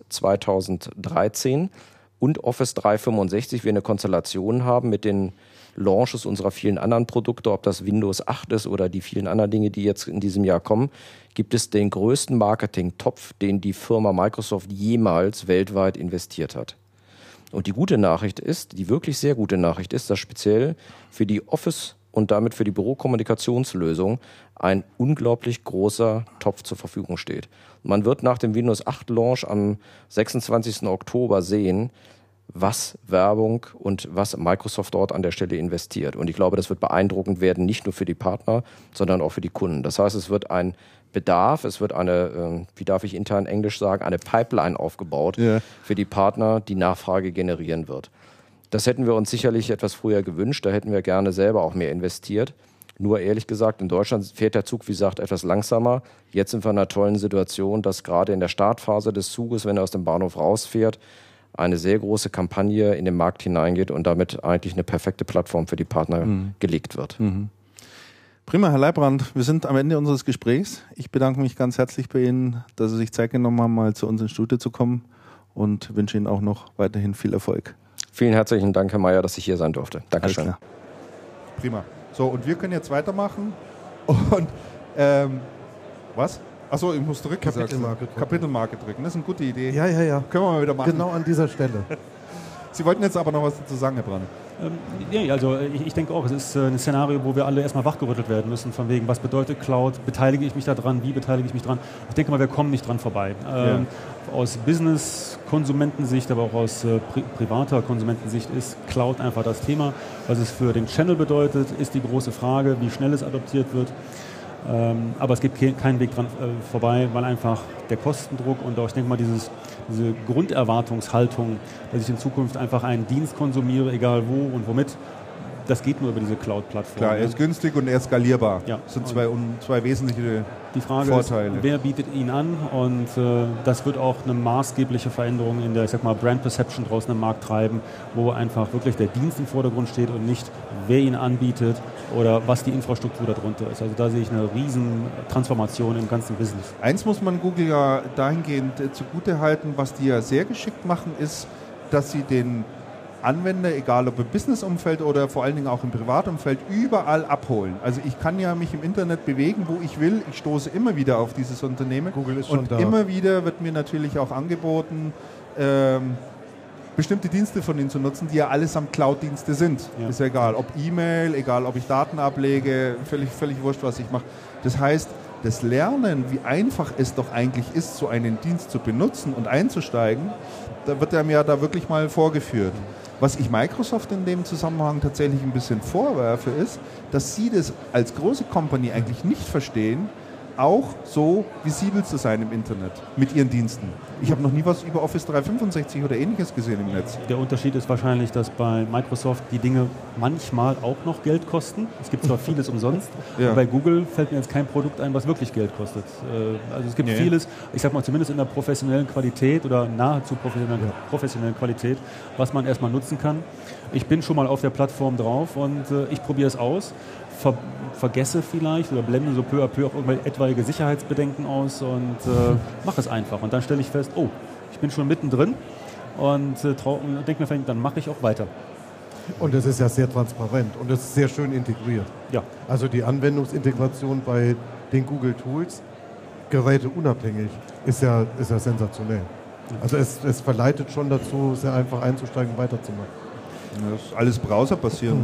2013 und Office 365 wir eine Konstellation haben mit den Launches unserer vielen anderen Produkte, ob das Windows 8 ist oder die vielen anderen Dinge, die jetzt in diesem Jahr kommen, gibt es den größten Marketing-Topf, den die Firma Microsoft jemals weltweit investiert hat. Und die gute Nachricht ist, die wirklich sehr gute Nachricht ist, dass speziell für die Office und damit für die Bürokommunikationslösung ein unglaublich großer Topf zur Verfügung steht. Man wird nach dem Windows 8 Launch am 26. Oktober sehen, was Werbung und was Microsoft dort an der Stelle investiert. Und ich glaube, das wird beeindruckend werden, nicht nur für die Partner, sondern auch für die Kunden. Das heißt, es wird ein Bedarf, es wird eine, wie darf ich intern Englisch sagen, eine Pipeline aufgebaut für die Partner, die Nachfrage generieren wird. Das hätten wir uns sicherlich etwas früher gewünscht, da hätten wir gerne selber auch mehr investiert. Nur ehrlich gesagt, in Deutschland fährt der Zug, wie gesagt, etwas langsamer. Jetzt sind wir in einer tollen Situation, dass gerade in der Startphase des Zuges, wenn er aus dem Bahnhof rausfährt, eine sehr große Kampagne in den Markt hineingeht und damit eigentlich eine perfekte Plattform für die Partner gelegt wird. Prima, Herr Leibrand, wir sind am Ende unseres Gesprächs. Ich bedanke mich ganz herzlich bei Ihnen, dass Sie sich Zeit genommen haben, mal zu uns ins Studio zu kommen und wünsche Ihnen auch noch weiterhin viel Erfolg. Vielen herzlichen Dank, Herr Mayer, dass ich hier sein durfte. Dankeschön. Prima. So, und wir können jetzt weitermachen. Und, was? Achso, ich muss drücken. Kapitelmarke drücken, das ist eine gute Idee. Ja. Können wir mal wieder machen. Genau an dieser Stelle. Sie wollten jetzt aber noch was dazu sagen, Herr Brand. Ja, also ich denke auch, es ist ein Szenario, wo wir alle erstmal wachgerüttelt werden müssen, von wegen, was bedeutet Cloud, beteilige ich mich da dran, wie beteilige ich mich dran. Ich denke mal, wir kommen nicht dran vorbei. Aus Business-Konsumentensicht, aber auch aus privater Konsumentensicht ist Cloud einfach das Thema. Was es für den Channel bedeutet, ist die große Frage, wie schnell es adoptiert wird. Aber es gibt keinen Weg dran vorbei, weil einfach der Kostendruck und auch, ich denke mal, diese Grunderwartungshaltung, dass ich in Zukunft einfach einen Dienst konsumiere, egal wo und womit, das geht nur über diese Cloud-Plattform. Klar, er ist günstig und er ist skalierbar. Ja. Das sind zwei wesentliche die Frage Vorteile. Ist, wer bietet ihn an? Und das wird auch eine maßgebliche Veränderung in der, ich sag mal, Brand Perception draußen im Markt treiben, wo einfach wirklich der Dienst im Vordergrund steht und nicht, wer ihn anbietet oder was die Infrastruktur darunter ist. Also da sehe ich eine riesen Transformation im ganzen Business. Eins muss man Google ja dahingehend zugute halten, was die ja sehr geschickt machen, ist, dass sie den Anwender, egal ob im Businessumfeld oder vor allen Dingen auch im Privatumfeld, überall abholen. Also ich kann ja mich im Internet bewegen, wo ich will. Ich stoße immer wieder auf dieses Unternehmen. Google ist schon und da. Immer wieder wird mir natürlich auch angeboten, bestimmte Dienste von ihnen zu nutzen, die ja allesamt Cloud-Dienste sind. Ja. Ist ja egal, ob E-Mail, egal, ob ich Daten ablege, völlig wurscht, was ich mache. Das heißt, das Lernen, wie einfach es doch eigentlich ist, so einen Dienst zu benutzen und einzusteigen, da wird einem ja da wirklich mal vorgeführt. Was ich Microsoft in dem Zusammenhang tatsächlich ein bisschen vorwerfe, ist, dass sie das als große Company eigentlich nicht verstehen, auch so visibel zu sein im Internet mit ihren Diensten. Ich habe noch nie was über Office 365 oder Ähnliches gesehen im Netz. Der Unterschied ist wahrscheinlich, dass bei Microsoft die Dinge manchmal auch noch Geld kosten. Es gibt zwar vieles umsonst, aber bei Google fällt mir jetzt kein Produkt ein, was wirklich Geld kostet. Also es gibt vieles, ich sag mal zumindest in der professionellen Qualität oder nahezu professionellen Qualität, was man erstmal nutzen kann. Ich bin schon mal auf der Plattform drauf und ich probiere es aus. Vergesse vielleicht oder blende so peu à peu auch irgendwelche etwaige Sicherheitsbedenken aus und mache es einfach. Und dann stelle ich fest, oh, ich bin schon mittendrin und denke mir, dann mache ich auch weiter. Und es ist ja sehr transparent und es ist sehr schön integriert. Ja. Also die Anwendungsintegration bei den Google Tools, geräteunabhängig, ist ja sensationell. Also es verleitet schon dazu, sehr einfach einzusteigen und weiterzumachen. Ja, das ist alles browserbasierend.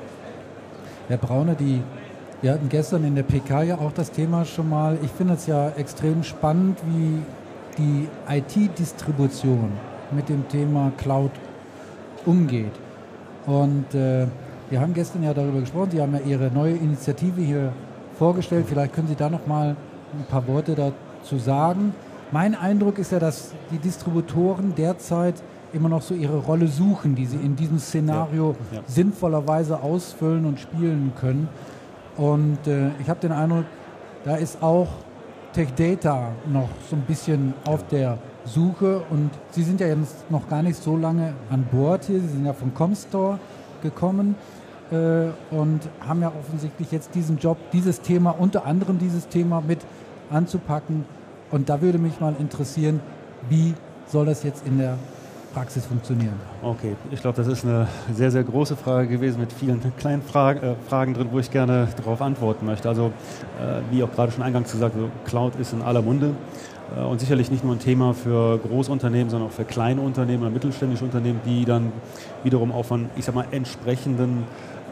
Herr Braune, wir hatten gestern in der PK ja auch das Thema schon mal. Ich finde es ja extrem spannend, wie die IT-Distribution mit dem Thema Cloud umgeht. Und wir haben gestern ja darüber gesprochen, Sie haben ja Ihre neue Initiative hier vorgestellt. Vielleicht können Sie da noch mal ein paar Worte dazu sagen. Mein Eindruck ist ja, dass die Distributoren derzeit immer noch so ihre Rolle suchen, die sie in diesem Szenario sinnvollerweise ausfüllen und spielen können. Und ich habe den Eindruck, da ist auch Tech Data noch so ein bisschen auf der Suche. Und Sie sind ja jetzt noch gar nicht so lange an Bord hier. Sie sind ja vom Comstore gekommen. und haben ja offensichtlich jetzt diesen Job, dieses Thema, unter anderem dieses Thema mit anzupacken. Und da würde mich mal interessieren, wie soll das jetzt in der Praxis funktionieren? Okay, ich glaube, das ist eine sehr, sehr große Frage gewesen mit vielen kleinen Fragen drin, wo ich gerne darauf antworten möchte. Also, wie auch gerade schon eingangs gesagt, Cloud ist in aller Munde und sicherlich nicht nur ein Thema für Großunternehmen, sondern auch für kleine Unternehmen oder mittelständische Unternehmen, die dann wiederum auch von, ich sag mal, entsprechenden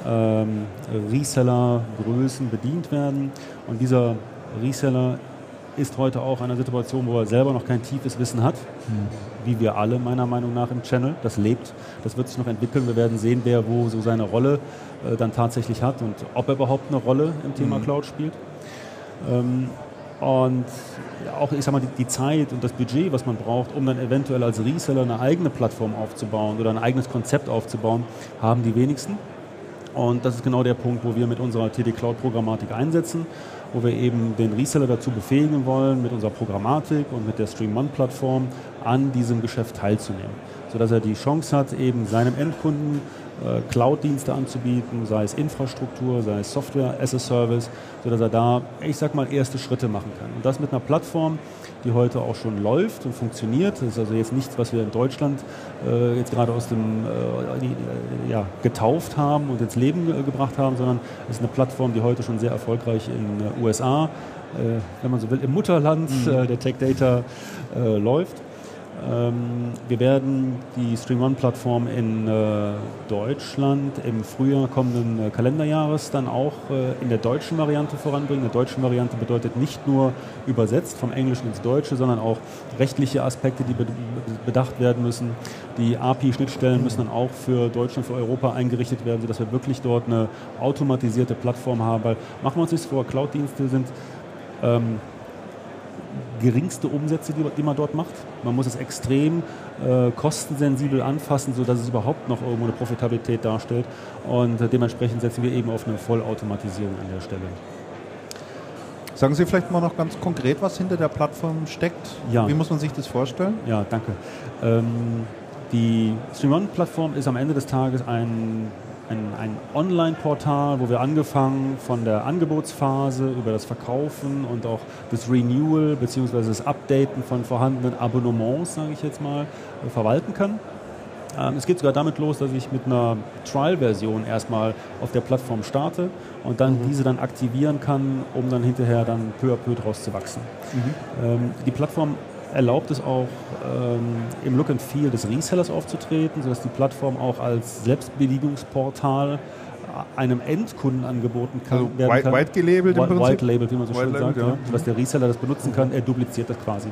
Reseller-Größen bedient werden. Und dieser Reseller ist heute auch in einer Situation, wo er selber noch kein tiefes Wissen hat, wie wir alle meiner Meinung nach im Channel. Das lebt, das wird sich noch entwickeln. Wir werden sehen, wer wo so seine Rolle dann tatsächlich hat und ob er überhaupt eine Rolle im Thema Cloud spielt. Und auch, ich sag mal, die Zeit und das Budget, was man braucht, um dann eventuell als Reseller eine eigene Plattform aufzubauen oder ein eigenes Konzept aufzubauen, haben die wenigsten. Und das ist genau der Punkt, wo wir mit unserer TD Cloud Programmatik einsetzen, wo wir eben den Reseller dazu befähigen wollen, mit unserer Programmatik und mit der StreamOne-Plattform an diesem Geschäft teilzunehmen, sodass er die Chance hat, eben seinem Endkunden Cloud-Dienste anzubieten, sei es Infrastruktur, sei es Software as a Service, sodass er da, ich sag mal, erste Schritte machen kann. Und das mit einer Plattform, die heute auch schon läuft und funktioniert. Das ist also jetzt nichts, was wir in Deutschland jetzt gerade aus dem getauft haben und ins Leben gebracht haben, sondern es ist eine Plattform, die heute schon sehr erfolgreich in den USA, wenn man so will, im Mutterland der Tech Data läuft. Wir werden die StreamOne-Plattform in Deutschland im Frühjahr kommenden Kalenderjahres dann auch in der deutschen Variante voranbringen. In der deutschen Variante bedeutet nicht nur übersetzt vom Englischen ins Deutsche, sondern auch rechtliche Aspekte, die bedacht werden müssen. Die API-Schnittstellen müssen dann auch für Deutschland, für Europa eingerichtet werden, sodass wir wirklich dort eine automatisierte Plattform haben. Weil machen wir uns nichts vor, Cloud-Dienste sind geringste Umsätze, die man dort macht. Man muss es extrem kostensensibel anfassen, sodass es überhaupt noch irgendwo eine Profitabilität darstellt. Und dementsprechend setzen wir eben auf eine Vollautomatisierung an der Stelle. Sagen Sie vielleicht mal noch ganz konkret, was hinter der Plattform steckt? Ja. Wie muss man sich das vorstellen? Ja, danke. Die StreamOne-Plattform ist am Ende des Tages ein Online-Portal, wo wir angefangen von der Angebotsphase über das Verkaufen und auch das Renewal bzw. das Updaten von vorhandenen Abonnements, sage ich jetzt mal, verwalten kann. Es geht sogar damit los, dass ich mit einer Trial-Version erstmal auf der Plattform starte und dann diese dann aktivieren kann, um dann hinterher dann peu à peu draus zu wachsen. Die Plattform erlaubt es auch, im Look and Feel des Resellers aufzutreten, sodass die Plattform auch als Selbstbedienungsportal einem Endkunden angeboten werden kann. White gelabelt im Prinzip? White labeled, wie man so schön sagt, ja. sodass der Reseller das benutzen kann, er dupliziert das quasi.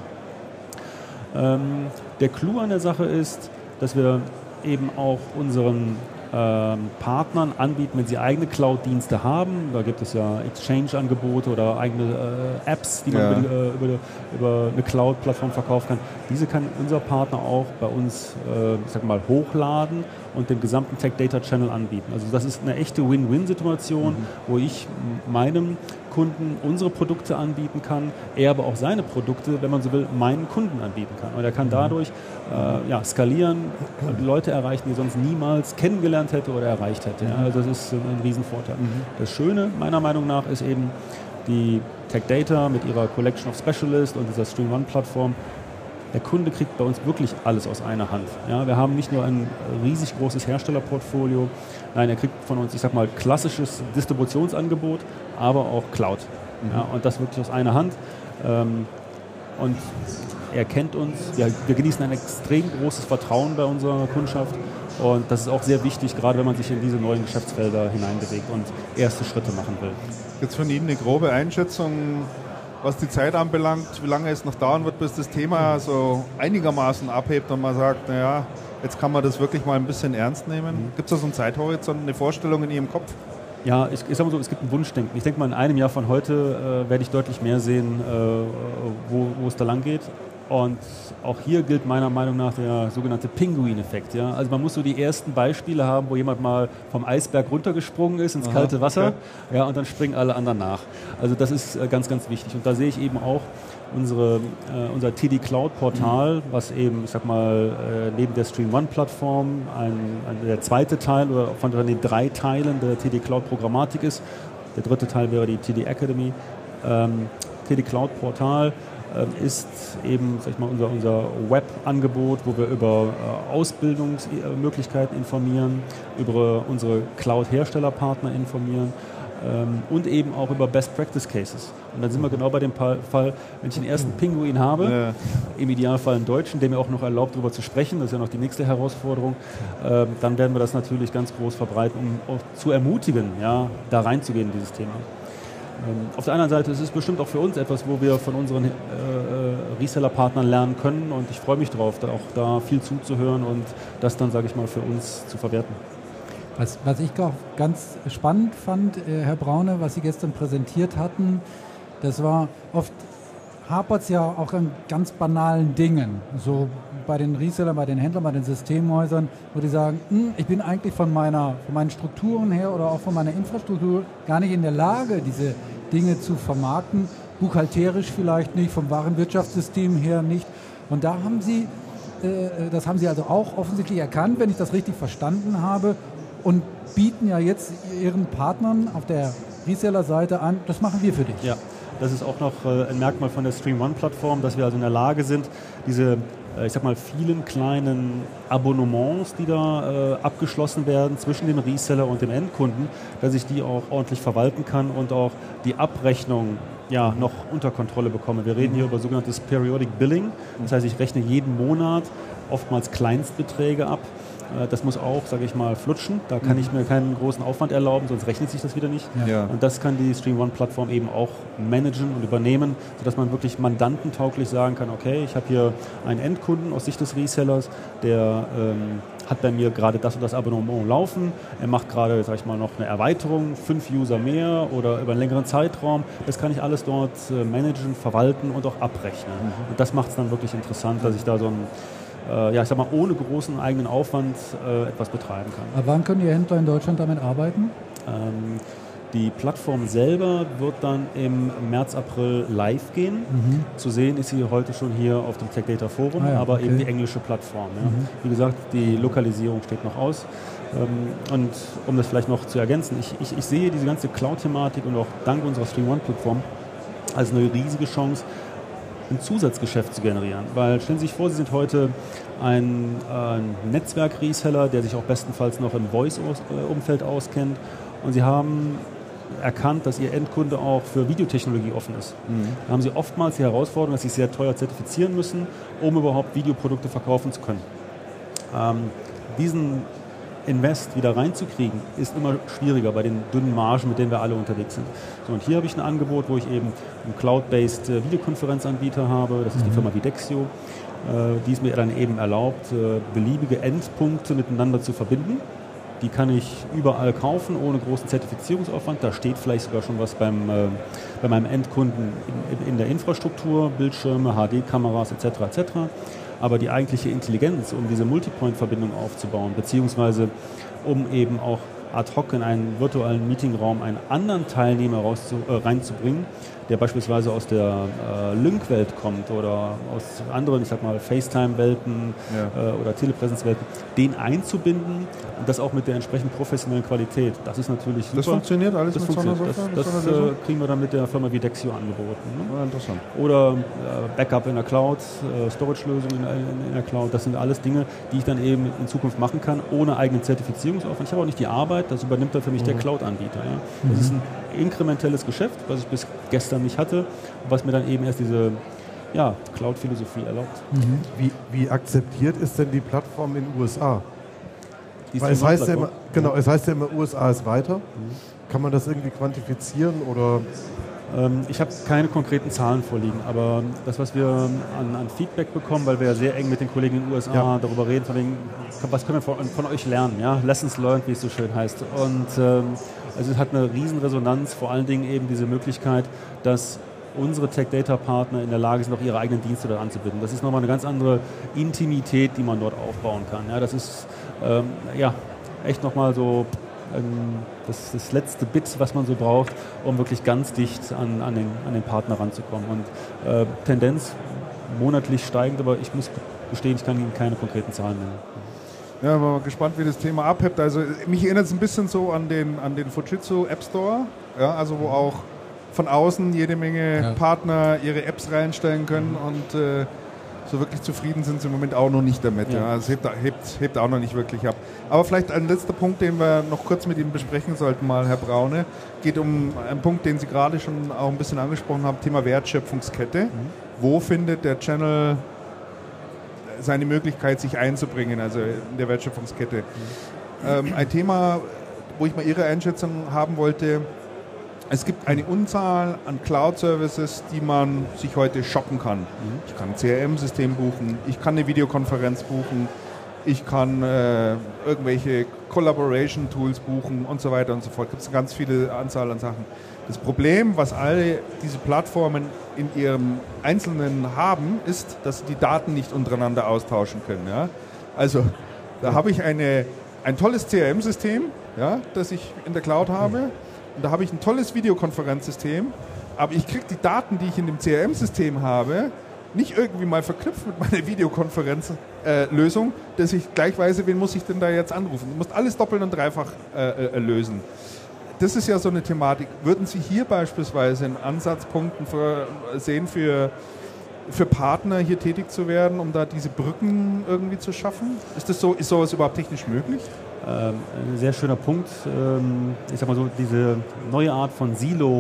Der Clou an der Sache ist, dass wir eben auch unseren Partnern anbieten, wenn sie eigene Cloud-Dienste haben. Da gibt es ja Exchange-Angebote oder eigene Apps, die man über eine Cloud-Plattform verkaufen kann. Diese kann unser Partner auch bei uns ich sag mal, hochladen und den gesamten Tech-Data-Channel anbieten. Also das ist eine echte Win-Win-Situation, wo ich meinem Kunden unsere Produkte anbieten kann, er aber auch seine Produkte, wenn man so will, meinen Kunden anbieten kann. Und er kann dadurch skalieren, Leute erreichen, die er sonst niemals kennengelernt hätte oder erreicht hätte. Ja, also das ist ein Riesenvorteil. Das Schöne meiner Meinung nach ist eben die Tech Data mit ihrer Collection of Specialists und dieser StreamOne-Plattform. Der Kunde kriegt bei uns wirklich alles aus einer Hand. Ja, wir haben nicht nur ein riesig großes Herstellerportfolio, nein, er kriegt von uns, ich sag mal, klassisches Distributionsangebot, aber auch Cloud. Ja, und das wirklich aus einer Hand. Und er kennt uns, wir genießen ein extrem großes Vertrauen bei unserer Kundschaft und das ist auch sehr wichtig, gerade wenn man sich in diese neuen Geschäftsfelder hineinbewegt und erste Schritte machen will. Jetzt von Ihnen eine grobe Einschätzung, was die Zeit anbelangt, wie lange es noch dauern wird, bis das Thema so einigermaßen abhebt und man sagt, naja, jetzt kann man das wirklich mal ein bisschen ernst nehmen. Gibt es da so einen Zeithorizont, eine Vorstellung in Ihrem Kopf? Ja, ich sage mal so, es gibt ein Wunschdenken. Ich denke mal, in einem Jahr von heute werde ich deutlich mehr sehen, wo es da lang geht. Und auch hier gilt meiner Meinung nach der sogenannte Pinguin-Effekt. Ja? Also man muss so die ersten Beispiele haben, wo jemand mal vom Eisberg runtergesprungen ist ins kalte Wasser, ja, und dann springen alle anderen nach. Also das ist ganz, ganz wichtig. Und da sehe ich eben auch, unser TD Cloud Portal, was eben, ich sag mal, neben der Stream-One-Plattform der zweite Teil oder von den 3 Teilen der TD Cloud Programmatik ist. Der dritte Teil wäre die TD Academy. TD Cloud Portal ist eben, sag ich mal, unser Web-Angebot, wo wir über Ausbildungsmöglichkeiten informieren, über unsere Cloud-Herstellerpartner informieren. Und eben auch über Best Practice Cases. Und dann sind wir genau bei dem Fall, wenn ich den ersten Pinguin habe, im Idealfall einen Deutschen, der mir auch noch erlaubt, darüber zu sprechen, das ist ja noch die nächste Herausforderung, dann werden wir das natürlich ganz groß verbreiten, um auch zu ermutigen, ja, da reinzugehen in dieses Thema. Auf der anderen Seite ist es bestimmt auch für uns etwas, wo wir von unseren Reseller-Partnern lernen können, und ich freue mich darauf, auch da viel zuzuhören und das dann, sage ich mal, für uns zu verwerten. Was ich auch ganz spannend fand, Herr Braune, was Sie gestern präsentiert hatten, das war, oft hapert es ja auch an ganz banalen Dingen. So bei den Resellern, bei den Händlern, bei den Systemhäusern, wo die sagen, ich bin eigentlich von meinen Strukturen her oder auch von meiner Infrastruktur gar nicht in der Lage, diese Dinge zu vermarkten, buchhalterisch vielleicht nicht, vom Warenwirtschaftssystem her nicht. Und da haben Sie, das haben Sie also auch offensichtlich erkannt, wenn ich das richtig verstanden habe, und bieten ja jetzt Ihren Partnern auf der Reseller-Seite an, das machen wir für dich. Ja, das ist auch noch ein Merkmal von der Stream-One-Plattform, dass wir also in der Lage sind, diese, ich sag mal, vielen kleinen Abonnements, die da abgeschlossen werden zwischen dem Reseller und dem Endkunden, dass ich die auch ordentlich verwalten kann und auch die Abrechnung noch unter Kontrolle bekomme. Wir reden hier über sogenanntes Periodic Billing, das heißt, ich rechne jeden Monat oftmals Kleinstbeträge ab. Das muss auch, sage ich mal, flutschen. Da kann ich mir keinen großen Aufwand erlauben, sonst rechnet sich das wieder nicht. Ja. Und das kann die Stream-One-Plattform eben auch managen und übernehmen, sodass man wirklich mandantentauglich sagen kann, okay, ich habe hier einen Endkunden aus Sicht des Resellers, der hat bei mir gerade das und das Abonnement laufen. Er macht gerade, sage ich mal, noch eine Erweiterung, 5 User mehr oder über einen längeren Zeitraum. Das kann ich alles dort managen, verwalten und auch abrechnen. Und das macht es dann wirklich interessant, dass ich da so ein ich sag mal, ohne großen eigenen Aufwand etwas betreiben kann. Aber wann können die Händler in Deutschland damit arbeiten? Die Plattform selber wird dann im März, April live gehen. Zu sehen ist sie heute schon hier auf dem Tech Data Forum, aber eben die englische Plattform. Ja. Wie gesagt, die Lokalisierung steht noch aus. Und um das vielleicht noch zu ergänzen, ich sehe diese ganze Cloud-Thematik und auch dank unserer Stream-One-Plattform als eine riesige Chance, ein Zusatzgeschäft zu generieren. Weil stellen Sie sich vor, Sie sind heute ein Netzwerk-Reseller, der sich auch bestenfalls noch im Voice-Umfeld auskennt, und Sie haben erkannt, dass Ihr Endkunde auch für Videotechnologie offen ist. Da haben Sie oftmals die Herausforderung, dass Sie sehr teuer zertifizieren müssen, um überhaupt Videoprodukte verkaufen zu können. Diesen Invest wieder reinzukriegen, ist immer schwieriger bei den dünnen Margen, mit denen wir alle unterwegs sind. So, und hier habe ich ein Angebot, wo ich eben einen Cloud-based Videokonferenzanbieter habe, das ist die Firma Videxio, die es mir dann eben erlaubt, beliebige Endpunkte miteinander zu verbinden. Die kann ich überall kaufen, ohne großen Zertifizierungsaufwand. Da steht vielleicht sogar schon was bei meinem Endkunden in der Infrastruktur, Bildschirme, HD-Kameras etc. etc. Aber die eigentliche Intelligenz, um diese Multipoint-Verbindung aufzubauen, beziehungsweise um eben auch ad hoc in einen virtuellen Meetingraum einen anderen Teilnehmer reinzubringen, der beispielsweise aus der Lync-Welt kommt oder aus anderen, ich sag mal, FaceTime-Welten oder Telepräsenz-Welten, den einzubinden und das auch mit der entsprechend professionellen Qualität. Das ist natürlich super. Das funktioniert alles das mit so einer Software? Das kriegen wir dann mit der Firma Videxio angeboten. Ne? Ja, interessant. Oder Backup in der Cloud, Storage-Lösungen in der Cloud. Das sind alles Dinge, die ich dann eben in Zukunft machen kann, ohne eigenen Zertifizierungsaufwand. Ich habe auch nicht die Arbeit, das übernimmt dann für mich der Cloud-Anbieter. Ja. Das ist ein inkrementelles Geschäft, was ich bis gestern nicht hatte, was mir dann eben erst diese Cloud-Philosophie erlaubt. Wie akzeptiert ist denn die Plattform in den USA? Weil es heißt ja immer, USA ist weiter. Kann man das irgendwie quantifizieren oder? Ich habe keine konkreten Zahlen vorliegen, aber das, was wir an Feedback bekommen, weil wir ja sehr eng mit den Kollegen in den USA darüber reden, von wegen, was können wir von euch lernen, ja? Lessons learned, wie es so schön heißt. Und also es hat eine riesen Resonanz, vor allen Dingen eben diese Möglichkeit, dass unsere Tech-Data-Partner in der Lage sind, auch ihre eigenen Dienste dort anzubinden. Das ist nochmal eine ganz andere Intimität, die man dort aufbauen kann. Ja, das ist echt nochmal so das letzte Bit, was man so braucht, um wirklich ganz dicht an den Partner ranzukommen. Und Tendenz monatlich steigend, aber ich muss gestehen, ich kann Ihnen keine konkreten Zahlen nennen. Ja, bin mal gespannt, wie das Thema abhebt. Also mich erinnert es ein bisschen so an den Fujitsu App Store, ja, also wo auch von außen jede Menge Partner ihre Apps reinstellen können und so wirklich zufrieden sind sie im Moment auch noch nicht damit. Ja. Es hebt auch noch nicht wirklich ab. Aber vielleicht ein letzter Punkt, den wir noch kurz mit Ihnen besprechen sollten, mal, Herr Braune, geht um einen Punkt, den Sie gerade schon auch ein bisschen angesprochen haben, Thema Wertschöpfungskette. Wo findet der Channel seine Möglichkeit, sich einzubringen, also in der Wertschöpfungskette? Ein Thema, wo ich mal Ihre Einschätzung haben wollte: Es gibt eine Unzahl an Cloud-Services, die man sich heute shoppen kann. Ich kann ein CRM-System buchen, ich kann eine Videokonferenz buchen, ich kann irgendwelche Collaboration-Tools buchen und so weiter und so fort. Es gibt eine ganz viele Anzahl an Sachen. Das Problem, was alle diese Plattformen in ihrem Einzelnen haben, ist, dass sie die Daten nicht untereinander austauschen können. Ja? Also da habe ich ein tolles CRM-System, ja, das ich in der Cloud habe. Und da habe ich ein tolles Videokonferenzsystem, aber ich kriege die Daten, die ich in dem CRM-System habe, nicht irgendwie mal verknüpft mit meiner Videokonferenzlösung, dass ich gleich weiß, wen muss ich denn da jetzt anrufen. Du musst alles doppelt und dreifach lösen. Das ist ja so eine Thematik. Würden Sie hier beispielsweise in Ansatzpunkten sehen, für Partner hier tätig zu werden, um da diese Brücken irgendwie zu schaffen? Ist sowas überhaupt technisch möglich? Ein sehr schöner Punkt. Ich sag mal so, diese neue Art von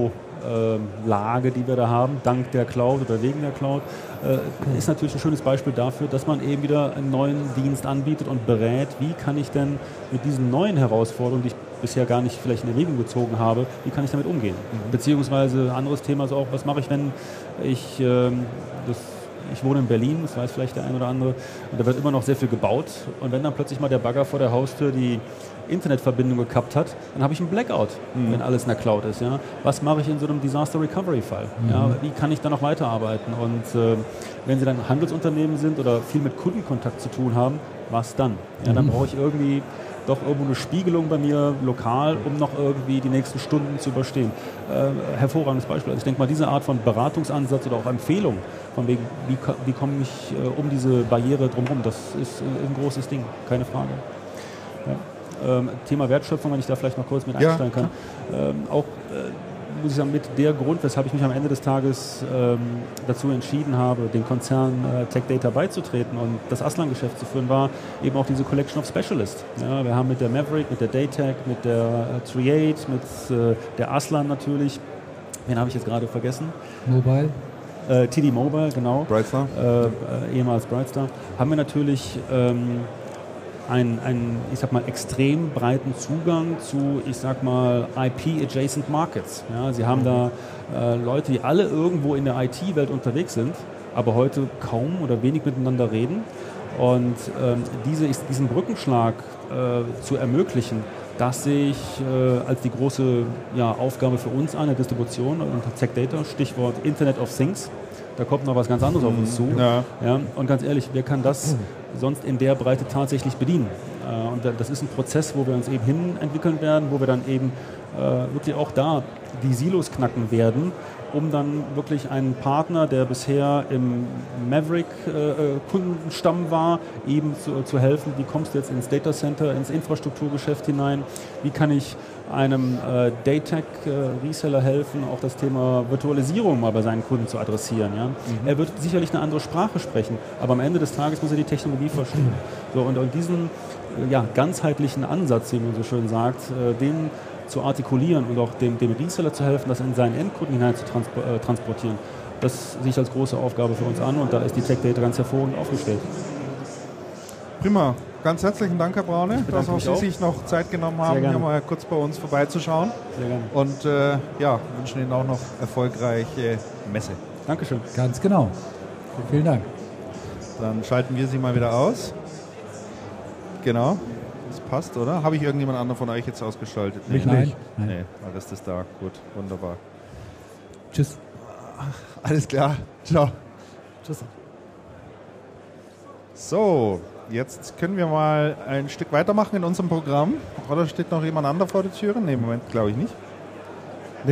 Silo-Lage, die wir da haben, dank der Cloud oder wegen der Cloud, ist natürlich ein schönes Beispiel dafür, dass man eben wieder einen neuen Dienst anbietet und berät, wie kann ich denn mit diesen neuen Herausforderungen, die ich bisher gar nicht vielleicht in Erwägung gezogen habe, wie kann ich damit umgehen? Beziehungsweise anderes Thema ist auch, was mache ich, wenn ich wohne in Berlin, das weiß vielleicht der ein oder andere, und da wird immer noch sehr viel gebaut. Und wenn dann plötzlich mal der Bagger vor der Haustür die Internetverbindung gekappt hat, dann habe ich einen Blackout, wenn alles in der Cloud ist. Ja? Was mache ich in so einem Disaster Recovery Fall? Ja? Wie kann ich da noch weiterarbeiten? Und wenn Sie dann Handelsunternehmen sind oder viel mit Kundenkontakt zu tun haben, was dann? Ja, dann brauche ich irgendwie doch irgendwo eine Spiegelung bei mir lokal, um noch irgendwie die nächsten Stunden zu überstehen. Hervorragendes Beispiel. Also ich denke mal, diese Art von Beratungsansatz oder auch Empfehlung, von wegen, wie komme ich um diese Barriere drumherum, das ist ein großes Ding, keine Frage. Ja. Thema Wertschöpfung, wenn ich da vielleicht noch kurz mit einsteigen kann. Muss ich sagen, mit der Grund, weshalb ich mich am Ende des Tages dazu entschieden habe, den Konzern Tech Data beizutreten und das Aslan-Geschäft zu führen, war eben auch diese Collection of Specialists. Ja, wir haben mit der Maverick, mit der Daytech, mit der Triade, mit der Aslan natürlich, wen habe ich jetzt gerade vergessen? Mobile. TD Mobile, genau. Brightstar. Ehemals Brightstar. Haben wir natürlich einen, ich sag mal, extrem breiten Zugang zu, ich sag mal, IP-adjacent Markets. Ja, Sie haben da Leute, die alle irgendwo in der IT-Welt unterwegs sind, aber heute kaum oder wenig miteinander reden. Und diesen Brückenschlag zu ermöglichen, das sehe ich als die große Aufgabe für uns an, der Distribution und Tech Data, Stichwort Internet of Things. Da kommt noch was ganz anderes auf uns zu. Ja. Ja, und ganz ehrlich, wer kann das sonst in der Breite tatsächlich bedienen? Und das ist ein Prozess, wo wir uns eben hin entwickeln werden, wo wir dann eben wirklich auch da die Silos knacken um dann wirklich einen Partner, der bisher im Maverick-Kundenstamm war, eben zu helfen, wie kommst du jetzt ins Data Center, ins Infrastrukturgeschäft hinein, wie kann ich einem Daytech-Reseller helfen, auch das Thema Virtualisierung mal bei seinen Kunden zu adressieren. Ja? Er wird sicherlich eine andere Sprache sprechen, aber am Ende des Tages muss er die Technologie verstehen. So, und diesen ganzheitlichen Ansatz, wie man so schön sagt, den zu artikulieren und auch dem Reseller zu helfen, das in seinen Endkunden hinein zu transportieren, das sehe ich als große Aufgabe für uns an und da ist die Tech Data ganz hervorragend aufgestellt. Prima. Ganz herzlichen Dank, Herr Braune, dass auch Sie sich noch Zeit genommen haben, hier mal kurz bei uns vorbeizuschauen. Sehr gerne. Und wünschen Ihnen auch noch erfolgreiche Messe. Dankeschön. Ganz genau. Vielen Dank. Dann schalten wir Sie mal wieder aus. Genau. Das passt, oder? Habe ich irgendjemand anderen von euch jetzt ausgeschaltet? Nee. Nein. Nee, alles ist da. Gut, wunderbar. Tschüss. Alles klar. Ciao. Tschüss. So, jetzt können wir mal ein Stück weitermachen in unserem Programm. Oder steht noch jemand anderes vor der Tür? Nee, im Moment glaube ich nicht. Nee.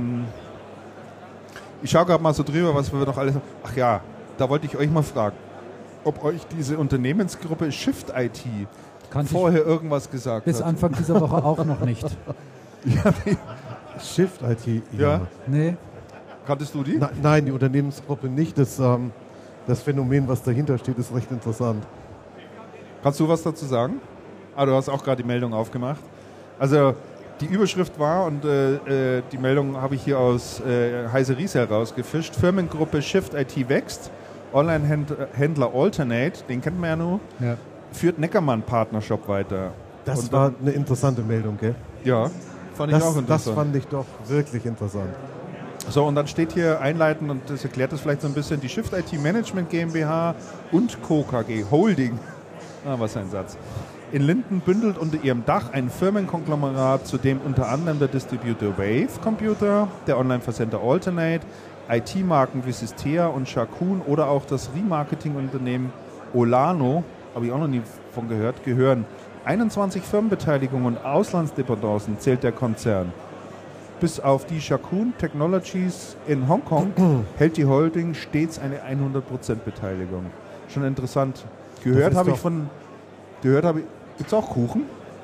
Ich schaue gerade mal so drüber, was wir noch alles... Ach ja, da wollte ich euch mal fragen, ob euch diese Unternehmensgruppe Shift IT vorher irgendwas gesagt bis hat. Bis Anfang dieser Woche auch noch nicht. Ja, Shift IT, ja. Nee. Kanntest du die? Nein, die Unternehmensgruppe nicht. Das Phänomen, was dahinter steht, ist recht interessant. Kannst du was dazu sagen? Du hast auch gerade die Meldung aufgemacht. Also die Überschrift war, und die Meldung habe ich hier aus Heise Riese herausgefischt, Firmengruppe Shift IT wächst, Online-Händler Alternate, den kennt man ja nur, führt Neckermann-Partnershop weiter. Das war eine interessante Meldung, gell? Ja, fand ich auch interessant. Das fand ich doch wirklich interessant. So, und dann steht hier einleitend, und das erklärt das vielleicht so ein bisschen, die Shift IT Management GmbH und Co. KG Holding, was ein Satz, in Linden bündelt unter ihrem Dach ein Firmenkonglomerat, zu dem unter anderem der Distributor Wave Computer, der Online-Versender Alternate, IT-Marken wie Sistea und Shakun oder auch das Remarketing-Unternehmen Olano, habe ich auch noch nie von gehört, gehören. 21 Firmenbeteiligungen und Auslandsdependancen zählt der Konzern. Bis auf die Shakun Technologies in Hongkong hält die Holding stets eine 100% Beteiligung. Schon interessant. Gehört habe ich... Gibt es auch Kuchen?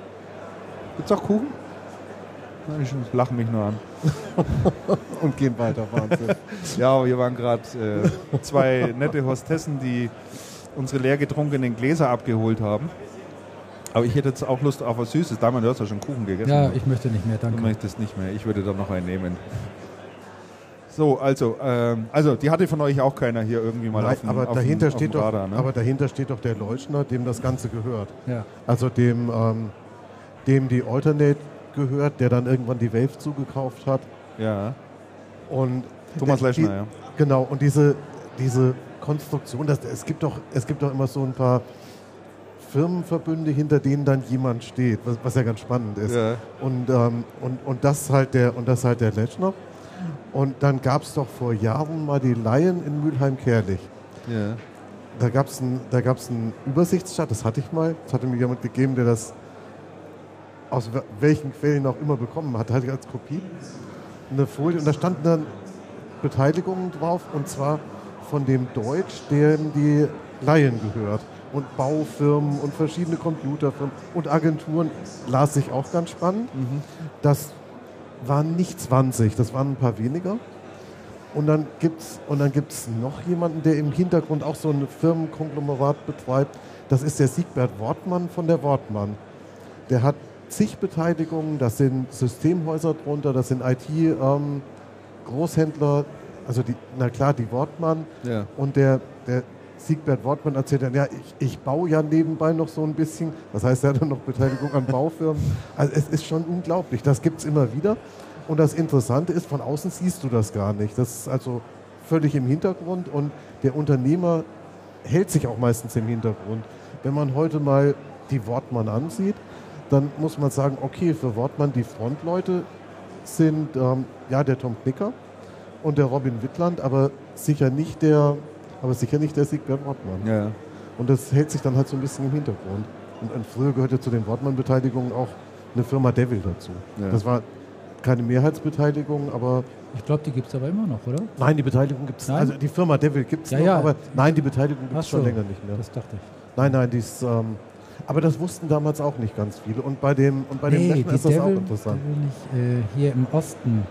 Ich lache mich nur an. Und gehen weiter, Wahnsinn. Ja, wir waren gerade zwei nette Hostessen, die unsere leer getrunkenen Gläser abgeholt haben. Aber ich hätte jetzt auch Lust auf was Süßes. Damals, du hast ja schon Kuchen gegessen. Ja, ich möchte nicht mehr, danke. Du möchtest nicht mehr. Ich würde dann noch einen nehmen. So, also die hatte von euch auch keiner hier irgendwie mal auf dem Radar. Ne? Aber dahinter steht doch der Leuschner, dem das Ganze gehört. Ja. Also dem die Alternate gehört, der dann irgendwann die Wave zugekauft hat. Ja. Und Thomas Leuschner, ja. Genau, und diese Konstruktion, es gibt doch immer so ein paar Firmenverbünde, hinter denen dann jemand steht, was ja ganz spannend ist. Ja. Und das halt der Leuschner. Und dann gab es doch vor Jahren mal die Laien in Mülheim-Kerlich. Ja. Da gab es einen Übersichtsschat, das hatte ich mal. Das hatte mir jemand gegeben, der das aus welchen Quellen auch immer bekommen hat. Da hatte ich als Kopie eine Folie und da standen dann Beteiligungen drauf, und zwar von dem Deutsch, dem die Laien gehört. Und Baufirmen und verschiedene Computerfirmen und Agenturen, las sich auch ganz spannend. Mhm. Das waren nicht 20, das waren ein paar weniger. Und dann gibt's noch jemanden, der im Hintergrund auch so ein Firmenkonglomerat betreibt. Das ist der Siegbert Wortmann von der Wortmann. Der hat zig Beteiligungen, das sind Systemhäuser drunter, das sind IT-Großhändler, also die Wortmann. Ja. Und der Siegbert Wortmann erzählt dann, ja, ich baue ja nebenbei noch so ein bisschen. Das heißt, er hat dann noch Beteiligung an Baufirmen. Also es ist schon unglaublich. Das gibt es immer wieder. Und das Interessante ist, von außen siehst du das gar nicht. Das ist also völlig im Hintergrund und der Unternehmer hält sich auch meistens im Hintergrund. Wenn man heute mal die Wortmann ansieht, dann muss man sagen, okay, für Wortmann die Frontleute sind der Tom Knicker und der Robin Wittland, aber sicher nicht der Siegbert Wortmann. Ja. Und das hält sich dann halt so ein bisschen im Hintergrund. Und früher gehörte zu den Wortmann-Beteiligungen auch eine Firma Devil dazu. Ja. Das war keine Mehrheitsbeteiligung, aber... Ich glaube, die gibt es aber immer noch, oder? Nein, die Beteiligung gibt es. Also die Firma Devil gibt es noch, aber nein, die Beteiligung gibt es schon länger nicht mehr. Das dachte ich. Nein, die ist... aber das wussten damals auch nicht ganz viele. Und bei dem Lechner ist das auch interessant. Nicht, hier im Osten...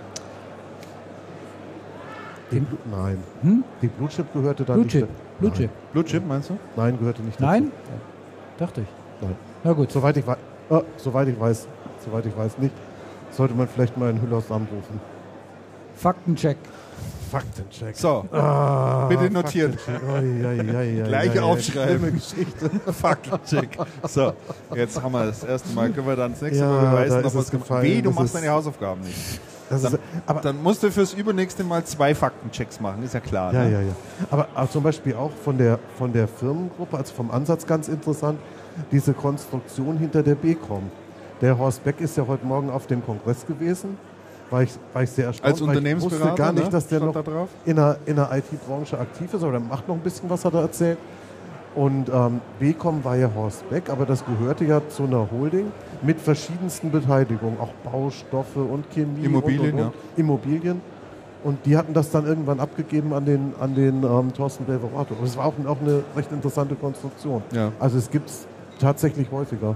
Nein. Die Blue Chip gehörte da nicht. Blue Chip meinst du? Nein, gehörte nicht dazu. Nein? Dachte ich. Nein. Na gut. Soweit ich weiß nicht. Sollte man vielleicht mal in Hüllers anrufen. Faktencheck. So, bitte notieren. Gleiche aufschreiben. Geschichte. Faktencheck. So, jetzt haben wir das erste Mal. Können wir dann das nächste Mal beweisen, ob was gefallen. Wie, du machst deine Hausaufgaben nicht. Dann musst du fürs übernächste Mal 2 Faktenchecks machen, ist ja klar. Ja. Aber zum Beispiel auch von der Firmengruppe, also vom Ansatz ganz interessant, diese Konstruktion hinter der BCom. Der Horst Beck ist ja heute Morgen auf dem Kongress gewesen. War ich sehr erstaunt. Als Unternehmensberater, ich wusste gar nicht, dass der noch in der IT-Branche aktiv ist, aber der macht noch ein bisschen, was hat er erzählt. Und Becom war ja Horst Beck, aber das gehörte ja zu einer Holding mit verschiedensten Beteiligungen, auch Baustoffe und Chemie Immobilien, und Immobilien. Und die hatten das dann irgendwann abgegeben an den Thorsten Belverato. Und es war auch eine recht interessante Konstruktion. Ja. Also es gibt es tatsächlich häufiger.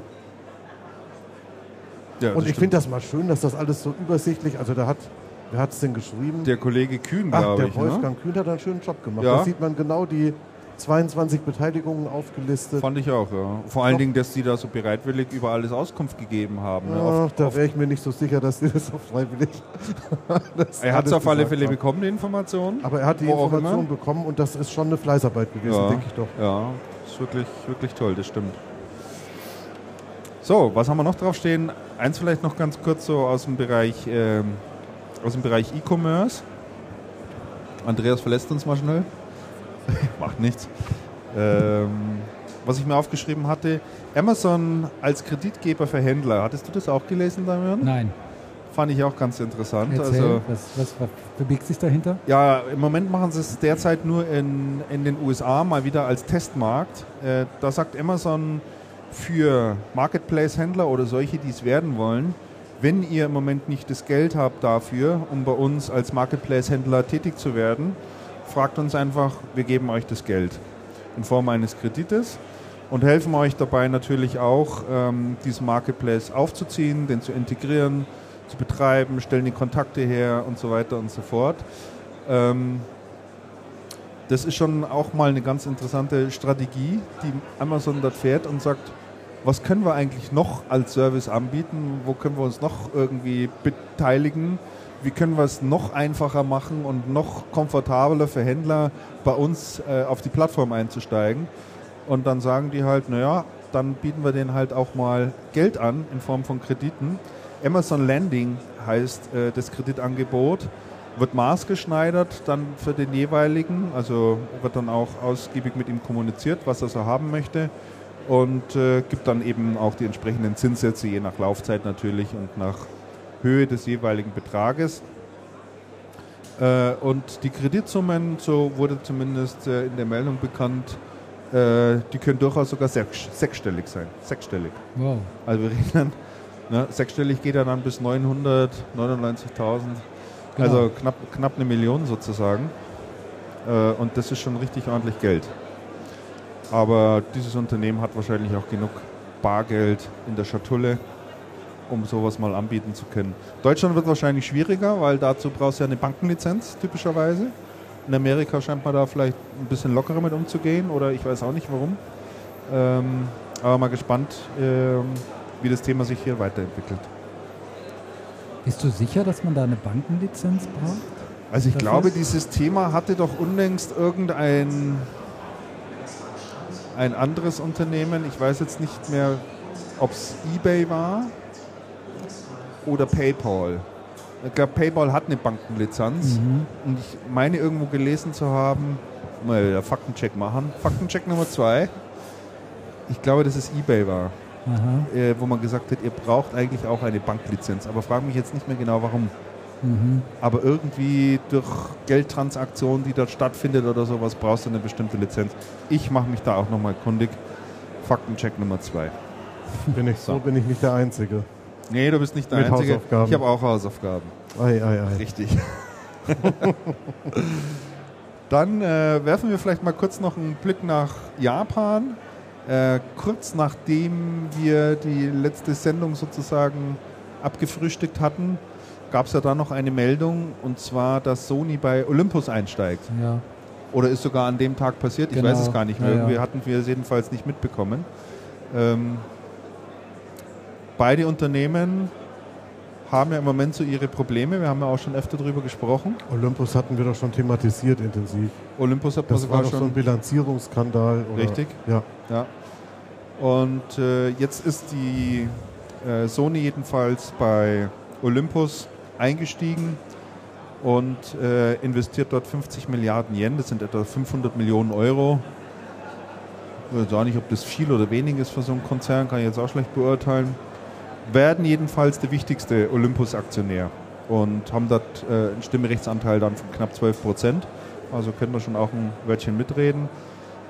Ja, und ich finde das mal schön, dass das alles so übersichtlich, also wer hat es denn geschrieben? Der Kollege Kühn, glaube ich. Der Wolfgang Kühn hat einen schönen Job gemacht. Ja. Da sieht man genau die 22 Beteiligungen aufgelistet. Fand ich auch, ja. Vor allen Dingen, dass die da so bereitwillig über alles Auskunft gegeben haben. Ne? Da wäre ich mir nicht so sicher, dass die das so freiwillig... Er hat es auf alle Fälle bekommen, die Informationen. Aber er hat die Informationen bekommen und das ist schon eine Fleißarbeit gewesen, denke ich doch. Ja, ist wirklich, wirklich toll, das stimmt. So, was haben wir noch drauf stehen? Eins vielleicht noch ganz kurz so aus dem Bereich E-Commerce. Andreas verlässt uns mal schnell. Macht nichts. Was ich mir aufgeschrieben hatte, Amazon als Kreditgeber für Händler. Hattest du das auch gelesen, Damian? Nein. Fand ich auch ganz interessant. Erzähl, also, was verbirgt sich dahinter? Ja, im Moment machen sie es derzeit nur in den USA mal wieder als Testmarkt. Da sagt Amazon für Marketplace-Händler oder solche, die es werden wollen, wenn ihr im Moment nicht das Geld habt dafür, um bei uns als Marketplace-Händler tätig zu werden, fragt uns einfach, wir geben euch das Geld in Form eines Kredites und helfen euch dabei natürlich auch, diesen Marketplace aufzuziehen, den zu integrieren, zu betreiben, stellen die Kontakte her und so weiter und so fort. Das ist schon auch mal eine ganz interessante Strategie, die Amazon dort fährt und sagt, was können wir eigentlich noch als Service anbieten, wo können wir uns noch irgendwie beteiligen, wie können wir es noch einfacher machen und noch komfortabler für Händler bei uns auf die Plattform einzusteigen. Und dann sagen die halt, naja, dann bieten wir denen halt auch mal Geld an in Form von Krediten. Amazon Lending heißt das Kreditangebot, wird maßgeschneidert dann für den jeweiligen, also wird dann auch ausgiebig mit ihm kommuniziert, was er so haben möchte und gibt dann eben auch die entsprechenden Zinssätze, je nach Laufzeit natürlich und nach Höhe des jeweiligen Betrages. Und die Kreditsummen, so wurde zumindest in der Meldung bekannt, die können durchaus sogar sechsstellig sein. Sechsstellig. Wow. Also wir reden dann, ne, sechsstellig geht dann bis 999.000, genau. Also knapp 1 Million sozusagen. Und das ist schon richtig ordentlich Geld. Aber dieses Unternehmen hat wahrscheinlich auch genug Bargeld in der Schatulle, um sowas mal anbieten zu können. Deutschland wird wahrscheinlich schwieriger, weil dazu brauchst du ja eine Bankenlizenz typischerweise. In Amerika scheint man da vielleicht ein bisschen lockerer mit umzugehen oder ich weiß auch nicht warum. Aber mal gespannt, wie das Thema sich hier weiterentwickelt. Bist du sicher, dass man da eine Bankenlizenz braucht? Also ich glaube, dieses Thema hatte doch unlängst irgendein anderes Unternehmen, ich weiß jetzt nicht mehr, ob es eBay war oder PayPal. Ich glaube, PayPal hat eine Bankenlizenz und ich meine irgendwo gelesen zu haben, mal wieder Faktencheck machen. Faktencheck Nummer 2. Ich glaube, dass es eBay war, wo man gesagt hat, ihr braucht eigentlich auch eine Banklizenz. Aber frage mich jetzt nicht mehr genau, warum. Aber irgendwie durch Geldtransaktionen, die dort stattfindet oder sowas, brauchst du eine bestimmte Lizenz. Ich mache mich da auch nochmal kundig. Faktencheck Nummer 2. Bin ich nicht der Einzige. Nee, du bist nicht der Einzige. Ich habe auch Hausaufgaben. Ei. Richtig. Dann werfen wir vielleicht mal kurz noch einen Blick nach Japan. Kurz nachdem wir die letzte Sendung sozusagen abgefrühstückt hatten, gab es ja da noch eine Meldung, und zwar, dass Sony bei Olympus einsteigt. Ja. Oder ist sogar an dem Tag passiert, ich weiß es gar nicht mehr. Irgendwie hatten wir es jedenfalls nicht mitbekommen. Beide Unternehmen haben ja im Moment so ihre Probleme. Wir haben ja auch schon öfter darüber gesprochen. Olympus hatten wir doch schon thematisiert intensiv. Olympus hat man sogar schon... Das war doch so ein Bilanzierungsskandal. Richtig. Ja. Und jetzt ist die Sony jedenfalls bei Olympus eingestiegen und investiert dort 50 Milliarden Yen. Das sind etwa 500 Millionen Euro. Ich weiß auch nicht, ob das viel oder wenig ist für so einen Konzern, kann ich jetzt auch schlecht beurteilen. Werden jedenfalls der wichtigste Olympus-Aktionär und haben dort einen Stimmrechtsanteil dann von knapp 12%. Also können wir schon auch ein Wörtchen mitreden.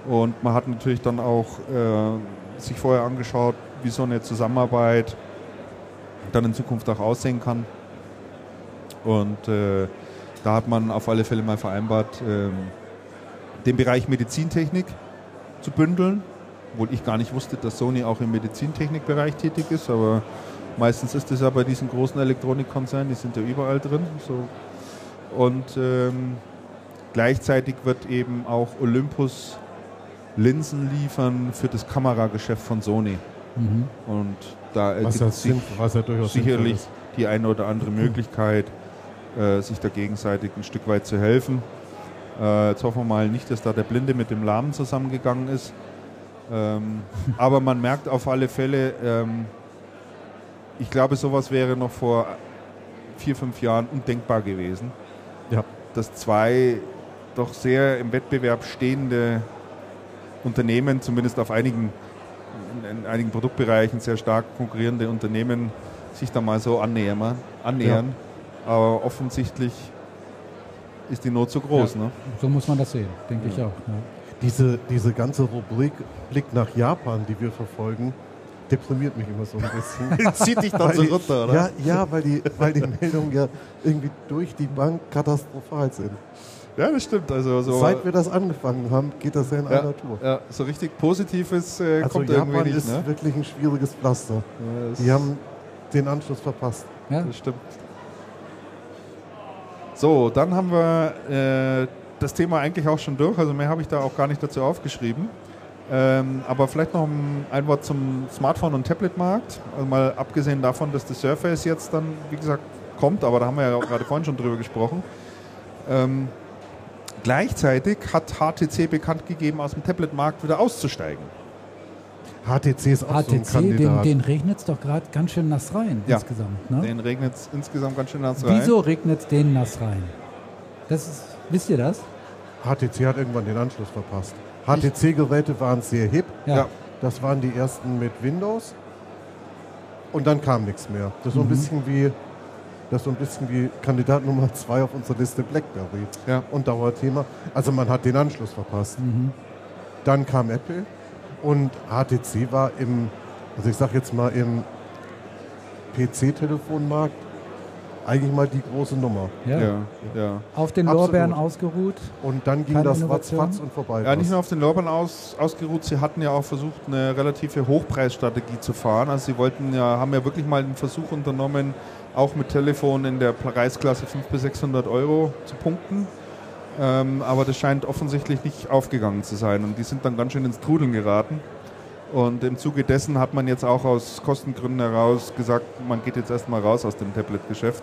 Und man hat natürlich dann auch sich vorher angeschaut, wie so eine Zusammenarbeit dann in Zukunft auch aussehen kann. Und da hat man auf alle Fälle mal vereinbart, den Bereich Medizintechnik zu bündeln, obwohl ich gar nicht wusste, dass Sony auch im Medizintechnikbereich tätig ist, aber meistens ist es ja bei diesen großen Elektronikkonzernen, die sind ja überall drin. So. Und gleichzeitig wird eben auch Olympus Linsen liefern für das Kamerageschäft von Sony. Mhm. Und da was ja durchaus sicherlich die eine oder andere Möglichkeit, sich da gegenseitig ein Stück weit zu helfen. Jetzt hoffen wir mal nicht, dass da der Blinde mit dem Lahmen zusammengegangen ist. Aber man merkt auf alle Fälle, ich glaube, sowas wäre noch vor 4-5 Jahren undenkbar gewesen. Ja. Dass zwei doch sehr im Wettbewerb stehende Unternehmen, zumindest auf in einigen Produktbereichen sehr stark konkurrierende Unternehmen, sich da mal so annähern. Ja. Aber offensichtlich ist die Not so groß. Ja, ne? So muss man das sehen, denke ich auch. Ja. Diese ganze Rubrik Blick nach Japan, die wir verfolgen, deprimiert mich immer so ein bisschen. Zieht dich dann so runter, oder? Ja, weil die Meldungen ja irgendwie durch die Bank katastrophal sind. Ja, das stimmt. Also seit wir das angefangen haben, geht das ja in einer Tour. Ja, so richtig Positives kommt Japan irgendwie nicht. Ist wirklich ein schwieriges Pflaster. Ja, die haben den Anschluss verpasst. Ja, das stimmt. So, dann haben wir das Thema eigentlich auch schon durch. Also mehr habe ich da auch gar nicht dazu aufgeschrieben. Aber vielleicht noch ein Wort zum Smartphone- und Tablet-Markt. Also mal abgesehen davon, dass das Surface jetzt dann, wie gesagt, kommt, aber da haben wir ja auch gerade vorhin schon drüber gesprochen. Gleichzeitig hat HTC bekannt gegeben, aus dem Tablet-Markt wieder auszusteigen. HTC ist auch so ein Kandidat. Den regnet es doch gerade ganz schön nass rein insgesamt. Ne? Den regnet es insgesamt ganz schön nass rein. Wieso regnet es den nass rein? Wisst ihr das? HTC hat irgendwann den Anschluss verpasst. HTC-Geräte waren sehr hip. Ja. Das waren die ersten mit Windows. Und dann kam nichts mehr. Das ist so ein bisschen wie Kandidat Nummer 2 auf unserer Liste BlackBerry. Ja. Und Dauerthema. Also man hat den Anschluss verpasst. Mhm. Dann kam Apple und HTC war im PC-Telefonmarkt eigentlich mal die große Nummer. Ja. Auf den Lorbeeren ausgeruht. Und dann ging das ratzfatz und vorbei. Ja, nicht nur auf den Lorbeeren ausgeruht, sie hatten ja auch versucht, eine relative Hochpreisstrategie zu fahren. Also sie haben ja wirklich mal einen Versuch unternommen, auch mit Telefon in der Preisklasse 500 bis 600 Euro zu punkten. Aber das scheint offensichtlich nicht aufgegangen zu sein. Und die sind dann ganz schön ins Trudeln geraten. Und im Zuge dessen hat man jetzt auch aus Kostengründen heraus gesagt, man geht jetzt erstmal raus aus dem Tablet-Geschäft.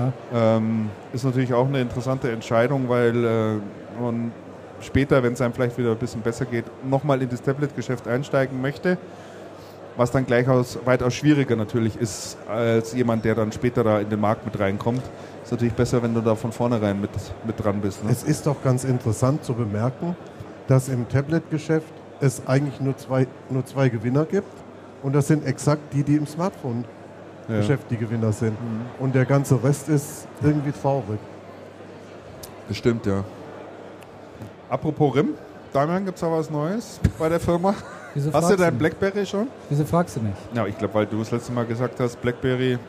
Ist natürlich auch eine interessante Entscheidung, weil man später, wenn es einem vielleicht wieder ein bisschen besser geht, nochmal in das Tablet-Geschäft einsteigen möchte. Was dann weitaus schwieriger natürlich ist, als jemand, der dann später da in den Markt mit reinkommt. Ist natürlich besser, wenn du da von vornherein mit dran bist. Ne? Es ist doch ganz interessant zu bemerken, dass im Tablet-Geschäft es eigentlich nur zwei Gewinner gibt. Und das sind exakt die im Smartphone-Geschäft die Gewinner sind. Mhm. Und der ganze Rest ist irgendwie traurig. Das stimmt, ja. Apropos RIM, Damian, gibt es da was Neues bei der Firma? Hast du dein BlackBerry schon? Wieso fragst du mich? Ja, ich glaube, weil du das letzte Mal gesagt hast, BlackBerry,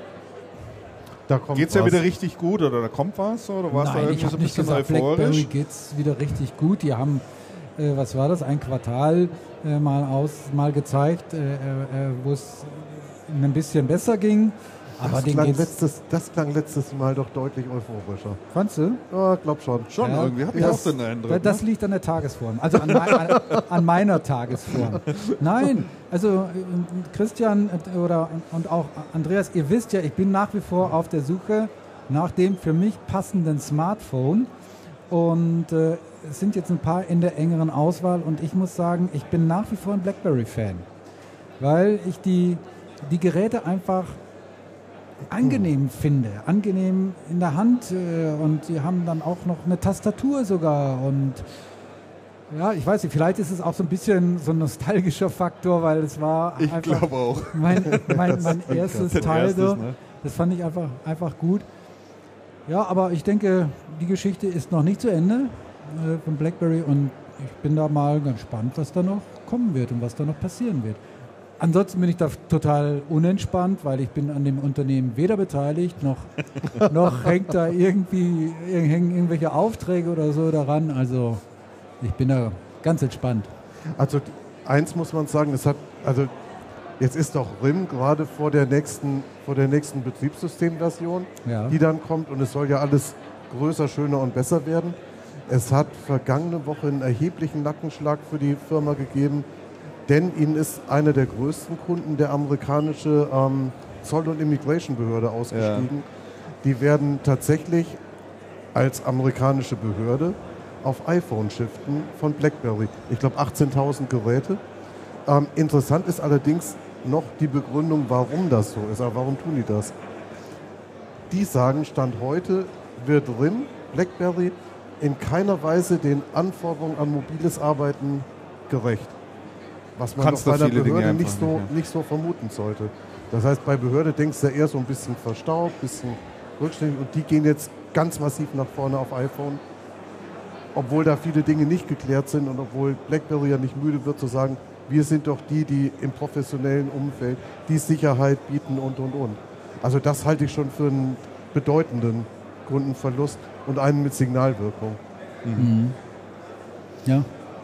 geht es ja wieder richtig gut oder da kommt was? Oder warst Nein, ich habe nicht gesagt, BlackBerry geht es wieder richtig gut. Die haben, was war das, ein Quartal mal gezeigt, wo es ein bisschen besser ging. Aber das klang letztes Mal doch deutlich euphorischer. Fandst du? Ja, glaub schon. Schon ja, irgendwie, habe ich auch den Eindruck. Das liegt an der Tagesform, also an meiner Tagesform. Nein, also Christian und auch Andreas, ihr wisst ja, ich bin nach wie vor auf der Suche nach dem für mich passenden Smartphone und es sind jetzt ein paar in der engeren Auswahl und ich muss sagen, ich bin nach wie vor ein BlackBerry-Fan, weil ich die Geräte einfach angenehm finde, angenehm in der Hand und die haben dann auch noch eine Tastatur sogar und ja, ich weiß nicht, vielleicht ist es auch so ein bisschen so ein nostalgischer Faktor, weil es war mein erstes Teil. Ne? Das fand ich einfach gut. Ja, aber ich denke, die Geschichte ist noch nicht zu Ende von BlackBerry und ich bin da mal ganz gespannt, was da noch kommen wird und was da noch passieren wird. Ansonsten bin ich da total unentspannt, weil ich bin an dem Unternehmen weder beteiligt, noch hängt da hängen irgendwelche Aufträge oder so daran. Also ich bin da ganz entspannt. Also eins muss man sagen, jetzt ist doch RIM gerade vor der nächsten Betriebssystemversion, die dann kommt, und es soll ja alles größer, schöner und besser werden. Es hat vergangene Woche einen erheblichen Nackenschlag für die Firma gegeben, denn ihnen ist einer der größten Kunden, der amerikanische Zoll- und Immigration-Behörde, ausgestiegen. Ja. Die werden tatsächlich als amerikanische Behörde auf iPhone shiften von BlackBerry. Ich glaube 18.000 Geräte. Interessant ist allerdings noch die Begründung, warum das so ist. Aber warum tun die das? Die sagen, Stand heute wird RIM, BlackBerry, in keiner Weise den Anforderungen an mobiles Arbeiten gerecht. Was man bei einer Behörde nicht so vermuten sollte. Das heißt, bei Behörde denkst du ja eher so ein bisschen verstaubt, ein bisschen rückständig, und die gehen jetzt ganz massiv nach vorne auf iPhone, obwohl da viele Dinge nicht geklärt sind und obwohl BlackBerry ja nicht müde wird zu sagen, wir sind doch die im professionellen Umfeld die Sicherheit bieten und. Also das halte ich schon für einen bedeutenden Kundenverlust und einen mit Signalwirkung. Mhm. Ja.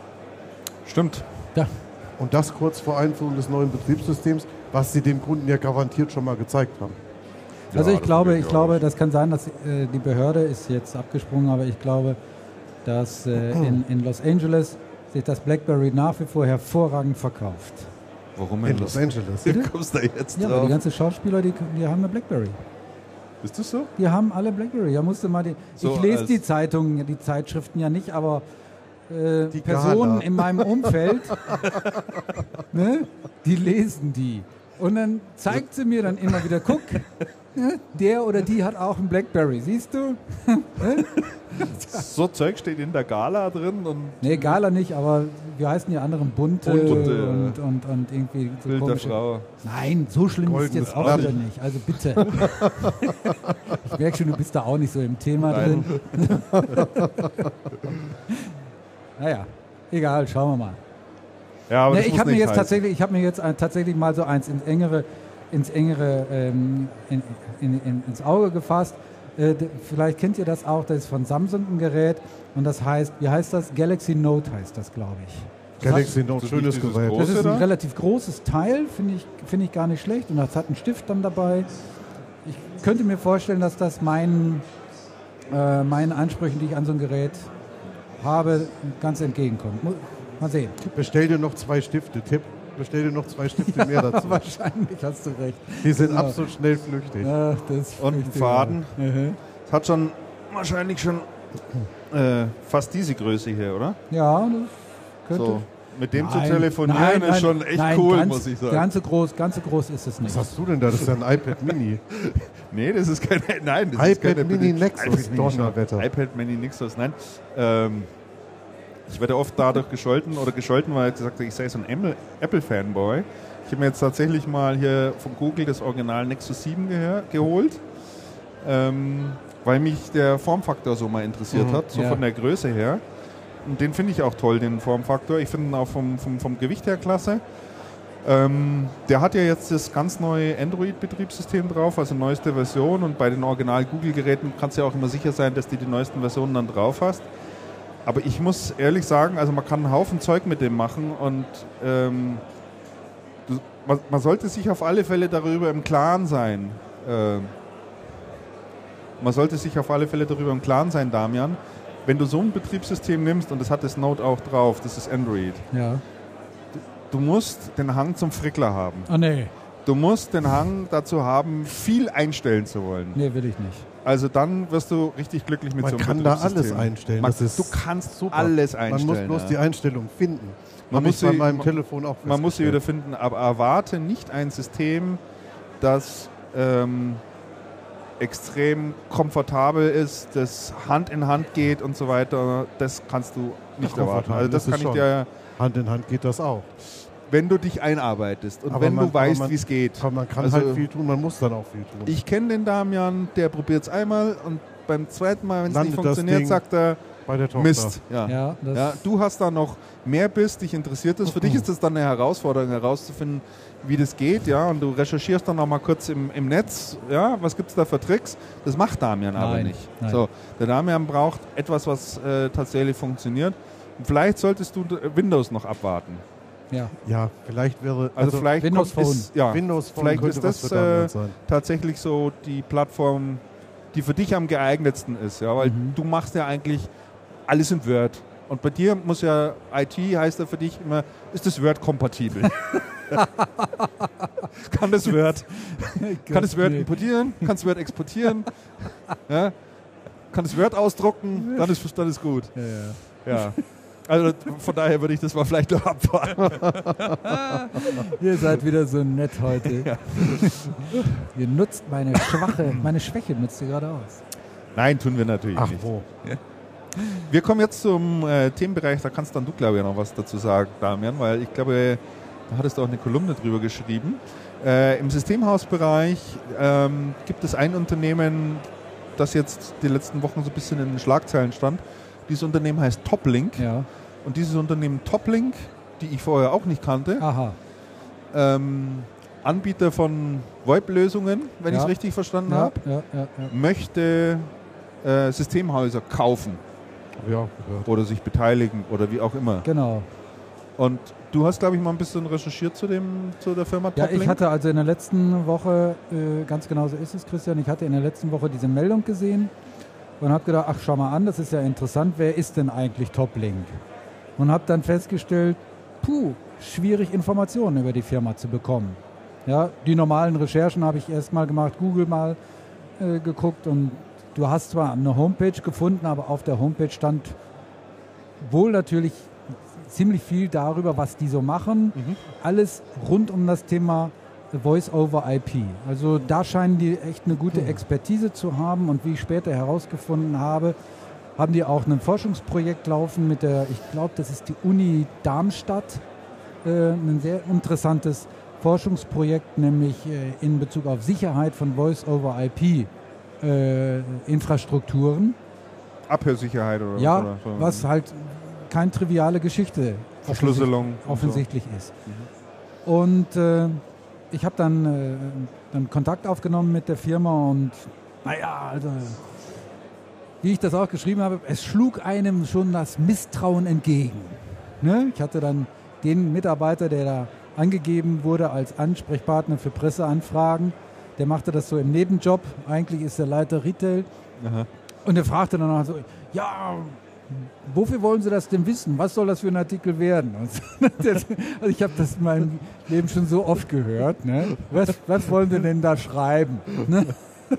Stimmt. Ja. Und das kurz vor Einführung des neuen Betriebssystems, was sie dem Kunden ja garantiert schon mal gezeigt haben. Also ich glaube, das kann sein, dass die Behörde ist jetzt abgesprungen, aber ich glaube, dass in Los Angeles sich das BlackBerry nach wie vor hervorragend verkauft. Warum in Los Angeles? Bitte? Du kommst da jetzt drauf. Ja, die ganzen Schauspieler, die haben eine BlackBerry. Ist das so? Die haben alle BlackBerry. Ja, musste mal ich lese die Zeitungen, die Zeitschriften ja nicht, aber die Personen in meinem Umfeld, ne, die lesen die. Und dann zeigt sie mir dann immer wieder, guck, der oder die hat auch ein BlackBerry, siehst du? So Zeug steht in der Gala drin? Nee, Gala nicht, aber wie heißen die anderen? Bunte und irgendwie so Bild komische. Der Frau. Nein, so schlimm ist es jetzt auch wieder nicht. Also bitte. Ich merke schon, du bist da auch nicht so im Thema drin. Naja, egal, schauen wir mal. Ja, aber ich habe mir jetzt tatsächlich mal so eins ins Auge gefasst. Vielleicht kennt ihr das auch, das ist von Samsung ein Gerät und das heißt, wie heißt das? Galaxy Note heißt das, glaube ich. Galaxy Note, schönes Gerät. Das ist ein relativ großes Teil, finde ich gar nicht schlecht, und das hat einen Stift dann dabei. Ich könnte mir vorstellen, dass das meinen Ansprüchen, die ich an so ein Gerät habe, ganz entgegenkommt. Mal sehen. Bestell dir noch 2 Stifte, Tipp. Bestell dir noch 2 Stifte mehr dazu. Wahrscheinlich, hast du recht. Die sind absolut schnell flüchtig. Ja, und ein Faden. Das hat wahrscheinlich schon fast diese Größe hier, oder? Ja, das könnte. So, mit dem zu telefonieren ist schon echt cool, muss ich sagen. Ganz so groß ist es nicht. Was hast du denn da? Das ist ja ein iPad Mini. Nee, das ist keine. Nein, das iPad ist keine Mini Nexus. Donnerwetter. iPad Mini Nexus, nein. Ich werde oft dadurch gescholten, weil ich gesagt habe, ich sei so ein Apple-Fanboy. Ich habe mir jetzt tatsächlich mal hier von Google das Original Nexus 7 geholt, weil mich der Formfaktor so mal interessiert hat, so von der Größe her. Und den finde ich auch toll, den Formfaktor. Ich finde ihn auch vom Gewicht her klasse. Der hat ja jetzt das ganz neue Android-Betriebssystem drauf, also neueste Version. Und bei den Original-Google-Geräten kannst du ja auch immer sicher sein, dass du die neuesten Versionen dann drauf hast. Aber ich muss ehrlich sagen, also man kann einen Haufen Zeug mit dem machen und man sollte sich auf alle Fälle darüber im Klaren sein. Damian, wenn du so ein Betriebssystem nimmst, und das hat das Note auch drauf, das ist Android. Ja. Du musst den Hang zum Frickler haben. Ah, nee. Du musst den Hang dazu haben, viel einstellen zu wollen. Nee, will ich nicht. Also dann wirst du richtig glücklich mit so einem Betriebssystem. Man kann da alles einstellen. Du kannst super. Alles einstellen. Man muss bloß die Einstellung finden. Man muss bei meinem Telefon auch Man muss sie wieder finden, aber erwarte nicht ein System, das extrem komfortabel ist, das Hand in Hand geht und so weiter. Das kannst du nicht erwarten. Also das kann ich dir. Hand in Hand geht das auch. Wenn du dich einarbeitest und wenn du weißt, wie es geht. Aber man kann halt viel tun, man muss dann auch viel tun. Ich kenne den Damian, der probiert es einmal und beim zweiten Mal, wenn es nicht funktioniert, sagt er, Bei der Tochter. Mist. Ja. Du hast da noch mehr Biss, dich interessiert das. Für dich ist das dann eine Herausforderung, herauszufinden, wie das geht. Ja? Und du recherchierst dann noch mal kurz im Netz, ja? Was gibt es da für Tricks. Das macht Damian aber nicht. Nein. So, der Damian braucht etwas, was tatsächlich funktioniert. Und vielleicht solltest du Windows noch abwarten. Ja, vielleicht wäre... Also vielleicht Windows Phone. Windows Phone vielleicht könnte ist was das für Damian sein. tatsächlich so die Plattform, die für dich am geeignetsten ist. Ja? Weil du machst ja eigentlich alles in Word. Und bei dir muss ja IT, heißt ja für dich immer, ist das Word kompatibel? Kann das Word importieren? Kann das Word exportieren? Ja? Kann das Word ausdrucken? Dann ist gut. Ja. Also von daher würde ich das mal vielleicht noch abwarten. Ihr seid wieder so nett heute. Ja. Ihr nutzt meine Schwäche nutzt ihr gerade aus. Nein, tun wir natürlich nicht. Wo? Wir kommen jetzt zum Themenbereich, da kannst dann du, glaube ich, noch was dazu sagen, Damian, weil ich glaube, da hattest du auch eine Kolumne drüber geschrieben. Im Systemhausbereich gibt es ein Unternehmen, das jetzt die letzten Wochen so ein bisschen in den Schlagzeilen stand. Dieses Unternehmen heißt Toplink. Ja. Und dieses Unternehmen Toplink, die ich vorher auch nicht kannte, Anbieter von VoIP-Lösungen, wenn ich es richtig verstanden habe, möchte Systemhäuser kaufen. Ja. Oder sich beteiligen oder wie auch immer. Genau. Und du hast, glaube ich, mal ein bisschen recherchiert zu der Firma Toplink. Ja, ich hatte also in der letzten Woche, ganz genau so ist es, Christian, ich hatte in der letzten Woche diese Meldung gesehen und habe gedacht, ach, schau mal an, das ist ja interessant, wer ist denn eigentlich Toplink? Und habe dann festgestellt, schwierig Informationen über die Firma zu bekommen. Ja, die normalen Recherchen habe ich erst mal gemacht, Google mal geguckt und du hast zwar eine Homepage gefunden, aber auf der Homepage stand wohl natürlich ziemlich viel darüber, was die so machen. Alles rund um das Thema Voice over IP. Also da scheinen die echt eine gute Expertise zu haben und wie ich später herausgefunden habe, haben die auch ein Forschungsprojekt laufen mit der, ich glaube, das ist die Uni Darmstadt, ein sehr interessantes Forschungsprojekt, nämlich in Bezug auf Sicherheit von Voice over IP Infrastrukturen. Abhörsicherheit oder ja, oder so. Was halt keine triviale Geschichte Verschlüsselung offensichtlich ist. Und ich habe dann Kontakt aufgenommen mit der Firma und also wie ich das auch geschrieben habe, es schlug einem schon das Misstrauen entgegen. Ne? Ich hatte dann den Mitarbeiter, der da angegeben wurde als Ansprechpartner für Presseanfragen, der machte das so im Nebenjob. Eigentlich ist der Leiter Retail. Aha. Und er fragte dann auch so, ja, wofür wollen Sie das denn wissen? Was soll das für ein Artikel werden? Also ich habe das in meinem Leben schon so oft gehört. Ne? Was wollen Sie denn da schreiben? Ne?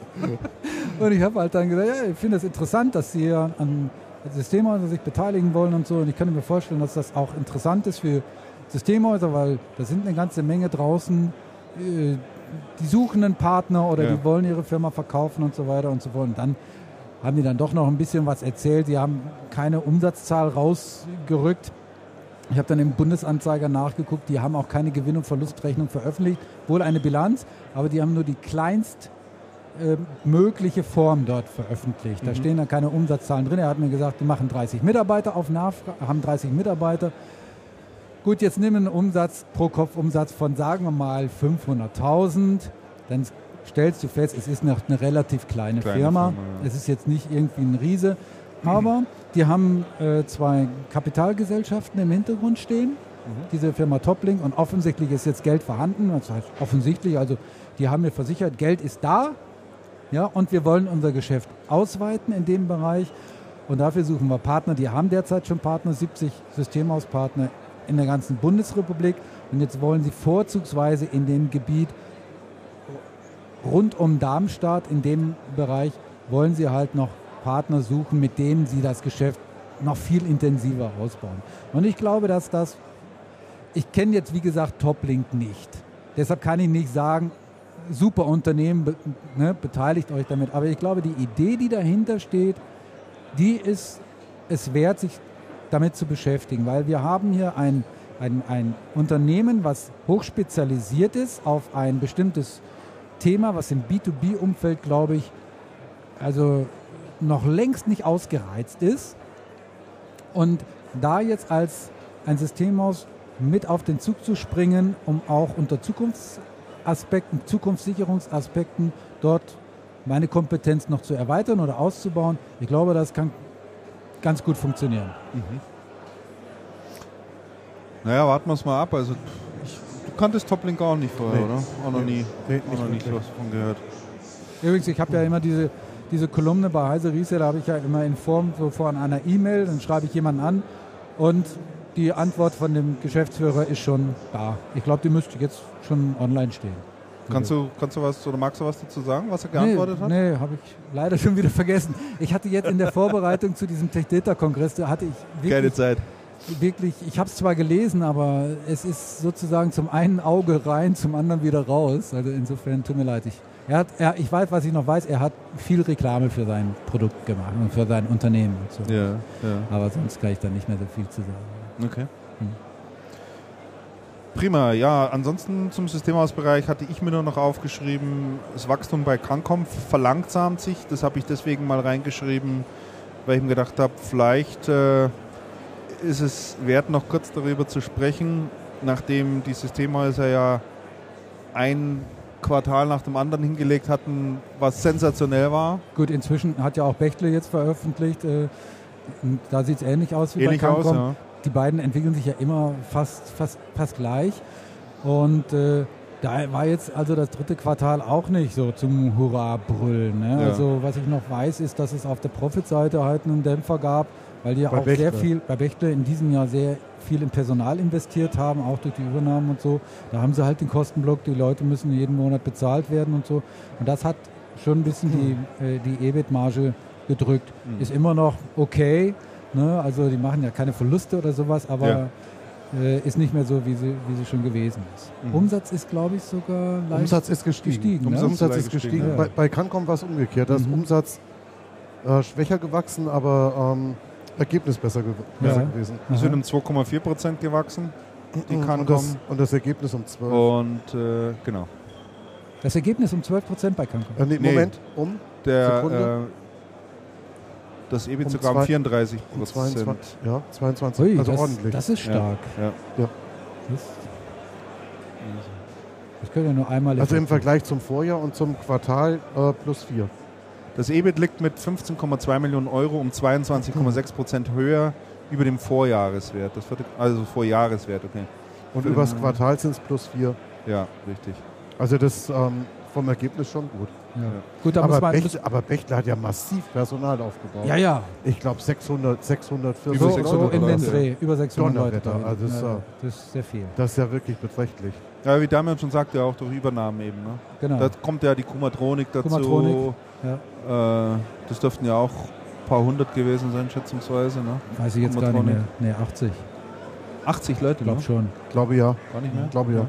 Und ich habe halt dann gesagt, ja, ich finde es interessant, dass Sie an Systemhäusern sich beteiligen wollen und so. Und ich kann mir vorstellen, dass das auch interessant ist für Systemhäuser, weil da sind eine ganze Menge draußen, die suchen einen Partner oder die wollen ihre Firma verkaufen und so weiter und so fort. Und dann haben die dann doch noch ein bisschen was erzählt. Die haben keine Umsatzzahl rausgerückt. Ich habe dann im Bundesanzeiger nachgeguckt. Die haben auch keine Gewinn- und Verlustrechnung veröffentlicht. Wohl eine Bilanz, aber die haben nur die kleinst mögliche Form dort veröffentlicht. Da stehen dann keine Umsatzzahlen drin. Er hat mir gesagt, die machen 30 Mitarbeiter auf Nachfrage, haben 30 Mitarbeiter. Gut, jetzt nehmen wir einen Umsatz, pro Kopf Umsatz von, sagen wir mal, 500.000. Dann stellst du fest, es ist noch eine relativ kleine Firma. Es ist jetzt nicht irgendwie ein Riese. Aber die haben 2 Kapitalgesellschaften im Hintergrund stehen. Diese Firma Toplink. Und offensichtlich ist jetzt Geld vorhanden. Das heißt offensichtlich, also die haben mir versichert, Geld ist da. Ja, und wir wollen unser Geschäft ausweiten in dem Bereich. Und dafür suchen wir Partner. Die haben derzeit schon Partner, 70 Systemhauspartner in der ganzen Bundesrepublik. Und jetzt wollen sie vorzugsweise in dem Gebiet rund um Darmstadt, in dem Bereich, wollen sie halt noch Partner suchen, mit denen sie das Geschäft noch viel intensiver ausbauen. Und ich glaube, dass ich kenne jetzt, wie gesagt, Toplink nicht. Deshalb kann ich nicht sagen, super Unternehmen, beteiligt euch damit. Aber ich glaube, die Idee, die dahinter steht, die ist es wert, sich damit zu beschäftigen. Weil wir haben hier ein Unternehmen, was hochspezialisiert ist auf ein bestimmtes Thema, was im B2B-Umfeld, glaube ich, also noch längst nicht ausgereizt ist. Und da jetzt als ein Systemhaus mit auf den Zug zu springen, um auch unter Zukunftsaspekten, Zukunftssicherungsaspekten dort meine Kompetenz noch zu erweitern oder auszubauen, ich glaube, das kann ganz gut funktionieren. Naja, warten wir es mal ab. Also du kanntest Toplink auch nicht vorher, oder? Auch noch nie. Auch noch nicht was von gehört. Übrigens, ich habe ja immer diese Kolumne bei Heise Reseller, habe ich ja immer in Form so von einer E-Mail, dann schreibe ich jemanden an und die Antwort von dem Geschäftsführer ist schon da. Ich glaube, die müsste jetzt schon online stehen. Kannst du was oder magst du was dazu sagen, was er geantwortet hat? Nee, habe ich leider schon wieder vergessen. Ich hatte jetzt in der Vorbereitung zu diesem Tech-Data-Kongress, da hatte ich keine Zeit. Wirklich, ich habe es zwar gelesen, aber es ist sozusagen zum einen Auge rein, zum anderen wieder raus. Also insofern tut mir leid. Ich weiß, was ich noch weiß, er hat viel Reklame für sein Produkt gemacht und für sein Unternehmen. Und so. Ja. Aber sonst kann ich da nicht mehr so viel zu sagen. Okay. Prima, ja, ansonsten zum Systemhausbereich hatte ich mir nur noch aufgeschrieben, das Wachstum bei Cancom verlangsamt sich. Das habe ich deswegen mal reingeschrieben, weil ich mir gedacht habe, vielleicht ist es wert, noch kurz darüber zu sprechen, nachdem die Systemhäuser ja ein Quartal nach dem anderen hingelegt hatten, was sensationell war. Gut, inzwischen hat ja auch Bechtle jetzt veröffentlicht, da sieht es ähnlich aus wie bei Cancom. Ja. Die beiden entwickeln sich ja immer fast gleich und da war jetzt also das dritte Quartal auch nicht so zum Hurra-Brüllen. Ne? Ja. Also was ich noch weiß, ist, dass es auf der Profit-Seite halt einen Dämpfer gab, weil die ja auch sehr viel bei Bechtle in diesem Jahr sehr viel in Personal investiert haben, auch durch die Übernahmen und so. Da haben sie halt den Kostenblock, die Leute müssen jeden Monat bezahlt werden und so. Und das hat schon ein bisschen die EBIT-Marge gedrückt. Ist immer noch okay, ne? Also die machen ja keine Verluste oder sowas, aber ist nicht mehr so, wie sie schon gewesen ist. Umsatz ist, glaube ich, sogar leicht Umsatz ist gestiegen. Ne? Umsatz ist gestiegen. Ja. Bei Cancom war es umgekehrt. Da ist Umsatz schwächer gewachsen, aber Ergebnis besser gewesen. Wir sind um 2,4% gewachsen, die Cancom. Und das Ergebnis um 12%. Und genau. Das Ergebnis um 12% bei Cancom? Moment, das EBIT sogar um 34%. Um 22, ja, 22. Ui, also ordentlich. Das ist stark. Ja. Das können ja nur einmal. Also im Vergleich zum Vorjahr und zum Quartal plus 4. Das EBIT liegt mit 15,2 Millionen Euro um 22,6% höher über dem Vorjahreswert. Also Vorjahreswert, okay. Und übers Quartal sind es plus 4. Ja, richtig. Also das vom Ergebnis schon gut. Ja. Gut, aber Bechtle hat ja massiv Personal aufgebaut. Ja. Ich glaube 640 über 600 so in den Leute. Dreh, über 600 Leute. Also das ist sehr viel. Das ist ja wirklich beträchtlich. Ja, wie Damian schon sagte, auch durch Übernahmen eben. Ne? Genau. Da kommt ja die Kumatronik dazu. Ja. Das dürften ja auch ein paar hundert gewesen sein, schätzungsweise. Ne? Weiß ich jetzt gar nicht mehr. Ne, 80. 80 Leute, ich glaube schon. Glaube ja. Gar nicht mehr? Glaube ja.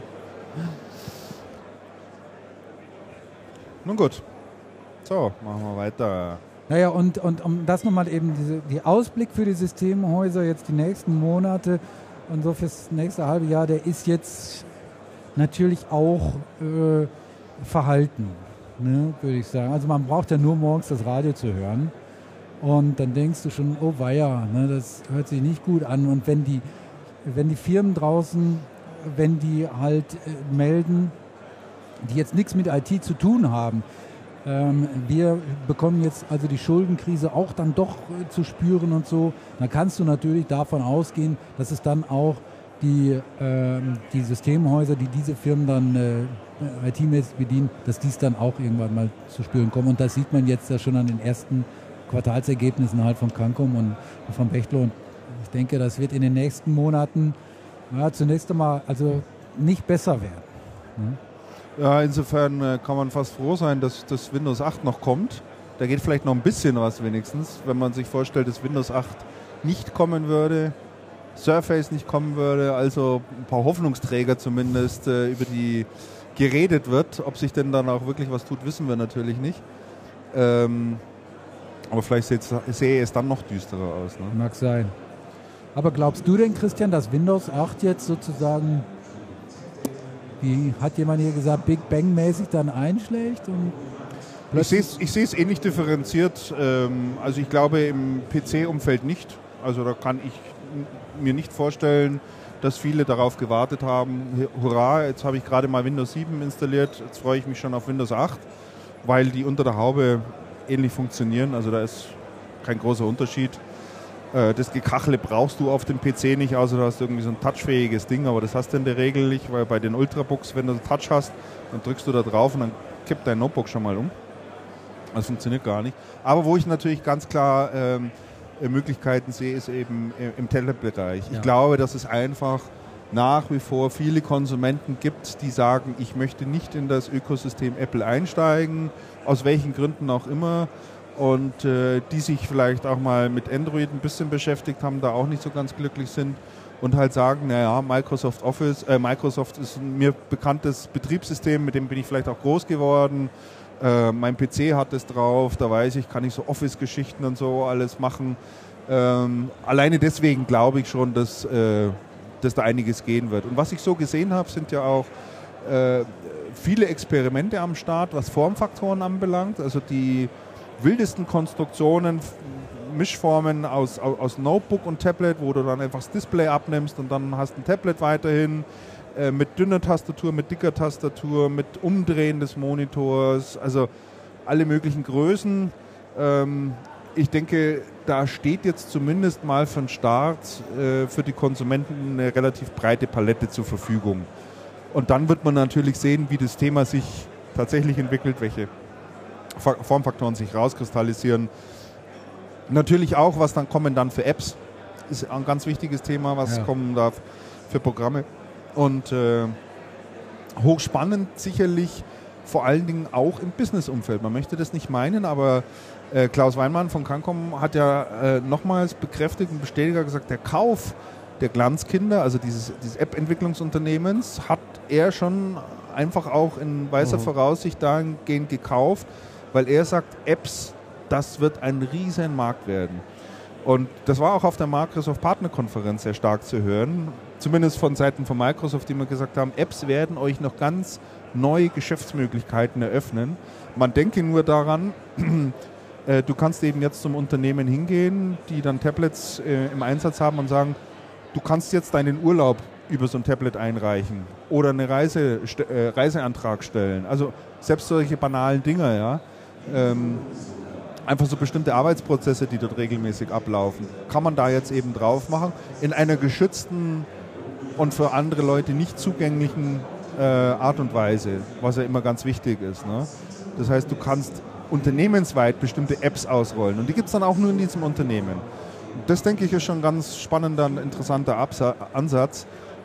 Nun gut. So, machen wir weiter. Naja, und um das nochmal eben, die Ausblick für die Systemhäuser jetzt die nächsten Monate und so fürs nächste halbe Jahr, der ist jetzt natürlich auch verhalten, ne, würde ich sagen. Also man braucht ja nur morgens das Radio zu hören und dann denkst du schon, oh weia, ne, das hört sich nicht gut an. Und wenn die Firmen draußen, wenn die halt melden, die jetzt nichts mit IT zu tun haben, wir bekommen jetzt also die Schuldenkrise auch dann doch zu spüren und so, dann kannst du natürlich davon ausgehen, dass es dann auch die Systemhäuser, die diese Firmen dann IT-mäßig bedienen, dass dies dann auch irgendwann mal zu spüren kommen. Und das sieht man jetzt ja schon an den ersten Quartalsergebnissen halt von Cancom und von Bechtle. Und ich denke, das wird in den nächsten Monaten zunächst einmal also nicht besser werden. Ne? Ja, insofern kann man fast froh sein, dass das Windows 8 noch kommt. Da geht vielleicht noch ein bisschen was wenigstens, wenn man sich vorstellt, dass Windows 8 nicht kommen würde, Surface nicht kommen würde, also ein paar Hoffnungsträger zumindest, über die geredet wird. Ob sich denn dann auch wirklich was tut, wissen wir natürlich nicht. Aber vielleicht sehe es dann noch düsterer aus. Ne? Mag sein. Aber glaubst du denn, Christian, dass Windows 8 jetzt sozusagen, wie hat jemand hier gesagt, Big Bang-mäßig dann einschlägt? Und ich sehe es ähnlich differenziert. Also ich glaube im PC-Umfeld nicht. Also da kann ich mir nicht vorstellen, dass viele darauf gewartet haben, hurra, jetzt habe ich gerade mal Windows 7 installiert, jetzt freue ich mich schon auf Windows 8, weil die unter der Haube ähnlich funktionieren. Also da ist kein großer Unterschied. Das Gekachle brauchst du auf dem PC nicht, außer du hast irgendwie so ein touchfähiges Ding, aber das hast du in der Regel nicht, weil bei den Ultrabooks, wenn du einen Touch hast, dann drückst du da drauf und dann kippt dein Notebook schon mal um. Das funktioniert gar nicht. Aber wo ich natürlich ganz klar Möglichkeiten sehe, ist eben im Tablet-Bereich. Ja. Ich glaube, dass es einfach nach wie vor viele Konsumenten gibt, die sagen, ich möchte nicht in das Ökosystem Apple einsteigen, aus welchen Gründen auch immer, und die sich vielleicht auch mal mit Android ein bisschen beschäftigt haben, da auch nicht so ganz glücklich sind und halt sagen, naja, Microsoft ist ein mir bekanntes Betriebssystem, mit dem bin ich vielleicht auch groß geworden. Mein PC hat es drauf, da weiß ich, kann ich so Office-Geschichten und so alles machen. Alleine deswegen glaube ich schon, dass da einiges gehen wird. Und was ich so gesehen habe, sind ja auch viele Experimente am Start, was Formfaktoren anbelangt. Also die wildesten Konstruktionen, Mischformen aus Notebook und Tablet, wo du dann einfach das Display abnimmst und dann hast ein Tablet weiterhin. Mit dünner Tastatur, mit dicker Tastatur, mit Umdrehen des Monitors, also alle möglichen Größen. Ich denke, da steht jetzt zumindest mal für den Start für die Konsumenten eine relativ breite Palette zur Verfügung. Und dann wird man natürlich sehen, wie das Thema sich tatsächlich entwickelt, welche Formfaktoren sich rauskristallisieren. Natürlich auch, was dann kommen dann für Apps, ist ein ganz wichtiges Thema, was kommen darf für Programme. Und hochspannend sicherlich vor allen Dingen auch im Business-Umfeld. Man möchte das nicht meinen, aber Klaus Weinmann von Cancom hat ja nochmals bekräftigt und bestätigt gesagt, der Kauf der Glanzkinder, also dieses App-Entwicklungsunternehmens, hat er schon einfach auch in weißer Voraussicht dahingehend gekauft, weil er sagt, Apps, das wird ein riesen Markt werden. Und das war auch auf der Microsoft-Partnerkonferenz sehr stark zu hören, zumindest von Seiten von Microsoft, die mir gesagt haben, Apps werden euch noch ganz neue Geschäftsmöglichkeiten eröffnen. Man denke nur daran, du kannst eben jetzt zum Unternehmen hingehen, die dann Tablets im Einsatz haben und sagen, du kannst jetzt deinen Urlaub über so ein Tablet einreichen oder eine Reiseantrag stellen. Also selbst solche banalen Dinge, ja. Einfach so bestimmte Arbeitsprozesse, die dort regelmäßig ablaufen, kann man da jetzt eben drauf machen, in einer geschützten und für andere Leute nicht zugänglichen Art und Weise, was ja immer ganz wichtig ist. Ne? Das heißt, du kannst unternehmensweit bestimmte Apps ausrollen und die gibt es dann auch nur in diesem Unternehmen. Das, denke ich, ist schon ein ganz spannender und interessanter Ansatz.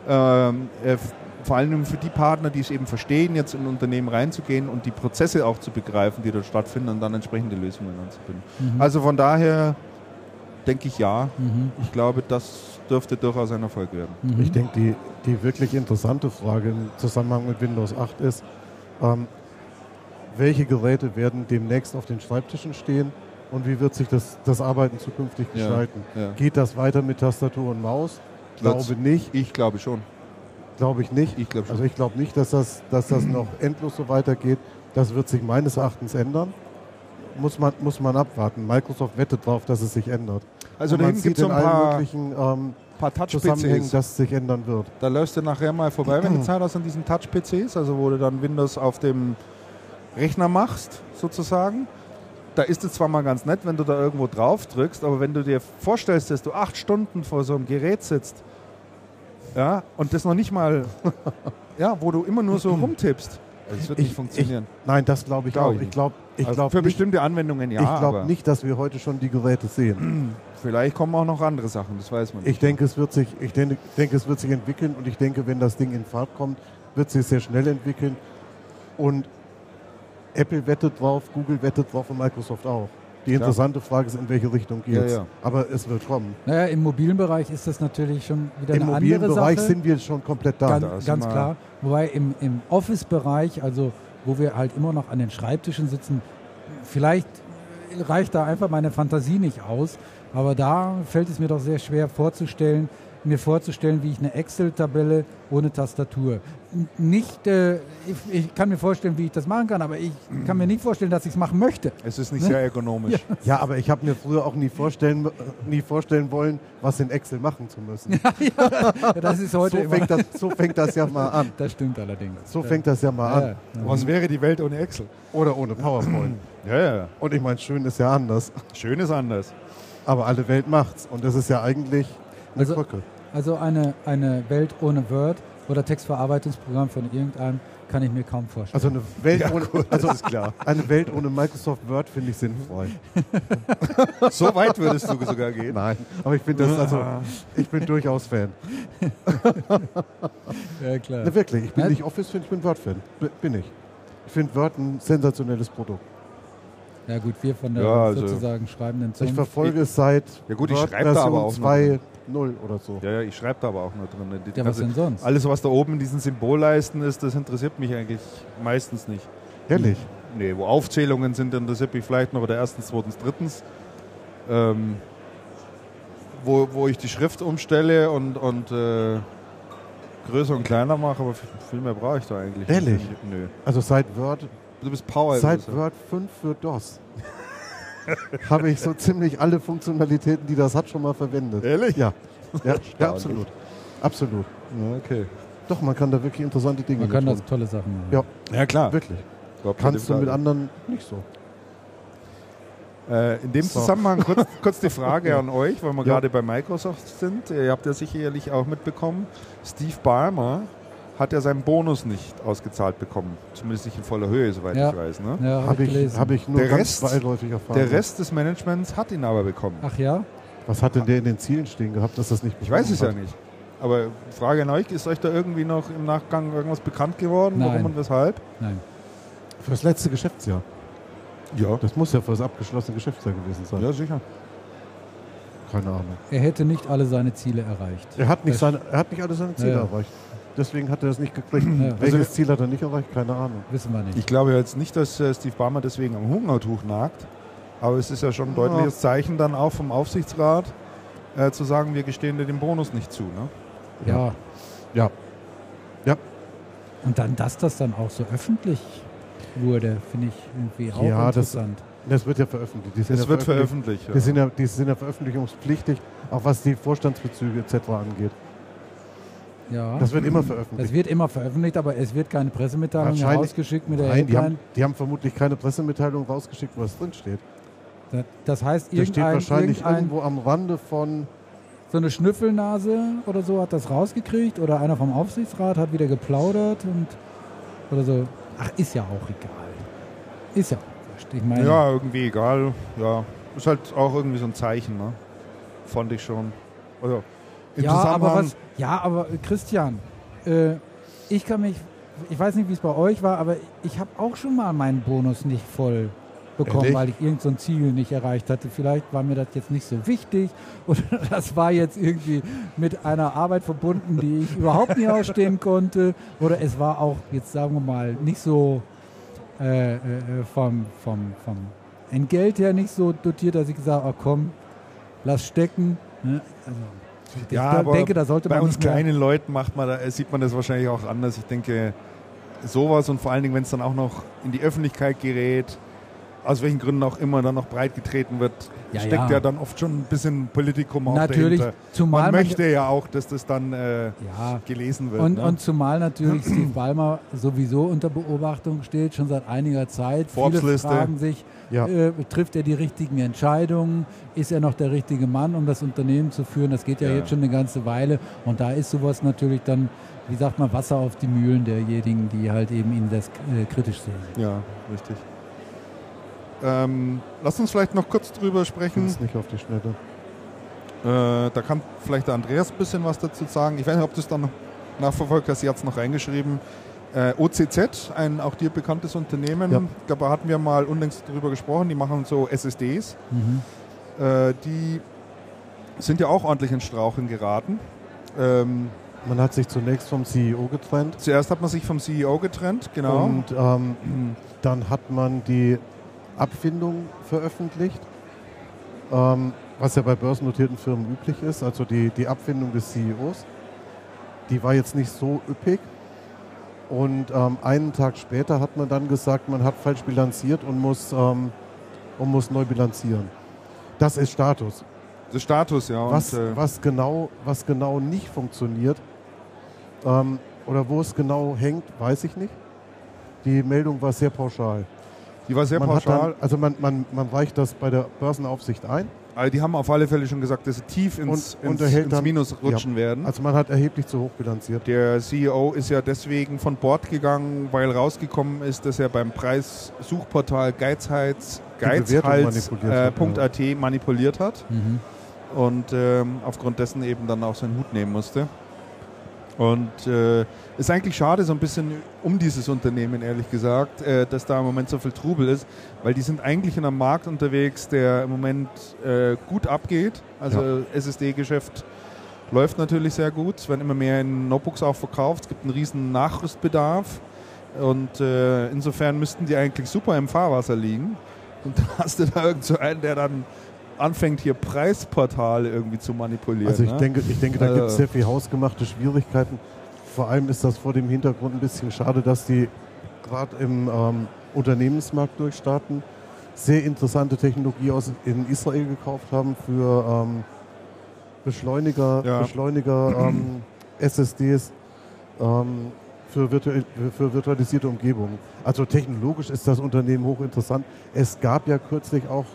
Vor allem für die Partner, die es eben verstehen, jetzt in ein Unternehmen reinzugehen und die Prozesse auch zu begreifen, die dort stattfinden und dann entsprechende Lösungen anzubinden. Also von daher denke ich ja. Ich glaube, das dürfte durchaus ein Erfolg werden. Ich denke, die wirklich interessante Frage im Zusammenhang mit Windows 8 ist, welche Geräte werden demnächst auf den Schreibtischen stehen und wie wird sich das Arbeiten zukünftig gestalten? Ja. Geht das weiter mit Tastatur und Maus? Glaube nicht. Ich glaube schon. Glaube ich nicht. Also ich glaube nicht, dass das noch endlos so weitergeht. Das wird sich meines Erachtens ändern. Muss man abwarten. Microsoft wettet darauf, dass es sich ändert. Also da gibt es so ein paar Touch-PCs, dass es sich ändern wird. Da läufst du nachher mal vorbei, wenn du Zeit hast, an diesen Touch-PCs, also wo du dann Windows auf dem Rechner machst, sozusagen. Da ist es zwar mal ganz nett, wenn du da irgendwo drauf drückst, aber wenn du dir vorstellst, dass du 8 Stunden vor so einem Gerät sitzt, ja, und das noch nicht mal, ja, wo du immer nur so rumtippst, das wird nicht funktionieren. Nein, das glaube ich auch. Ich glaube für bestimmte Anwendungen ja. Ich glaube nicht, dass wir heute schon die Geräte sehen. Vielleicht kommen auch noch andere Sachen, das weiß man nicht. Ich denke, es wird sich entwickeln und ich denke, wenn das Ding in Fahrt kommt, wird sich sehr schnell entwickeln. Und Apple wettet drauf, Google wettet drauf und Microsoft auch. Die interessante Frage ist, in welche Richtung geht es. Ja. Aber es wird kommen. Naja, im mobilen Bereich ist das natürlich schon wieder eine andere Sache. Im mobilen Bereich sind wir schon komplett da. Ganz klar. Wobei im Office-Bereich, also wo wir halt immer noch an den Schreibtischen sitzen, vielleicht reicht da einfach meine Fantasie nicht aus. Aber da fällt es mir doch sehr schwer vorzustellen, mir vorzustellen, wie ich eine Excel-Tabelle ohne Tastatur. Nicht, ich kann mir vorstellen, wie ich das machen kann, aber ich kann mir nicht vorstellen, dass ich es machen möchte. Es ist nicht sehr ergonomisch. Ja, aber ich habe mir früher auch nie vorstellen wollen, was in Excel machen zu müssen. Das ist heute so fängt das ja mal an. Das stimmt allerdings. So fängt das ja mal an. Ja. Was wäre die Welt ohne Excel? Oder ohne PowerPoint. Ja. Und ich meine, schön ist ja anders. Schön ist anders. Aber alle Welt macht's. Und das ist ja eigentlich eine Krücke. Also eine Welt ohne Word oder Textverarbeitungsprogramm von irgendeinem kann ich mir kaum vorstellen. Also eine Welt das ist klar. Eine Welt ohne Microsoft Word finde ich sinnfrei. So weit würdest du sogar gehen? Nein, aber ich bin durchaus Fan. Ja, klar. Na, wirklich, ich bin nicht Office-Fan, ich bin Word-Fan. Bin ich. Ich finde Word ein sensationelles Produkt. Ja gut, wir von der sozusagen schreibenden Zunft. Ich verfolge es seit Version 2.0 oder so. Ja, ich schreibe da aber auch nur drin. Ja, was denn sonst? Alles, was da oben in diesen Symbolleisten ist, das interessiert mich eigentlich meistens nicht. Ehrlich? Nee, wo Aufzählungen sind, interessiert mich vielleicht noch oder erstens, zweitens, drittens. Wo ich die Schrift umstelle und größer und kleiner mache, aber viel mehr brauche ich da eigentlich. Ehrlich? Nö. Also seit Word... Du bist Power. Seit Word 5 für DOS habe ich so ziemlich alle Funktionalitäten, die das hat, schon mal verwendet. Ehrlich? Ja, absolut. Absolut. Ja, okay. Doch, man kann da wirklich interessante Dinge machen. Man kann da tolle Sachen machen. Ja klar. Wirklich. Kannst du mit anderen nicht so. In dem Zusammenhang kurz die Frage an euch, weil wir gerade bei Microsoft sind. Ihr habt ja sicherlich auch mitbekommen, Steve Ballmer hat ja seinen Bonus nicht ausgezahlt bekommen. Zumindest nicht in voller Höhe, soweit ich weiß. Ne? Ja, habe ich nur ganz beiläufig erfahren. Der Rest des Managements hat ihn aber bekommen. Ach ja? Was hat denn der in den Zielen stehen gehabt, dass das nicht bekommen hat? Ich weiß es ja nicht. Aber Frage an euch, ist euch da irgendwie noch im Nachgang irgendwas bekannt geworden? Nein. Warum und weshalb? Nein. Für das letzte Geschäftsjahr. Ja. Das muss ja für das abgeschlossene Geschäftsjahr gewesen sein. Ja, sicher. Keine Ahnung. Er hätte nicht alle seine Ziele erreicht. Er hat nicht alle seine Ziele erreicht. Deswegen hat er das nicht gekriegt. Ja. Welches Ziel hat er nicht erreicht? Keine Ahnung. Wissen wir nicht. Ich glaube jetzt nicht, dass Steve Ballmer deswegen am Hungertuch nagt. Aber es ist ja schon ein deutliches Zeichen dann auch vom Aufsichtsrat, zu sagen, wir gestehen dir den Bonus nicht zu. Ne? Ja. Und dann, dass das dann auch so öffentlich wurde, finde ich irgendwie auch interessant. Das wird ja veröffentlicht. Das wird veröffentlicht. Die sind ja veröffentlichungspflichtig, auch was die Vorstandsbezüge etc. angeht. Ja. Das wird immer veröffentlicht. Das wird immer veröffentlicht, aber es wird keine Pressemitteilung rausgeschickt mit der Headline. Die haben vermutlich keine Pressemitteilung rausgeschickt, wo was drin steht. Das heißt, das steht wahrscheinlich irgendwo am Rande von... So eine Schnüffelnase oder so hat das rausgekriegt oder einer vom Aufsichtsrat hat wieder geplaudert oder so. Ach, ist ja auch egal. Ist ja auch wurscht. Ich meine, ja, irgendwie egal. Ja, ist halt auch irgendwie so ein Zeichen, ne? Fand ich schon. Also, aber Christian, ich weiß nicht, wie es bei euch war, aber ich habe auch schon mal meinen Bonus nicht voll bekommen, weil ich irgend so ein Ziel nicht erreicht hatte. Vielleicht war mir das jetzt nicht so wichtig oder das war jetzt irgendwie mit einer Arbeit verbunden, die ich überhaupt nicht ausstehen konnte oder es war auch, jetzt sagen wir mal, nicht so vom Entgelt her nicht so dotiert, dass ich gesagt habe, komm, lass stecken. Ne? Also, ich denke, da sollte man bei uns kleinen Leuten sieht man das wahrscheinlich auch anders. Ich denke, sowas und vor allen Dingen, wenn es dann auch noch in die Öffentlichkeit gerät, aus welchen Gründen auch immer dann noch breit getreten wird, steckt ja dann oft schon ein bisschen Politikum auch dahinter. Man möchte ja auch, dass das dann gelesen wird. Und zumal natürlich Steve Ballmer sowieso unter Beobachtung steht, schon seit einiger Zeit. Viele fragen sich, trifft er die richtigen Entscheidungen? Ist er noch der richtige Mann, um das Unternehmen zu führen? Das geht ja jetzt schon eine ganze Weile. Und da ist sowas natürlich dann, wie sagt man, Wasser auf die Mühlen derjenigen, die halt eben ihn das kritisch sehen. Ja, richtig. Lass uns vielleicht noch kurz drüber sprechen. Ist nicht auf die Schnelle. Da kann vielleicht der Andreas ein bisschen was dazu sagen. Ich weiß nicht, ob du es dann noch nachverfolgt hast. Sie hat es noch reingeschrieben. OCZ, ein auch dir bekanntes Unternehmen. Ja. Ich glaube, da hatten wir mal unlängst drüber gesprochen. Die machen so SSDs. Mhm. Die sind ja auch ordentlich in Straucheln geraten. Man hat sich zunächst vom CEO getrennt. Zuerst hat man sich vom CEO getrennt, genau. Und dann hat man die Abfindung veröffentlicht. was ja bei börsennotierten Firmen üblich ist, also die Abfindung des CEOs, die war jetzt nicht so üppig. Und einen Tag später hat man dann gesagt, man hat falsch bilanziert und muss neu bilanzieren. Das ist Status. Das ist Status, ja. Was genau nicht funktioniert oder wo es genau hängt, weiß ich nicht. Die Meldung war sehr pauschal. Die war sehr pauschal. Man reicht das bei der Börsenaufsicht ein. Also die haben auf alle Fälle schon gesagt, dass sie tief ins Minus rutschen werden. Also man hat erheblich zu hoch bilanziert. Der CEO ist ja deswegen von Bord gegangen, weil rausgekommen ist, dass er beim Preissuchportal Geizhals.at manipuliert hat. Mhm. Und aufgrund dessen eben dann auch seinen Hut nehmen musste. Und ist eigentlich schade so ein bisschen um dieses Unternehmen, ehrlich gesagt, dass da im Moment so viel Trubel ist, weil die sind eigentlich in einem Markt unterwegs, der im Moment gut abgeht. Also SSD-Geschäft läuft natürlich sehr gut. Es werden immer mehr in Notebooks auch verkauft. Es gibt einen riesen Nachrüstbedarf. Und insofern müssten die eigentlich super im Fahrwasser liegen. Und dann hast du da irgend so einen, der dann anfängt, hier Preisportale irgendwie zu manipulieren. Also ich denke, da gibt es sehr viel hausgemachte Schwierigkeiten. Vor allem ist das vor dem Hintergrund ein bisschen schade, dass die gerade im Unternehmensmarkt durchstarten, sehr interessante Technologie in Israel gekauft haben für Beschleuniger SSDs für virtualisierte Umgebungen. Also technologisch ist das Unternehmen hochinteressant. Es gab ja kürzlich auch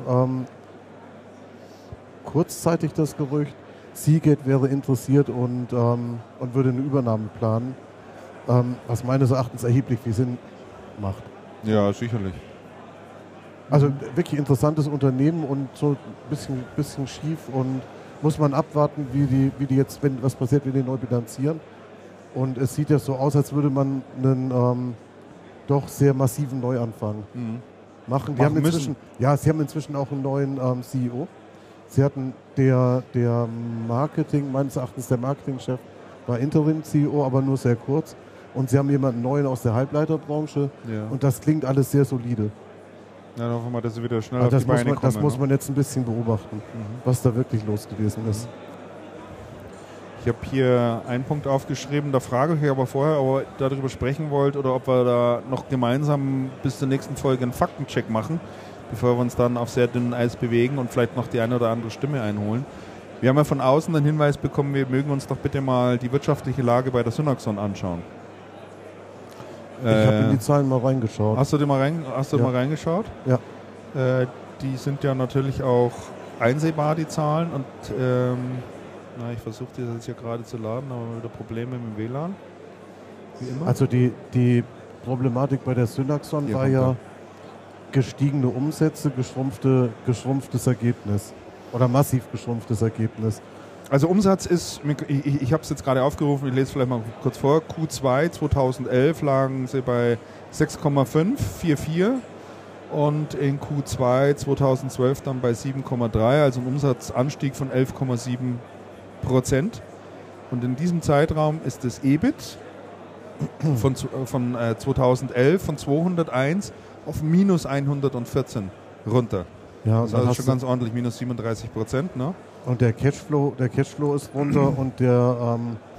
kurzzeitig das Gerücht, Seagate wäre interessiert und würde eine Übernahme planen, was meines Erachtens erheblich viel Sinn macht. Ja, sicherlich. Also wirklich interessantes Unternehmen und so ein bisschen schief und muss man abwarten, wie die jetzt, wenn was passiert, wie die neu bilanzieren. Und es sieht ja so aus, als würde man einen doch sehr massiven Neuanfang machen. Sie haben inzwischen auch einen neuen CEO. Sie hatten der Marketing, meines Erachtens der Marketingchef war Interim-CEO, aber nur sehr kurz. Und sie haben jemanden neuen aus der Halbleiterbranche und das klingt alles sehr solide. Ja, dann hoffen wir mal, dass sie wieder schnell auf die Beine kommen. Das muss man jetzt ein bisschen beobachten, was da wirklich los gewesen ist. Ich habe hier einen Punkt aufgeschrieben, da frage ich aber vorher, ob ihr darüber sprechen wollt oder ob wir da noch gemeinsam bis zur nächsten Folge einen Faktencheck machen, bevor wir uns dann auf sehr dünnem Eis bewegen und vielleicht noch die eine oder andere Stimme einholen. Wir haben ja von außen den Hinweis bekommen, wir mögen uns doch bitte mal die wirtschaftliche Lage bei der Synaxon anschauen. Ich habe in die Zahlen mal reingeschaut. Hast du mal reingeschaut? Ja. Die sind ja natürlich auch einsehbar, die Zahlen. Und ich versuche das jetzt hier gerade zu laden, aber wieder Probleme mit dem WLAN. Wie immer. Also die Problematik bei der Synaxon war ja gestiegene Umsätze, geschrumpftes Ergebnis oder massiv geschrumpftes Ergebnis. Also Umsatz ist, ich habe es jetzt gerade aufgerufen, ich lese vielleicht mal kurz vor, Q2 2011 lagen sie bei 6,544 und in Q2 2012 dann bei 7,3, also ein Umsatzanstieg von 11,7%. Und in diesem Zeitraum ist das EBIT von 2011 von 201 auf minus 114 runter. Ja, das ist also schon ganz ordentlich, minus 37%. Ne? Und der Cashflow ist runter und der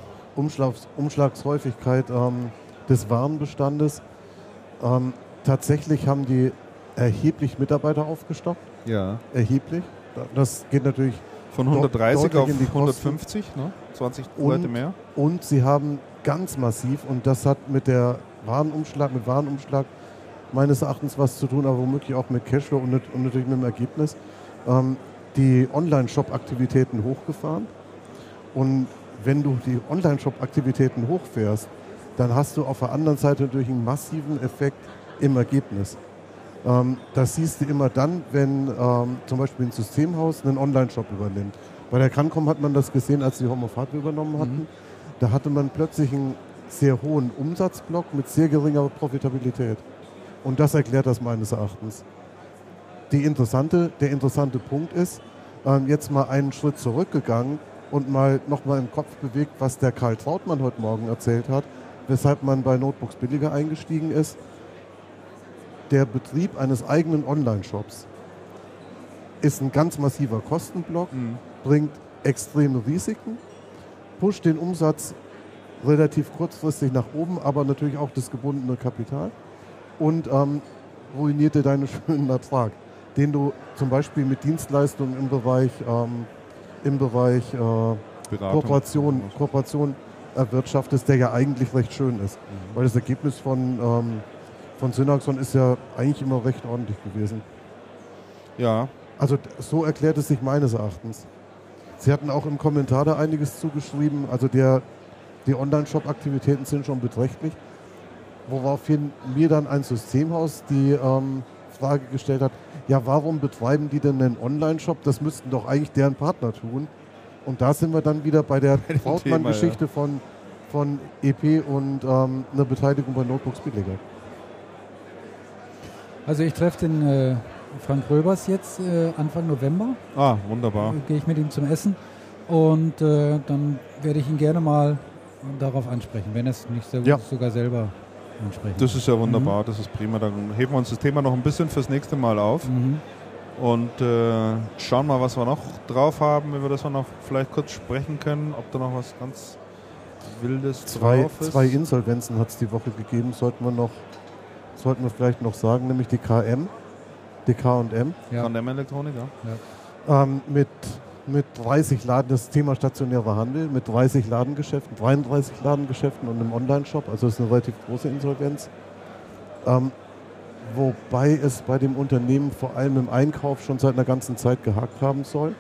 Umschlagshäufigkeit des Warenbestandes. Tatsächlich haben die erheblich Mitarbeiter aufgestockt. Ja. Erheblich. Das geht natürlich von 130 auf 150, ne? 20 Leute mehr. Und sie haben ganz massiv, und das hat mit Warenumschlag meines Erachtens was zu tun, aber womöglich auch mit Cashflow und natürlich mit dem Ergebnis, die Online-Shop-Aktivitäten hochgefahren. Und wenn du die Online-Shop-Aktivitäten hochfährst, dann hast du auf der anderen Seite natürlich einen massiven Effekt im Ergebnis. Das siehst du immer dann, wenn zum Beispiel ein Systemhaus einen Online-Shop übernimmt. Bei der Cancom hat man das gesehen, als sie Home of Hardware übernommen hatten. Da hatte man plötzlich einen sehr hohen Umsatzblock mit sehr geringer Profitabilität. Und das erklärt das meines Erachtens. Der interessante Punkt ist, jetzt mal einen Schritt zurückgegangen und nochmal im Kopf bewegt, was der Karl Trautmann heute Morgen erzählt hat, weshalb man bei Notebooks billiger eingestiegen ist. Der Betrieb eines eigenen Online-Shops ist ein ganz massiver Kostenblock, bringt extreme Risiken, pusht den Umsatz relativ kurzfristig nach oben, aber natürlich auch das gebundene Kapital und ruiniert dir deinen schönen Ertrag, den du zum Beispiel mit Dienstleistungen im Bereich Kooperation erwirtschaftest, der ja eigentlich recht schön ist. Weil das Ergebnis von Synaxon ist ja eigentlich immer recht ordentlich gewesen. Ja. Also so erklärt es sich meines Erachtens. Sie hatten auch im Kommentar da einiges zugeschrieben, also die Online-Shop-Aktivitäten sind schon beträchtlich, woraufhin mir dann ein Systemhaus die Frage gestellt hat, ja, warum betreiben die denn einen Online-Shop? Das müssten doch eigentlich deren Partner tun. Und da sind wir dann wieder bei der Trautmann-Geschichte von EP und einer Beteiligung bei Notebooks billiger. Also ich treffe den Frank Röbers jetzt Anfang November. Ah, wunderbar. Gehe ich mit ihm zum Essen und dann werde ich ihn gerne mal darauf ansprechen, wenn er es nicht sogar selber ansprechen Das ist ja wunderbar, das ist prima. Dann heben wir uns das Thema noch ein bisschen fürs nächste Mal auf. Und schauen mal, was wir noch drauf haben, über das wir noch vielleicht kurz sprechen können, ob da noch was ganz Wildes drauf ist. Zwei Insolvenzen hat es die Woche gegeben, sollten wir vielleicht noch sagen, nämlich die KM, die K&M. Ja. K&M Elektronik, ja. Mit 30 Laden, das Thema stationärer Handel, mit 30 Ladengeschäften, 33 Ladengeschäften und einem Online-Shop, also das ist eine relativ große Insolvenz. Wobei es bei dem Unternehmen vor allem im Einkauf schon seit einer ganzen Zeit gehakt haben soll.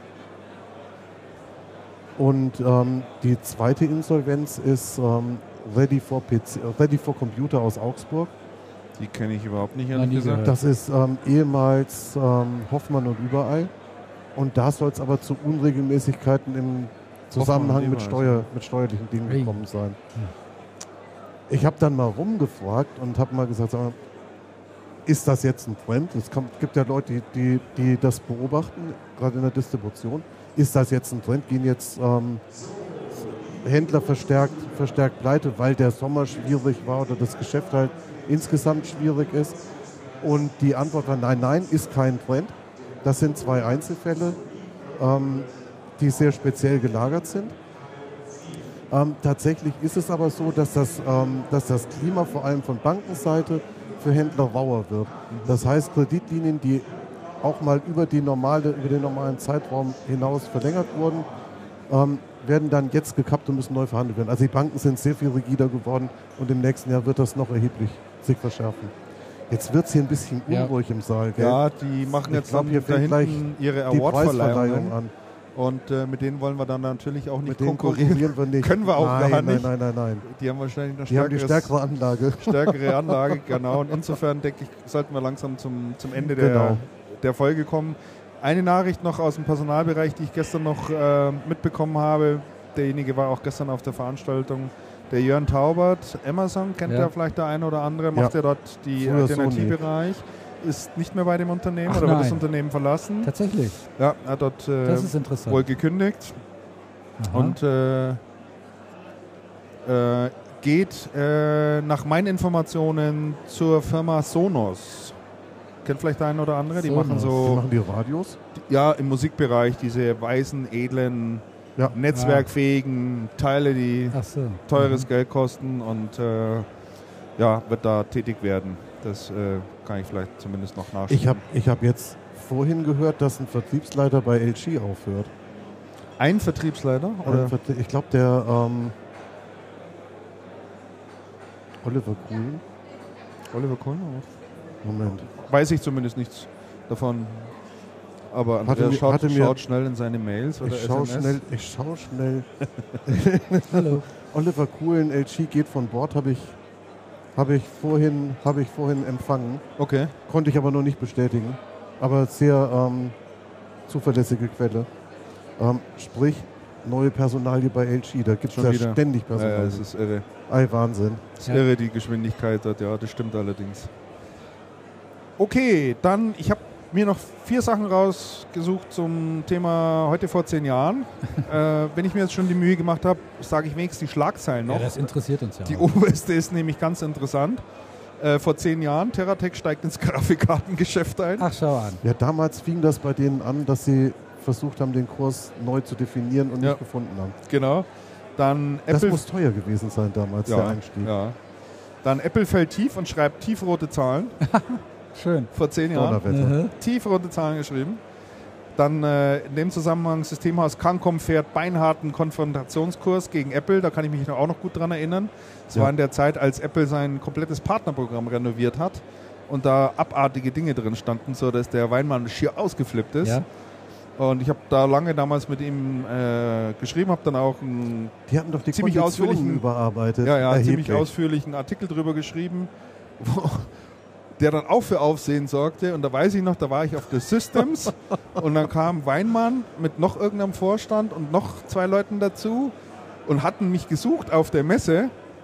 Und die zweite Insolvenz ist Ready for Computer aus Augsburg. Die kenne ich überhaupt nicht, ehrlich gesagt. Das ist ehemals Hoffmann und Überall. Und da soll es aber zu Unregelmäßigkeiten im Zusammenhang mit steuerlichen Dingen gekommen sein. Ich habe dann mal rumgefragt und habe mal gesagt, sag mal, ist das jetzt ein Trend? Es gibt ja Leute, die das beobachten, gerade in der Distribution. Ist das jetzt ein Trend? Gehen jetzt Händler verstärkt pleite, weil der Sommer schwierig war oder das Geschäft halt insgesamt schwierig ist? Und die Antwort war nein, ist kein Trend. Das sind 2 Einzelfälle, die sehr speziell gelagert sind. Tatsächlich ist es aber so, dass das Klima vor allem von Bankenseite für Händler rauer wird. Das heißt, Kreditlinien, die auch mal über den normalen Zeitraum hinaus verlängert wurden, werden dann jetzt gekappt und müssen neu verhandelt werden. Also die Banken sind sehr viel rigider geworden und im nächsten Jahr wird das noch erheblich sich verschärfen. Jetzt wird es hier ein bisschen unruhig im Saal, gell? Ja, die machen jetzt dann hier da hinten ihre Awardverleihung an. Und mit denen wollen wir dann natürlich auch nicht konkurrieren. Wir nicht. Können wir auch gar nicht. Nein. Die haben wahrscheinlich noch die stärkere Anlage. Stärkere Anlage, genau. Und insofern denke ich, sollten wir langsam zum Ende der Folge kommen. Eine Nachricht noch aus dem Personalbereich, die ich gestern noch mitbekommen habe. Derjenige war auch gestern auf der Veranstaltung. Der Jörn Taubert, Amazon, kennt ja vielleicht der eine oder andere, macht ja dort die IT-Bereich. Ist nicht mehr bei dem Unternehmen oder wird das Unternehmen verlassen. Tatsächlich? Ja, er hat dort das ist interessant. Wohl gekündigt. Aha. Und geht nach meinen Informationen zur Firma Sonos. Kennt vielleicht der eine oder andere? Die machen die Radios? Ja, im Musikbereich, diese weißen, edlen, netzwerkfähigen Teile, die teures Geld kosten und wird da tätig werden. Das kann ich vielleicht zumindest noch nachschauen. Ich hab jetzt vorhin gehört, dass ein Vertriebsleiter bei LG aufhört. Ein Vertriebsleiter? Oder? Ich glaube, der Oliver Kuhn. Oliver Kuhn? Moment. Weiß ich zumindest nichts davon. Aber Andreas schaut schnell in seine Mails oder SMS. Ich schaue schnell. Hallo. Oliver Kuhn, LG geht von Bord, habe ich vorhin empfangen. Okay. Konnte ich aber noch nicht bestätigen. Aber sehr zuverlässige Quelle. Sprich, neue Personalie bei LG. Da gibt es ja ständig Personalie. Ja, das ist irre. Wahnsinn. Das ist irre, die Geschwindigkeit dort. Ja, das stimmt allerdings. Okay, dann, ich habe mir noch 4 Sachen rausgesucht zum Thema heute vor 10 Jahren. Wenn ich mir jetzt schon die Mühe gemacht habe, sage ich wenigstens die Schlagzeilen noch. Ja, das interessiert uns ja. Die oberste ist nämlich ganz interessant. vor 10 Jahren. TerraTech steigt ins Grafikkartengeschäft ein. Ach, schau an. Ja, damals fing das bei denen an, dass sie versucht haben, den Kurs neu zu definieren und nicht gefunden haben. Genau. Dann das Apple muss teuer gewesen sein damals, der Einstieg. Ja. Dann Apple fällt tief und schreibt tiefrote Zahlen. Schön. Vor 10 Jahren. Tiefrote Zahlen geschrieben. Dann in dem Zusammenhang Systemhaus Cancom fährt beinharten Konfrontationskurs gegen Apple. Da kann ich mich auch noch gut dran erinnern. Das war in der Zeit, als Apple sein komplettes Partnerprogramm renoviert hat und da abartige Dinge drin standen, so dass der Weinmann schier ausgeflippt ist. Ja. Und ich habe da lange damals mit ihm geschrieben, habe dann auch einen ziemlich ausführlichen überarbeitet. Ziemlich ausführlichen Artikel drüber geschrieben, der dann auch für Aufsehen sorgte. Und da weiß ich noch, da war ich auf der Systems und dann kam Weinmann mit noch irgendeinem Vorstand und noch 2 Leuten dazu und hatten mich gesucht auf der Messe,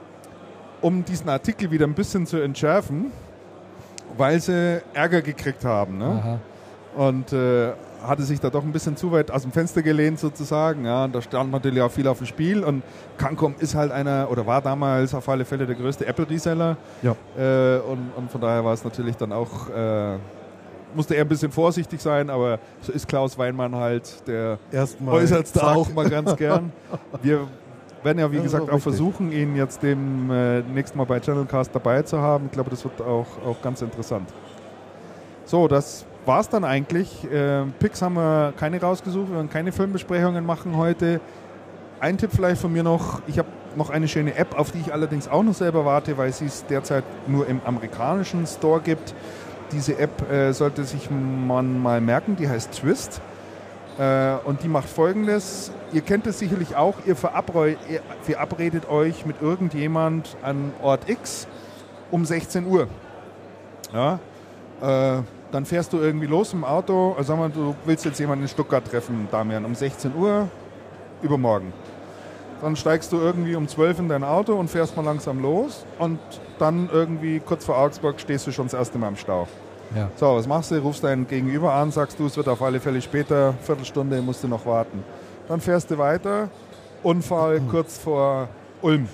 um diesen Artikel wieder ein bisschen zu entschärfen, weil sie Ärger gekriegt haben. Ne? Und hatte sich da doch ein bisschen zu weit aus dem Fenster gelehnt sozusagen. Ja, und da stand natürlich auch viel auf dem Spiel. Und Cancom ist halt war damals auf alle Fälle der größte Apple-Reseller. Ja. Und von daher war es natürlich dann auch, musste er ein bisschen vorsichtig sein, aber so ist Klaus Weinmann halt, der äußert es da auch mal ganz gern. Wir werden ja, wie gesagt, auch versuchen, ihn jetzt demnächst mal bei Channelcast dabei zu haben. Ich glaube, das wird auch ganz interessant. So, das war es dann eigentlich. Picks haben wir keine rausgesucht, wir werden keine Filmbesprechungen machen heute. Ein Tipp vielleicht von mir noch, ich habe noch eine schöne App, auf die ich allerdings auch noch selber warte, weil sie es derzeit nur im amerikanischen Store gibt. Diese App sollte sich man mal merken, die heißt Twist. Und die macht Folgendes, ihr kennt es sicherlich auch, ihr verabredet euch mit irgendjemand an Ort X um 16 Uhr. Ja, dann fährst du irgendwie los im Auto, also sagen wir, du willst jetzt jemanden in Stuttgart treffen, Damian, um 16 Uhr übermorgen. Dann steigst du irgendwie um 12 in dein Auto und fährst mal langsam los und dann irgendwie kurz vor Augsburg stehst du schon das erste Mal im Stau. Ja. So, was machst du? Rufst deinen Gegenüber an, sagst du, es wird auf alle Fälle später, Viertelstunde, musst du noch warten. Dann fährst du weiter, Unfall kurz vor Ulm.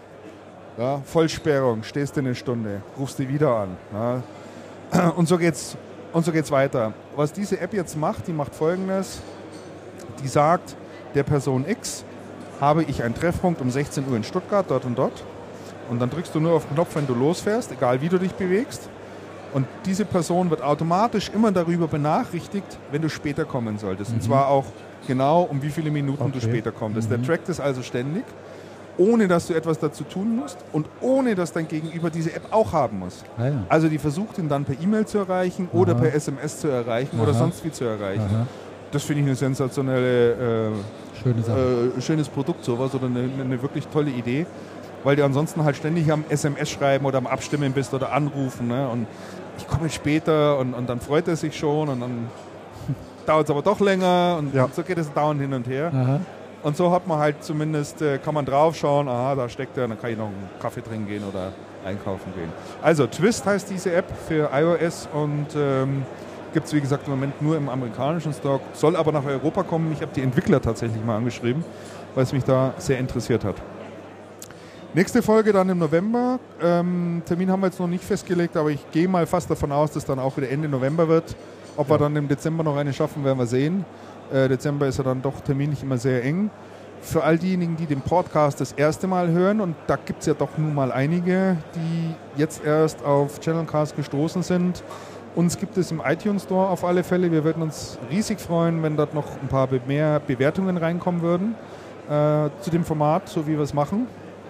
Ja, Vollsperrung, stehst du eine Stunde, rufst du wieder an. Ja. Und so geht's weiter. Was diese App jetzt macht, die macht Folgendes. Die sagt, der Person X habe ich einen Treffpunkt um 16 Uhr in Stuttgart, dort und dort. Und dann drückst du nur auf den Knopf, wenn du losfährst, egal wie du dich bewegst. Und diese Person wird automatisch immer darüber benachrichtigt, wenn du später kommen solltest. Und zwar auch genau, um wie viele Minuten du später kommst. Der trackt es also ständig, ohne dass du etwas dazu tun musst und ohne dass dein Gegenüber diese App auch haben muss. Ah, ja. Also die versucht ihn dann per E-Mail zu erreichen oder per SMS zu erreichen oder sonst wie zu erreichen. Das finde ich eine sensationelle, schönes Produkt, sowas, oder eine wirklich tolle Idee, weil du ansonsten halt ständig am SMS schreiben oder am Abstimmen bist oder anrufen. Ne? Und ich komme später und dann freut er sich schon und dann dauert es aber doch länger und so geht es dauernd hin und her. Aha. Und so hat man halt zumindest, kann man drauf schauen, aha, da steckt er, dann kann ich noch einen Kaffee trinken gehen oder einkaufen gehen. Also Twist heißt diese App für iOS und gibt es wie gesagt im Moment nur im amerikanischen Store, soll aber nach Europa kommen. Ich habe die Entwickler tatsächlich mal angeschrieben, weil es mich da sehr interessiert hat. Nächste Folge dann im November. Termin haben wir jetzt noch nicht festgelegt, aber ich gehe mal fast davon aus, dass dann auch wieder Ende November wird. Ob wir dann im Dezember noch eine schaffen, werden wir sehen. Dezember ist ja dann doch terminlich immer sehr eng. Für all diejenigen, die den Podcast das erste Mal hören, und da gibt es ja doch nun mal einige, die jetzt erst auf Channelcast gestoßen sind. Uns gibt es im iTunes Store auf alle Fälle. Wir würden uns riesig freuen, wenn dort noch ein paar mehr Bewertungen reinkommen würden zu dem Format, so wie wir es machen.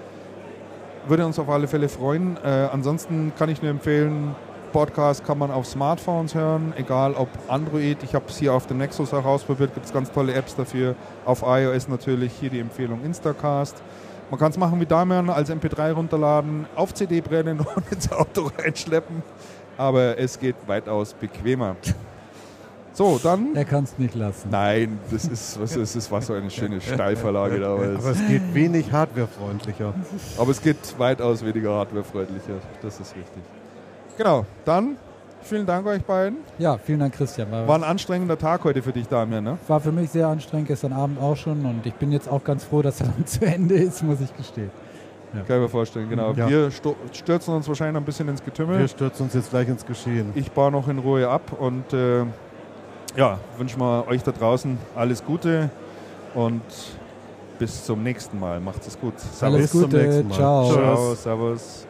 Würde uns auf alle Fälle freuen. Ansonsten kann ich nur empfehlen, Podcast kann man auf Smartphones hören, egal ob Android. Ich habe es hier auf dem Nexus auch ausprobiert, gibt es ganz tolle Apps dafür. Auf iOS natürlich hier die Empfehlung Instacast. Man kann es machen wie Damian, als MP3 runterladen, auf CD brennen und ins Auto reinschleppen. Aber es geht weitaus bequemer. So, dann... Er kann es nicht lassen. Nein, das war so eine schöne Steilvorlage damals. Aber es geht wenig hardwarefreundlicher. Aber es geht weitaus weniger hardwarefreundlicher, das ist richtig. Genau, dann vielen Dank euch beiden. Ja, vielen Dank, Christian. War ein anstrengender Tag heute für dich, Damian, ne? War für mich sehr anstrengend, gestern Abend auch schon. Und ich bin jetzt auch ganz froh, dass er dann zu Ende ist, muss ich gestehen. Ja. Kann ich mir vorstellen, genau. Ja. Wir stürzen uns wahrscheinlich noch ein bisschen ins Getümmel. Wir stürzen uns jetzt gleich ins Geschehen. Ich baue noch in Ruhe ab und wünschen wir euch da draußen alles Gute und bis zum nächsten Mal. Macht es gut. Servus. Alles Gute. Bis zum nächsten Mal. Ciao. Ciao. Servus.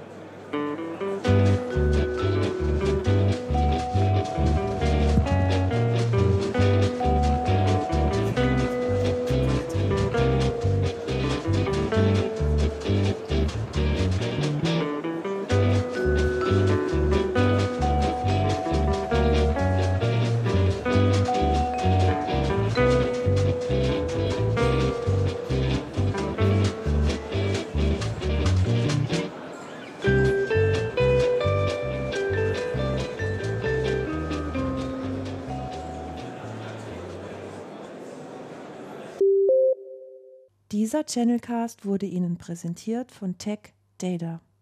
Dieser Channelcast wurde Ihnen präsentiert von Tech Data.